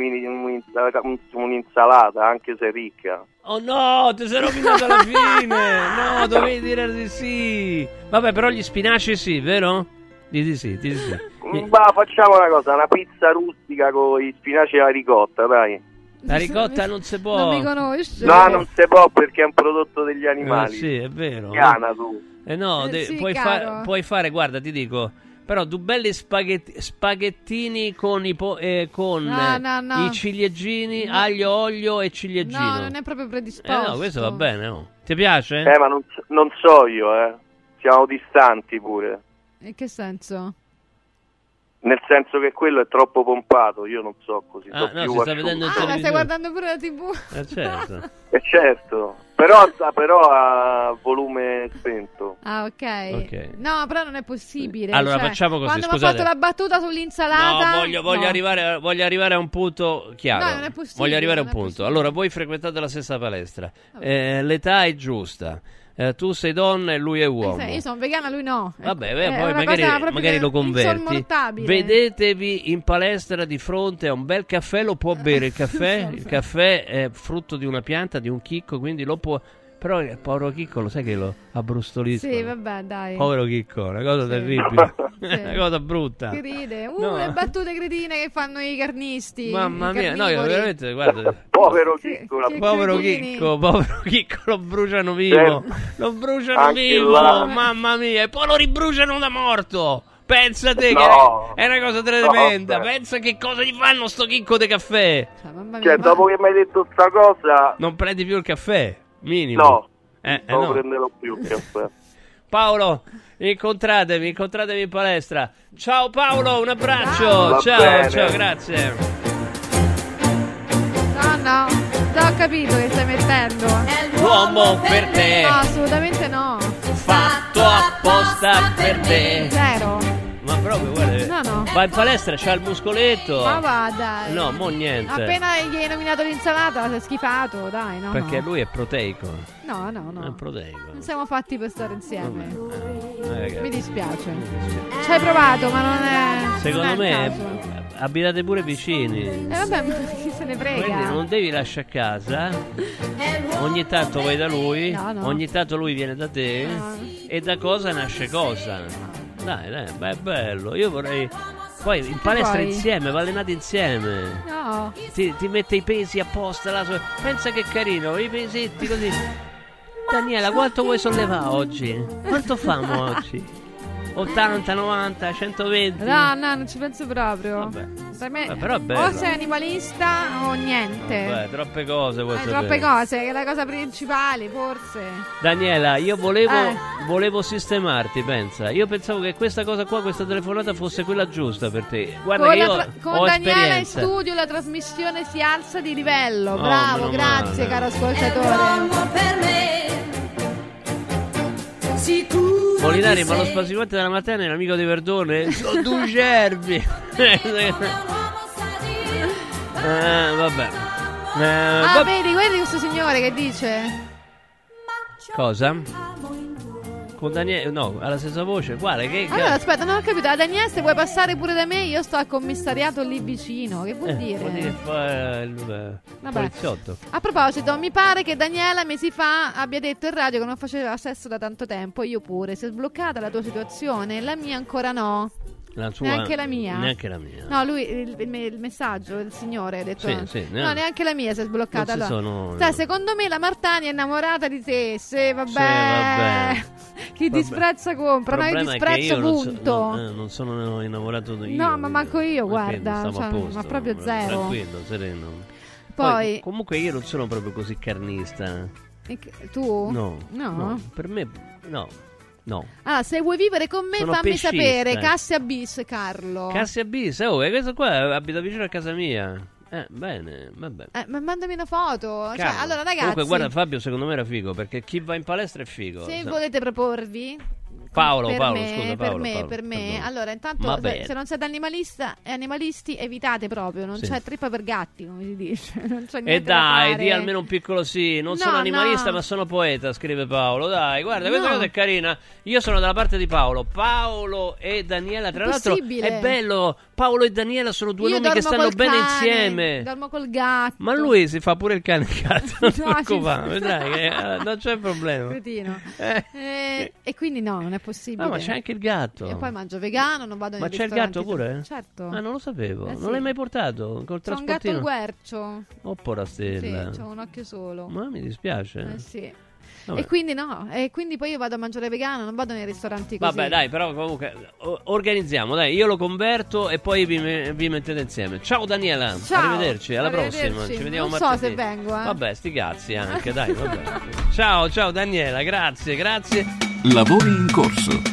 un'insalata, anche se ricca. Oh no, ti sei rovinato alla fine. No, dovevi dire di sì. Vabbè, però gli spinaci sì, vero? Di sì. Ma facciamo una cosa, una pizza rustica con i spinaci e la ricotta, dai. La ricotta non si può. Non mi conosce. No, non si può perché è un prodotto degli animali. Sì, è vero. Piana tu. No, sì, puoi fare, guarda, ti dico, però due belli spaghettini con i ciliegini, aglio, olio e ciliegino. No, non è proprio predisposto. No, questo va bene, no. Ti piace? Ma non so io, Siamo distanti pure. In che senso? Nel senso che quello è troppo pompato, io non so così. No, si sta vedendo in ma televisione. stai guardando pure la TV? Certo. Certo, però a volume spento. Ah, ok. No, però non è possibile. Allora facciamo così, quando scusate. mi ha fatto la battuta sull'insalata. No, voglio arrivare a un punto chiaro. No, non è possibile. Voglio arrivare a un punto. Allora, voi frequentate la stessa palestra. L'età è giusta. Tu sei donna e lui è uomo. Io sono vegana, lui no. Vabbè, poi magari lo converti. Vedetevi in palestra di fronte a un bel caffè, lo può bere il caffè. Il caffè è frutto di una pianta, di un chicco, quindi lo può. Però il povero chicco, lo sai che lo abbrustoliscono? Sì, vabbè, dai. Povero chicco, una cosa terribile. Una cosa brutta. Che ride. Le battute cretine che fanno i carnisti. Mamma mia, no, io veramente, guarda. Povero chicco, povero chicco, lo bruciano vivo. Lo bruciano vivo, mamma mia. E poi lo ribruciano da morto. Pensate che è una cosa tremenda. Pensa che cosa gli fanno sto chicco di caffè. Dopo che mi hai detto sta cosa, non prendi più il caffè. Minimo. No, non prenderò più il caffè. Paolo, incontratemi in palestra. Ciao Paolo, un abbraccio. Ciao, grazie. No, già ho capito che stai mettendo. L'uomo per te. No, assolutamente no. Fatto apposta per te. Zero. Ma proprio, guarda, no. Va in palestra, c'ha il muscoletto. Ma va, dai. No, mo niente. Appena gli hai nominato l'insalata, sei schifato, dai, no. Perché lui è proteico. No. È proteico. Non siamo fatti per stare insieme. Mi dispiace. Ci hai provato, ma non è. Secondo me abitate pure vicini. Vabbè, chi se ne frega. Quindi non devi lasciare a casa. Ogni tanto vai da lui. No. Ogni tanto lui viene da te. E da cosa nasce cosa. Dai, è bello. Io vorrei. Poi in palestra insieme, va allenati insieme. No. Ti mette i pesi apposta là. Pensa che carino, i pesetti così. Daniela, quanto vuoi sollevare oggi? Quanto famo oggi? 80, 90, 120? No, non ci penso proprio. Vabbè. Per me, però è bello. O sei animalista o niente. Vabbè, troppe cose vuoi sapere. Troppe cose, che è la cosa principale, forse. Daniela, io volevo sistemarti, pensa. Io pensavo che questa cosa qua, questa telefonata fosse quella giusta per te. Guarda con che io con ho Daniela esperienza. in studio la trasmissione si alza di livello. Bravo, grazie caro ascoltatore. Per me. Molinari, ma lo spasimante della mattina è un amico di Verdone? Sono due cervi. Vabbè. Vedi, guardi questo signore che dice. Cosa? Con Daniele, no, alla stessa voce. Guarda che. Allora, aspetta, non ho capito. La Daniele, se vuoi passare pure da me, io sto al commissariato lì vicino. Che vuol dire? Vuol dire che fa il poliziotto. A proposito, mi pare che Daniela mesi fa abbia detto in radio che non faceva sesso da tanto tempo. Io pure. Si è sbloccata la tua situazione? La mia ancora no. La sua, neanche la mia. No, lui il messaggio del signore ha detto no, neanche la mia si è sbloccata. Allora, secondo me la Martani è innamorata di te. Se vabbè. Chi disprezza compra. No, io disprezzo punto. Non sono innamorato di io. No, ma manco io, guarda, ma proprio zero. Tranquillo, sereno. Poi comunque io non sono proprio così carnista. Tu? No, per me no. Allora, se vuoi vivere con me, sono fammi pescista. sapere. Cassia Bis, Carlo. Cassia Bis, questo qua abita vicino a casa mia. Bene, vabbè. Ma mandami una foto. Cioè, allora, ragazzi. Comunque, guarda, Fabio, secondo me era figo. Perché chi va in palestra è figo. Se volete proporvi. Paolo, per me. Allora, intanto, se non siete animalisti, evitate proprio. Non c'è trippa per gatti, come si dice. Non c'è niente da fare. Di almeno un piccolo sì. Non sono animalista, ma sono poeta, scrive Paolo. Dai, guarda, questa cosa è carina. Io sono dalla parte di Paolo. Paolo e Daniela, tra l'altro, è bello. Paolo e Daniela sono due nomi che stanno bene insieme. Dormo col gatto. Ma lui si fa pure il cane e il gatto. Non ti preoccupare, vedrai che non c'è problema. Cretino. E quindi non è possibile. Ma c'è anche il gatto. E poi mangio vegano, non vado nei ristoranti. Ma c'è il gatto pure? Certo. Non lo sapevo. Sì. Non l'hai mai portato col trasportino? C'è un gatto guercio. Oh, porra stella. Sì, c'ho un occhio solo. Ma mi dispiace. Sì. Vabbè. E quindi poi io vado a mangiare vegano, non vado nei ristoranti così. Vabbè, dai, però comunque organizziamo, dai, io lo converto e poi vi mettete insieme. Ciao Daniela, ciao. Arrivederci, alla prossima. Ci vediamo non martedì. so se vengo, Vabbè, sti cazzi anche, dai, vabbè. Ciao Daniela, grazie. Lavori in corso.